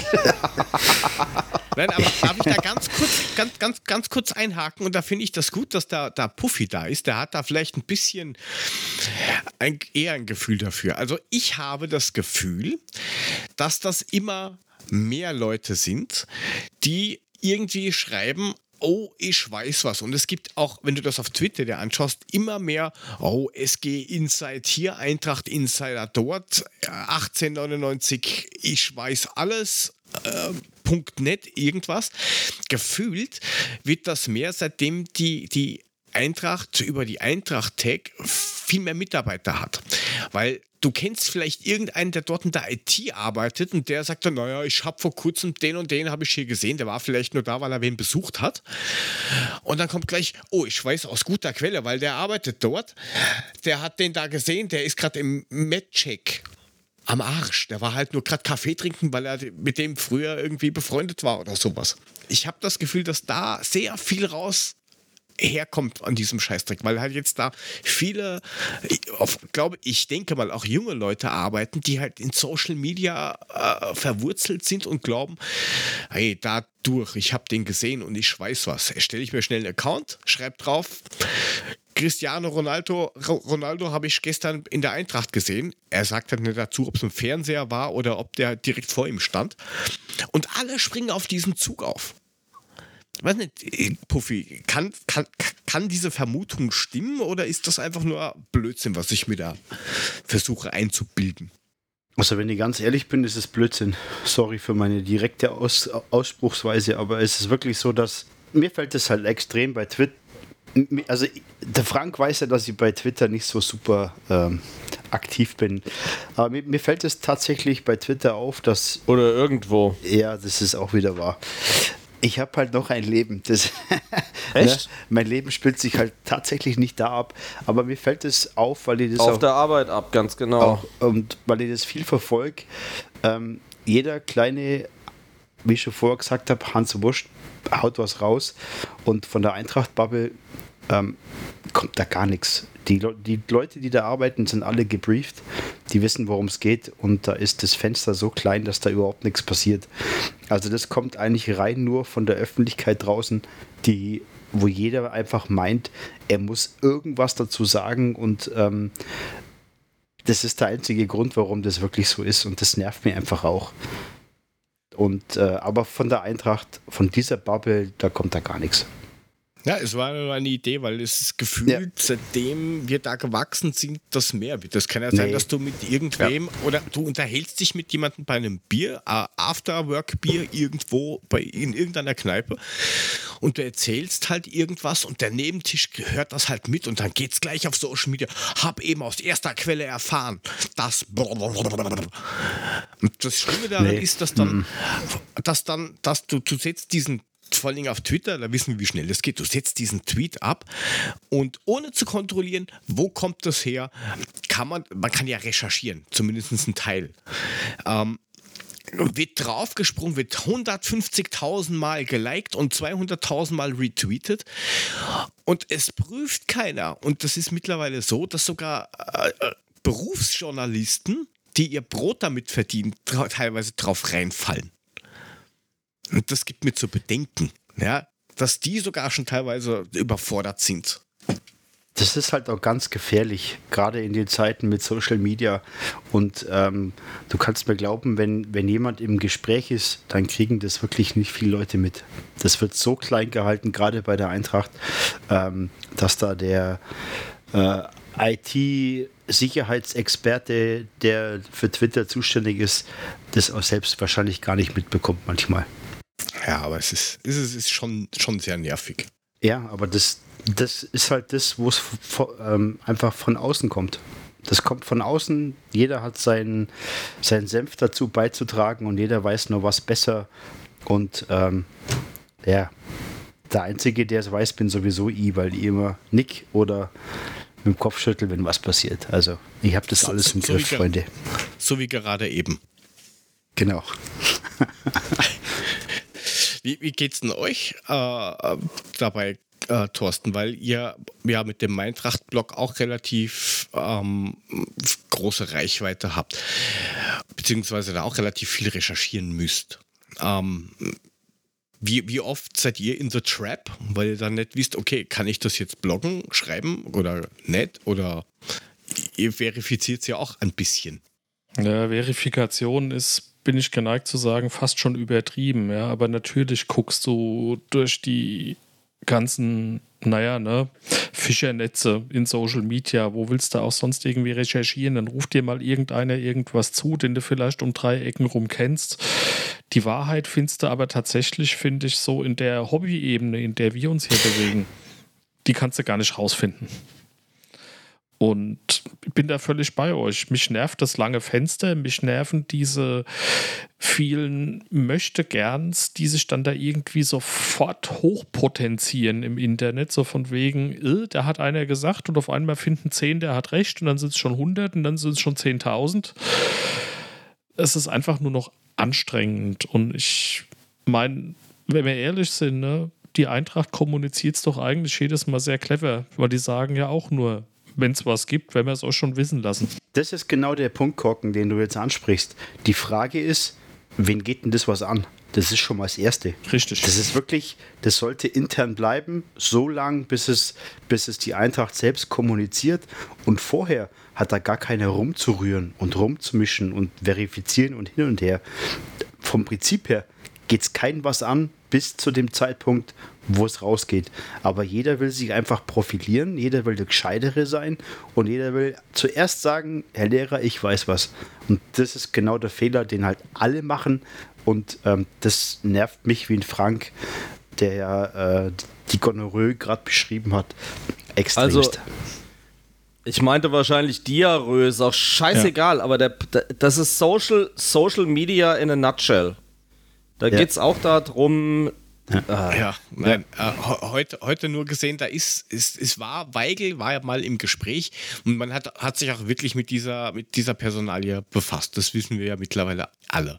Nein, aber darf ich da ganz kurz, ganz, ganz, ganz kurz einhaken und da finde ich das gut, dass da, da Puffy da ist. Der hat da vielleicht ein bisschen ein, eher ein Gefühl dafür. Also ich habe das Gefühl, dass das immer mehr Leute sind, die irgendwie schreiben, oh, ich weiß was. Und es gibt auch, wenn du das auf Twitter dir anschaust, immer mehr, oh, S G Inside hier, Eintracht Insider dort, achtzehnhundertneunundneunzig, ich weiß alles, äh, .net, irgendwas. Gefühlt wird das mehr, seitdem die, die Eintracht über die Eintracht-Tag viel mehr Mitarbeiter hat. Weil du kennst vielleicht irgendeinen, der dort in der I T arbeitet und der sagt dann, naja, ich habe vor kurzem den und den habe ich hier gesehen, der war vielleicht nur da, weil er wen besucht hat. Und dann kommt gleich, oh, ich weiß aus guter Quelle, weil der arbeitet dort, der hat den da gesehen, der ist gerade im Medcheck am Arsch. Der war halt nur gerade Kaffee trinken, weil er mit dem früher irgendwie befreundet war oder sowas. Ich habe das Gefühl, dass da sehr viel raus herkommt an diesem Scheißdreck, weil halt jetzt da viele, ich glaube, ich denke mal auch junge Leute arbeiten, die halt in Social Media äh, verwurzelt sind und glauben, hey, da durch, ich habe den gesehen und ich weiß was. Erstelle ich mir schnell einen Account, schreibe drauf, Cristiano Ronaldo, Ronaldo habe ich gestern in der Eintracht gesehen. Er sagt halt nicht dazu, ob es ein Fernseher war oder ob der direkt vor ihm stand. Und alle springen auf diesen Zug auf. Ich weiß nicht, Puffy, kann, kann, kann diese Vermutung stimmen oder ist das einfach nur Blödsinn, was ich mir da versuche einzubilden? Also wenn ich ganz ehrlich bin, ist es Blödsinn. Sorry für meine direkte Aus- Ausspruchsweise, aber es ist wirklich so, dass mir fällt es halt extrem bei Twitter. Also der Frank weiß ja, dass ich bei Twitter nicht so super ähm, aktiv bin. Aber mir, mir fällt es tatsächlich bei Twitter auf, dass... Oder irgendwo. Ja, das ist auch wieder wahr. Ich habe halt noch ein Leben. Das, Echt? Ne? Mein Leben spielt sich halt tatsächlich nicht da ab. Aber mir fällt es auf, weil ich das Auf auch, der Arbeit ab, ganz genau. auch und weil ich das viel verfolge. Ähm, jeder kleine, wie ich schon vorher gesagt habe, Hans Wurscht haut was raus. Und von der Eintracht-Bubble ähm, kommt da gar nichts. Die, Le- die Leute, die da arbeiten, sind alle gebrieft. Die wissen, worum es geht. Und da ist das Fenster so klein, dass da überhaupt nichts passiert. Also das kommt eigentlich rein nur von der Öffentlichkeit draußen, die, wo jeder einfach meint, er muss irgendwas dazu sagen. Und ähm, das ist der einzige Grund, warum das wirklich so ist. Und das nervt mich einfach auch. Und, äh, aber von der Eintracht, von dieser Bubble, da kommt da gar nichts. Ja, es war nur eine Idee, weil es ist gefühlt, Ja. seitdem wir da gewachsen sind, das mehr wird. Das kann ja sein, Nee. dass du mit irgendwem oder du unterhältst dich mit jemandem bei einem Bier, äh, After-Work-Bier irgendwo bei, in irgendeiner Kneipe und du erzählst halt irgendwas und der Nebentisch hört das halt mit und dann geht's gleich auf Social Media. Hab eben aus erster Quelle erfahren, dass und das Schlimme daran Nee. ist, dass dann, dass dann, dass du, du setzt diesen vor allem auf Twitter, da wissen wir, wie schnell das geht. Du setzt diesen Tweet ab und ohne zu kontrollieren, wo kommt das her, kann man, man kann ja recherchieren, zumindest ein Teil. Ähm, wird draufgesprungen, wird hundertfünfzigtausend Mal geliked und zweihunderttausend Mal retweetet und es prüft keiner. Und das ist mittlerweile so, dass sogar äh, Berufsjournalisten, die ihr Brot damit verdienen, tra- teilweise drauf reinfallen. Und das gibt mir zu bedenken, ja, dass die sogar schon teilweise überfordert sind. Das ist halt auch ganz gefährlich, gerade in den Zeiten mit Social Media. Und ähm, du kannst mir glauben, wenn, wenn jemand im Gespräch ist, dann kriegen das wirklich nicht viele Leute mit. Das wird so klein gehalten, gerade bei der Eintracht, ähm, dass da der äh, I T-Sicherheitsexperte, der für Twitter zuständig ist, das auch selbst wahrscheinlich gar nicht mitbekommt manchmal. Ja, aber es ist, es ist, es ist schon, schon sehr nervig. Ja, aber das, das ist halt das, wo es vo- ähm, einfach von außen kommt. Das kommt von außen, jeder hat seinen, seinen Senf dazu beizutragen und jeder weiß nur was besser. Und ähm, ja, der Einzige, der es weiß, bin sowieso ich, weil ich immer nick oder mit dem Kopf schüttel, wenn was passiert. Also ich habe das So- alles im so Griff, wie ge- Freunde. So wie gerade eben. Genau. Wie, wie geht's denn euch äh, dabei, äh, Thorsten? Weil ihr ja mit dem Eintracht-Blog auch relativ ähm, große Reichweite habt, beziehungsweise da auch relativ viel recherchieren müsst. Ähm, wie, wie oft seid ihr in the trap, weil ihr dann nicht wisst, okay, kann ich das jetzt bloggen, schreiben oder nicht? Oder ihr verifiziert es ja auch ein bisschen. Ja, Verifikation ist, bin ich geneigt zu sagen, fast schon übertrieben. Ja, aber natürlich guckst du durch die ganzen, naja, ne, Fischernetze in Social Media. Wo willst du auch sonst irgendwie recherchieren? Dann ruft dir mal irgendeiner irgendwas zu, den du vielleicht um drei Ecken rum kennst. Die Wahrheit findest du aber tatsächlich, finde ich, so in der Hobby-Ebene, in der wir uns hier bewegen. Die kannst du gar nicht rausfinden. Und ich bin da völlig bei euch. Mich nervt das lange Fenster, mich nerven diese vielen Möchtegerns, die sich dann da irgendwie sofort hochpotenzieren im Internet, so von wegen, äh, da hat einer gesagt und auf einmal finden zehn, der hat recht und dann sind es schon hundert und dann sind es schon zehntausend. Es ist einfach nur noch anstrengend und ich meine, wenn wir ehrlich sind, ne, die Eintracht kommuniziert es doch eigentlich jedes Mal sehr clever, weil die sagen ja auch nur, wenn es was gibt, wenn wir es euch schon wissen lassen. Das ist genau der Punkt, Korken, den du jetzt ansprichst. Die Frage ist, wen geht denn das was an? Das ist schon mal das Erste. Richtig. Das ist wirklich, das sollte intern bleiben, so lange, bis es, bis es die Eintracht selbst kommuniziert. Und vorher hat da gar keiner rumzurühren und rumzumischen und verifizieren und hin und her. Vom Prinzip her geht es keinem was an, bis zu dem Zeitpunkt, wo es rausgeht. Aber jeder will sich einfach profilieren, jeder will der Gescheitere sein und jeder will zuerst sagen, Herr Lehrer, ich weiß was. Und das ist genau der Fehler, den halt alle machen. Und ähm, das nervt mich wie ein Frank, der ja äh, die Gonorrhoe gerade beschrieben hat, extremst. Also, ich meinte wahrscheinlich Diarrhoe, ist auch scheißegal, ja. aber der, der, das ist Social, Social Media in a nutshell. Da ja. geht es auch darum. Ja, äh, ja nein, ja. Äh, heute, heute nur gesehen, da ist, ist, es war, Weigl war ja mal im Gespräch und man hat, hat sich auch wirklich mit dieser, mit dieser Personalie befasst. Das wissen wir ja mittlerweile alle.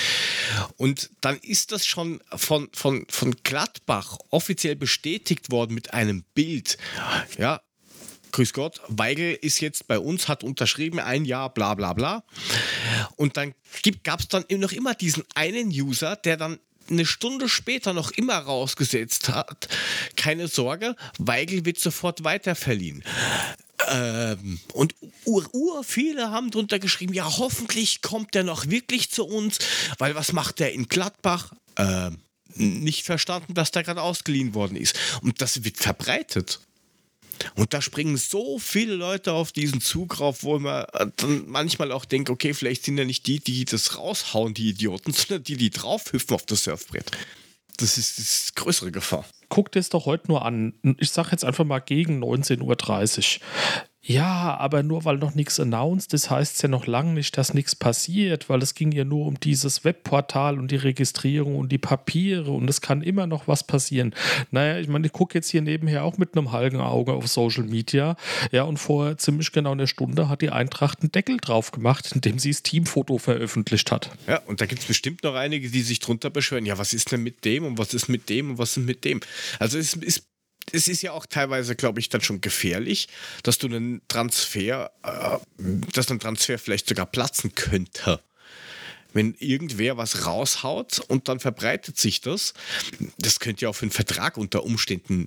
Und dann ist das schon von, von, von Gladbach offiziell bestätigt worden mit einem Bild. Ja, grüß Gott, Weigl ist jetzt bei uns, hat unterschrieben, ein Jahr, bla bla bla. Und dann gab es dann noch immer diesen einen User, der dann eine Stunde später noch immer rausgesetzt hat, keine Sorge, Weigl wird sofort weiterverliehen. Ähm, und ur, ur viele haben drunter geschrieben, ja, hoffentlich kommt der noch wirklich zu uns, weil was macht der in Gladbach? Ähm, nicht verstanden, dass der gerade ausgeliehen worden ist. Und das wird verbreitet. Und da springen so viele Leute auf diesen Zug rauf, wo man dann manchmal auch denkt, okay, vielleicht sind ja nicht die, die das raushauen, die Idioten, sondern die, die draufhüpfen auf das Surfbrett. Das ist, das ist größere Gefahr. Guckt es doch heute nur an. Ich sage jetzt einfach mal gegen neunzehn Uhr dreißig. Ja, aber nur weil noch nichts announced ist, heißt es ja noch lange nicht, dass nichts passiert, weil es ging ja nur um dieses Webportal und die Registrierung und die Papiere und es kann immer noch was passieren. Naja, ich meine, ich gucke jetzt hier nebenher auch mit einem halben Auge auf Social Media, ja, und vor ziemlich genau einer Stunde hat die Eintracht einen Deckel drauf gemacht, indem sie das Teamfoto veröffentlicht hat. Ja, und da gibt es bestimmt noch einige, die sich drunter beschweren, ja, was ist denn mit dem und was ist mit dem und was ist mit dem? Also es ist Es ist ja auch teilweise, glaube ich, dann schon gefährlich, dass du einen Transfer, äh, dass ein Transfer vielleicht sogar platzen könnte. Wenn irgendwer was raushaut und dann verbreitet sich das, das könnte ja auch für einen Vertrag unter Umständen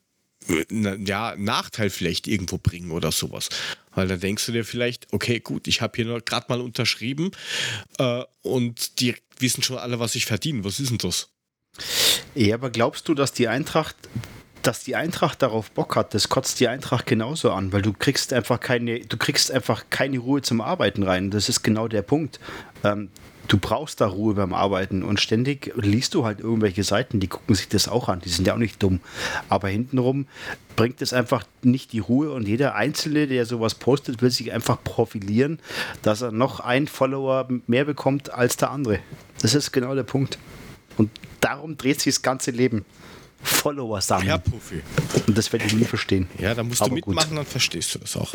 ja, Nachteil vielleicht irgendwo bringen oder sowas. Weil dann denkst du dir vielleicht, okay, gut, ich habe hier gerade mal unterschrieben äh, und die wissen schon alle, was ich verdiene. Was ist denn das? Ja, aber glaubst du, dass die Eintracht... dass die Eintracht darauf Bock hat, das kotzt die Eintracht genauso an, weil du kriegst einfach keine, du kriegst einfach keine Ruhe zum Arbeiten rein. Das ist genau der Punkt. Ähm, du brauchst da Ruhe beim Arbeiten und ständig liest du halt irgendwelche Seiten, die gucken sich das auch an, die sind ja auch nicht dumm. Aber hintenrum bringt es einfach nicht die Ruhe und jeder Einzelne, der sowas postet, will sich einfach profilieren, dass er noch einen Follower mehr bekommt als der andere. Das ist genau der Punkt. Und darum dreht sich das ganze Leben. Follower sammeln. Ja, Puffy. Und das werde ich nie verstehen. Ja, da musst Aber du mitmachen, gut. Dann verstehst du das auch.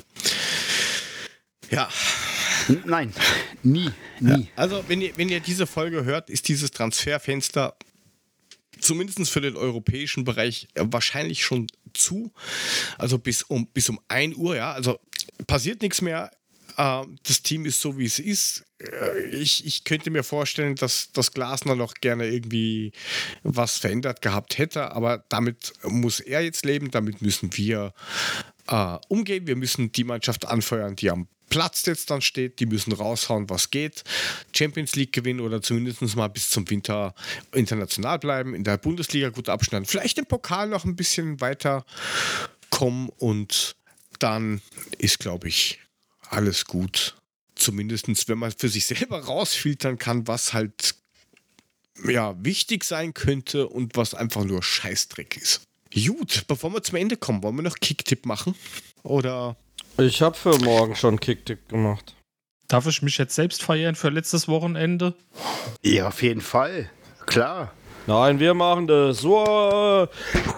Ja. Nein, nie, nie. Ja, also, wenn ihr, wenn ihr diese Folge hört, ist dieses Transferfenster zumindest für den europäischen Bereich wahrscheinlich schon zu. Also bis um, bis um ein Uhr, ja. Also passiert nichts mehr. Das Team ist so, wie es ist. Ich, ich könnte mir vorstellen, dass das Glasner noch gerne irgendwie was verändert gehabt hätte, aber damit muss er jetzt leben, damit müssen wir äh, umgehen. Wir müssen die Mannschaft anfeuern, die am Platz jetzt dann steht, die müssen raushauen, was geht. Champions League gewinnen oder zumindest mal bis zum Winter international bleiben, in der Bundesliga gut abschneiden, vielleicht im Pokal noch ein bisschen weiter kommen und dann ist, glaube ich, alles gut. Zumindest, wenn man für sich selber rausfiltern kann, was halt ja, wichtig sein könnte und was einfach nur Scheißdreck ist. Gut, bevor wir zum Ende kommen, wollen wir noch Kicktipp machen? Oder? Ich habe für morgen schon Kicktipp gemacht. Darf ich mich jetzt selbst feiern für letztes Wochenende? Ja, auf jeden Fall. Klar. Nein, wir machen das so.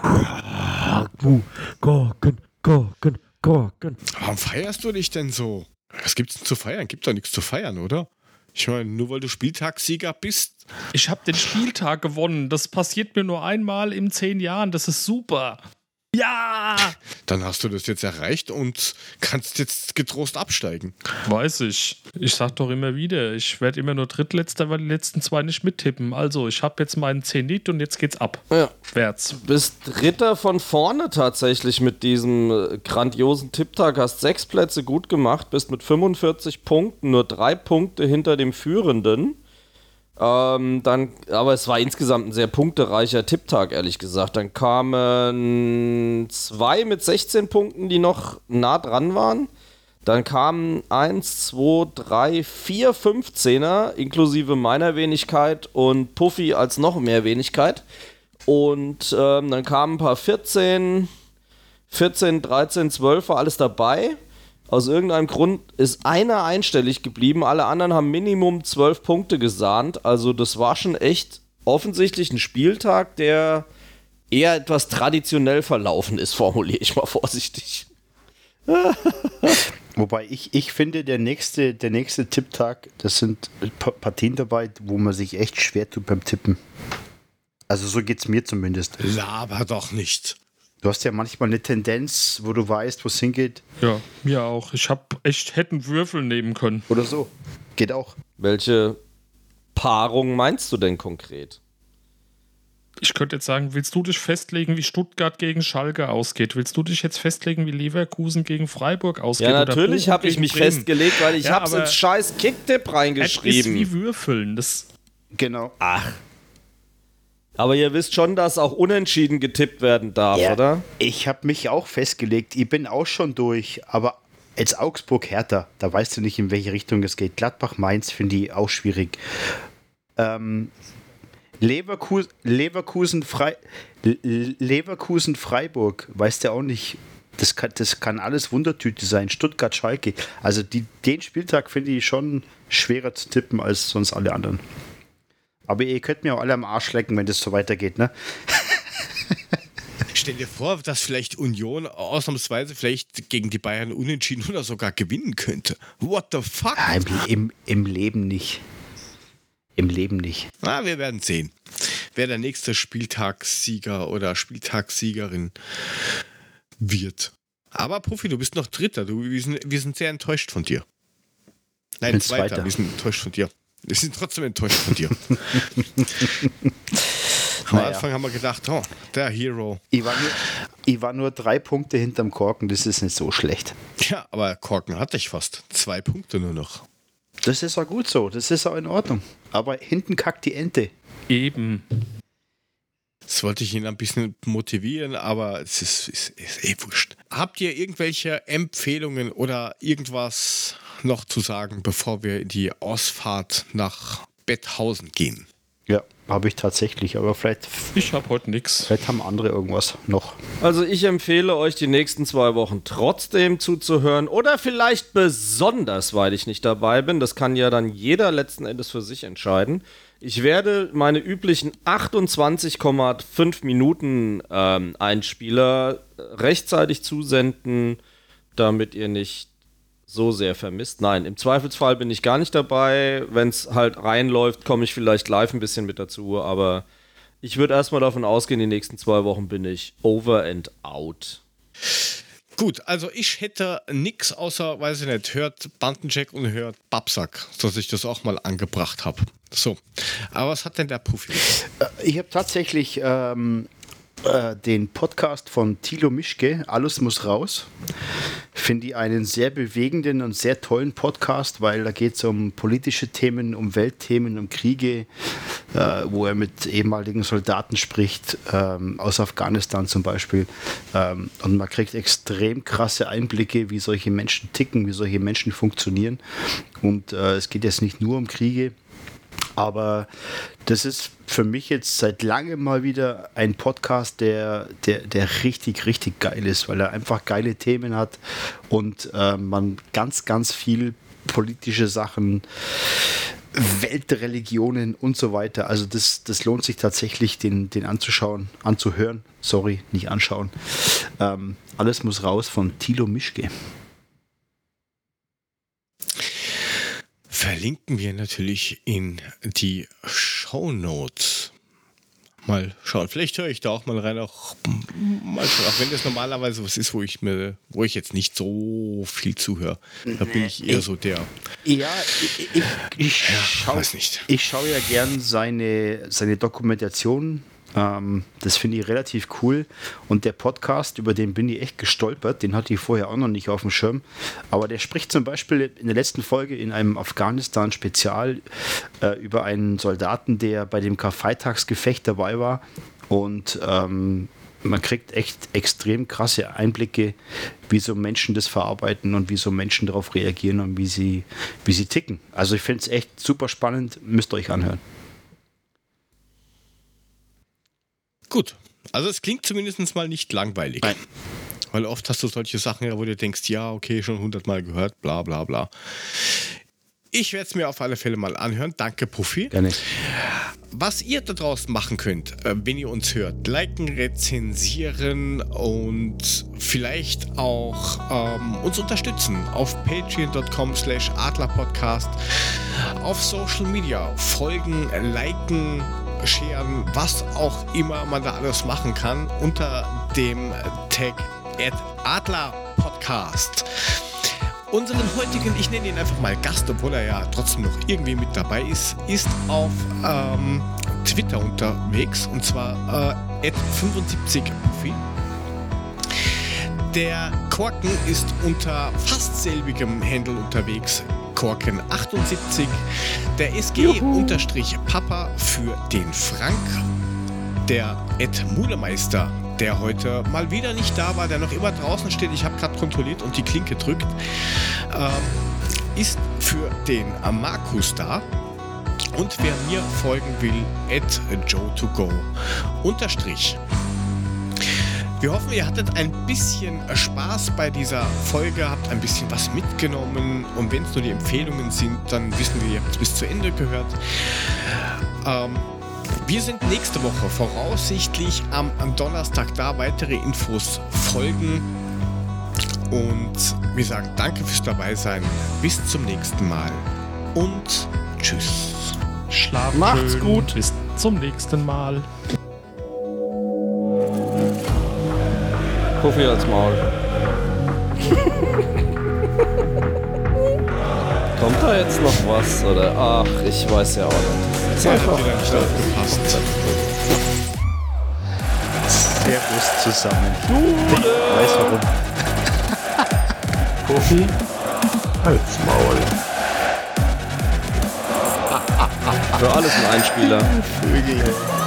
Gurken, Gurken, Gurken. Warum feierst du dich denn so? Was gibt's denn zu feiern? Gibt doch nichts zu feiern, oder? Ich meine, nur weil du Spieltagssieger bist. Ich habe den Spieltag gewonnen. Das passiert mir nur einmal in zehn Jahren. Das ist super. Ja! Dann hast du das jetzt erreicht und kannst jetzt getrost absteigen. Weiß ich. Ich sag doch immer wieder, ich werde immer nur Drittletzter, weil die letzten zwei nicht mittippen. Also, ich habe jetzt meinen Zenit und jetzt geht's ab. Ja. Wärts. Bist Dritter von vorne tatsächlich mit diesem äh, grandiosen Tipptag. Hast sechs Plätze gut gemacht, bist mit fünfundvierzig Punkten, nur drei Punkte hinter dem Führenden. Ähm, dann, aber es war insgesamt ein sehr punktereicher Tipptag, ehrlich gesagt. Dann kamen zwei mit sechzehn Punkten, die noch nah dran waren. Dann kamen eins, zwei, drei, vier fünfzehner, inklusive meiner Wenigkeit und Puffy als noch mehr Wenigkeit. Und ähm, dann kamen ein paar vierzehn, vierzehn, dreizehn, zwölf, war alles dabei. Aus irgendeinem Grund ist einer einstellig geblieben, alle anderen haben Minimum zwölf Punkte gesahnt. Also das war schon echt offensichtlich ein Spieltag, der eher etwas traditionell verlaufen ist, formuliere ich mal vorsichtig. Wobei ich, ich finde, der nächste, der nächste Tipptag, das sind P- Partien dabei, wo man sich echt schwer tut beim Tippen. Also so geht es mir zumindest. Laber doch nicht. Du hast ja manchmal eine Tendenz, wo du weißt, wo es hingeht. Ja, mir auch. Ich habe echt hätten Würfel nehmen können. Oder so. Geht auch. Welche Paarung meinst du denn konkret? Ich könnte jetzt sagen, willst du dich festlegen, wie Stuttgart gegen Schalke ausgeht? Willst du dich jetzt festlegen, wie Leverkusen gegen Freiburg ausgeht? Ja, natürlich habe ich mich Bremen? festgelegt, weil ich Ja, habe es aber ins scheiß Kicktipp Es ist reingeschrieben. wie Würfeln. Das Genau. Ach. Aber ihr wisst schon, dass auch unentschieden getippt werden darf, Ja, oder? ich habe mich auch festgelegt. Ich bin auch schon durch, aber jetzt Augsburg-Hertha, da weißt du nicht, in welche Richtung es geht. Gladbach-Mainz finde ich auch schwierig. Ähm, Leverkusen, Leverkusen, Frei, Leverkusen Freiburg, weißt du auch nicht. Das kann, das kann alles Wundertüte sein. Stuttgart-Schalke. Also die, den Spieltag finde ich schon schwerer zu tippen als sonst alle anderen. Aber ihr könnt mir auch alle am Arsch lecken, wenn das so weitergeht, ne? Stell dir vor, dass vielleicht Union ausnahmsweise vielleicht gegen die Bayern unentschieden oder sogar gewinnen könnte. What the fuck? Ja, im, im, Im Leben nicht. Im Leben nicht. Na, wir werden sehen, wer der nächste Spieltagssieger oder Spieltagssiegerin wird. Aber Profi, du bist noch Dritter. Du, wir, sind, wir sind sehr enttäuscht von dir. Nein, bin Zweiter. Zweiter. Wir sind enttäuscht von dir. Wir sind trotzdem enttäuscht von dir. Am Naja. Anfang haben wir gedacht, oh, der Hero. Ich war, nur, ich war nur drei Punkte hinterm Korken, das ist nicht so schlecht. Ja, aber Korken hatte ich fast. Zwei Punkte nur noch. Das ist auch gut so, das ist auch in Ordnung. Aber hinten kackt die Ente. eben. Das wollte ich ihn ein bisschen motivieren, aber es ist, ist, ist eh wurscht. Habt ihr irgendwelche Empfehlungen oder irgendwas noch zu sagen, bevor wir in die Ausfahrt nach Betthausen gehen? Ja, habe ich tatsächlich, aber vielleicht, Ich habe heute nichts. vielleicht haben andere irgendwas noch. Also ich empfehle euch, die nächsten zwei Wochen trotzdem zuzuhören oder vielleicht besonders, weil ich nicht dabei bin. Das kann ja dann jeder letzten Endes für sich entscheiden. Ich werde meine üblichen achtundzwanzig Komma fünf Minuten ähm, Einspieler rechtzeitig zusenden, damit ihr nicht so sehr vermisst. Nein, im Zweifelsfall bin ich gar nicht dabei. Wenn es halt reinläuft, komme ich vielleicht live ein bisschen mit dazu, aber ich würde erstmal davon ausgehen, die nächsten zwei Wochen bin ich over and out. Gut, also ich hätte nix außer, weiß ich nicht, hört Bandencheck und hört Babsack, dass ich das auch mal angebracht habe. So, aber was hat denn der Profi? Ich habe tatsächlich ähm, äh, den Podcast von Thilo Mischke, Alles muss raus. Finde ich einen sehr bewegenden und sehr tollen Podcast, weil da geht es um politische Themen, um Weltthemen, um Kriege, äh, wo er mit ehemaligen Soldaten spricht, ähm, aus Afghanistan zum Beispiel. Ähm, und man kriegt extrem krasse Einblicke, wie solche Menschen ticken, wie solche Menschen funktionieren. Und äh, es geht jetzt nicht nur um Kriege, aber das ist für mich jetzt seit langem mal wieder ein Podcast, der, der, der richtig, richtig geil ist, weil er einfach geile Themen hat und äh, man ganz, ganz viel politische Sachen, Weltreligionen und so weiter. Also das, das lohnt sich tatsächlich, den, den anzuschauen, anzuhören. Sorry, nicht anschauen. Ähm, alles muss raus von Thilo Mischke. verlinken wir natürlich in die Shownotes. Mal schauen, vielleicht höre ich da auch mal rein, auch, mal schauen, auch wenn das normalerweise was ist, wo ich mir, wo ich jetzt nicht so viel zuhöre. Da bin ich eher so der. Ja, ich, ich, ich Ja, schaue weiß nicht. ich schau ja gern seine, seine Dokumentation. Ähm, das finde ich relativ cool. Und der Podcast, über den bin ich echt gestolpert, den hatte ich vorher auch noch nicht auf dem Schirm. Aber der spricht zum Beispiel in der letzten Folge in einem Afghanistan-Spezial äh, über einen Soldaten, der bei dem Karfreitagsgefecht dabei war. Und ähm, man kriegt echt extrem krasse Einblicke, wie so Menschen das verarbeiten und wie so Menschen darauf reagieren und wie sie, wie sie ticken. Also ich finde es echt super spannend, müsst ihr euch anhören. Gut, also es klingt zumindest mal nicht langweilig. Nein. Weil oft hast du solche Sachen, wo du denkst, ja, okay, schon hundertmal gehört, bla bla bla. Ich werde es mir auf alle Fälle mal anhören. Danke, Puffy. Gerne. Was ihr da draußen machen könnt, äh, wenn ihr uns hört, liken, rezensieren und vielleicht auch ähm, uns unterstützen auf patreon.com slash adlerpodcast, auf Social Media folgen, liken, sharen, was auch immer man da alles machen kann unter dem Tag adlerpodcast. Unseren heutigen, ich nenne ihn einfach mal Gast, obwohl er ja trotzdem noch irgendwie mit dabei ist, ist auf ähm, Twitter unterwegs, und zwar äh, at fünfundsiebzig Puffy. Der Korken ist unter fast selbigem Handle unterwegs, Korken achtundsiebzig. Der S G-Papa für den Frank. Der Ed Mulemeister, der heute mal wieder nicht da war, der noch immer draußen steht, ich habe gerade kontrolliert und die Klinke drückt, ähm, ist für den Markus da. Und wer mir folgen will, at joe to go unterstrich. Wir hoffen, ihr hattet ein bisschen Spaß bei dieser Folge, habt ein bisschen was mitgenommen, und wenn es nur die Empfehlungen sind, dann wissen wir, ihr habt es bis zu Ende gehört. Ähm, Wir sind nächste Woche voraussichtlich am, am Donnerstag da. Weitere Infos folgen. Und wir sagen danke fürs Dabeisein. Bis zum nächsten Mal. Und tschüss. Schlaft Macht's schön. gut. Bis zum nächsten Mal. Puffy als Maul. Kommt da jetzt noch was? Oder? Ach, ich weiß ja auch nicht. Ist Ja, einfach. hat wieder nicht aufgepasst. Servus zusammen. Ich weiß warum. Puffy, halt's Maul. Für alles ein Einspieler. Vögel.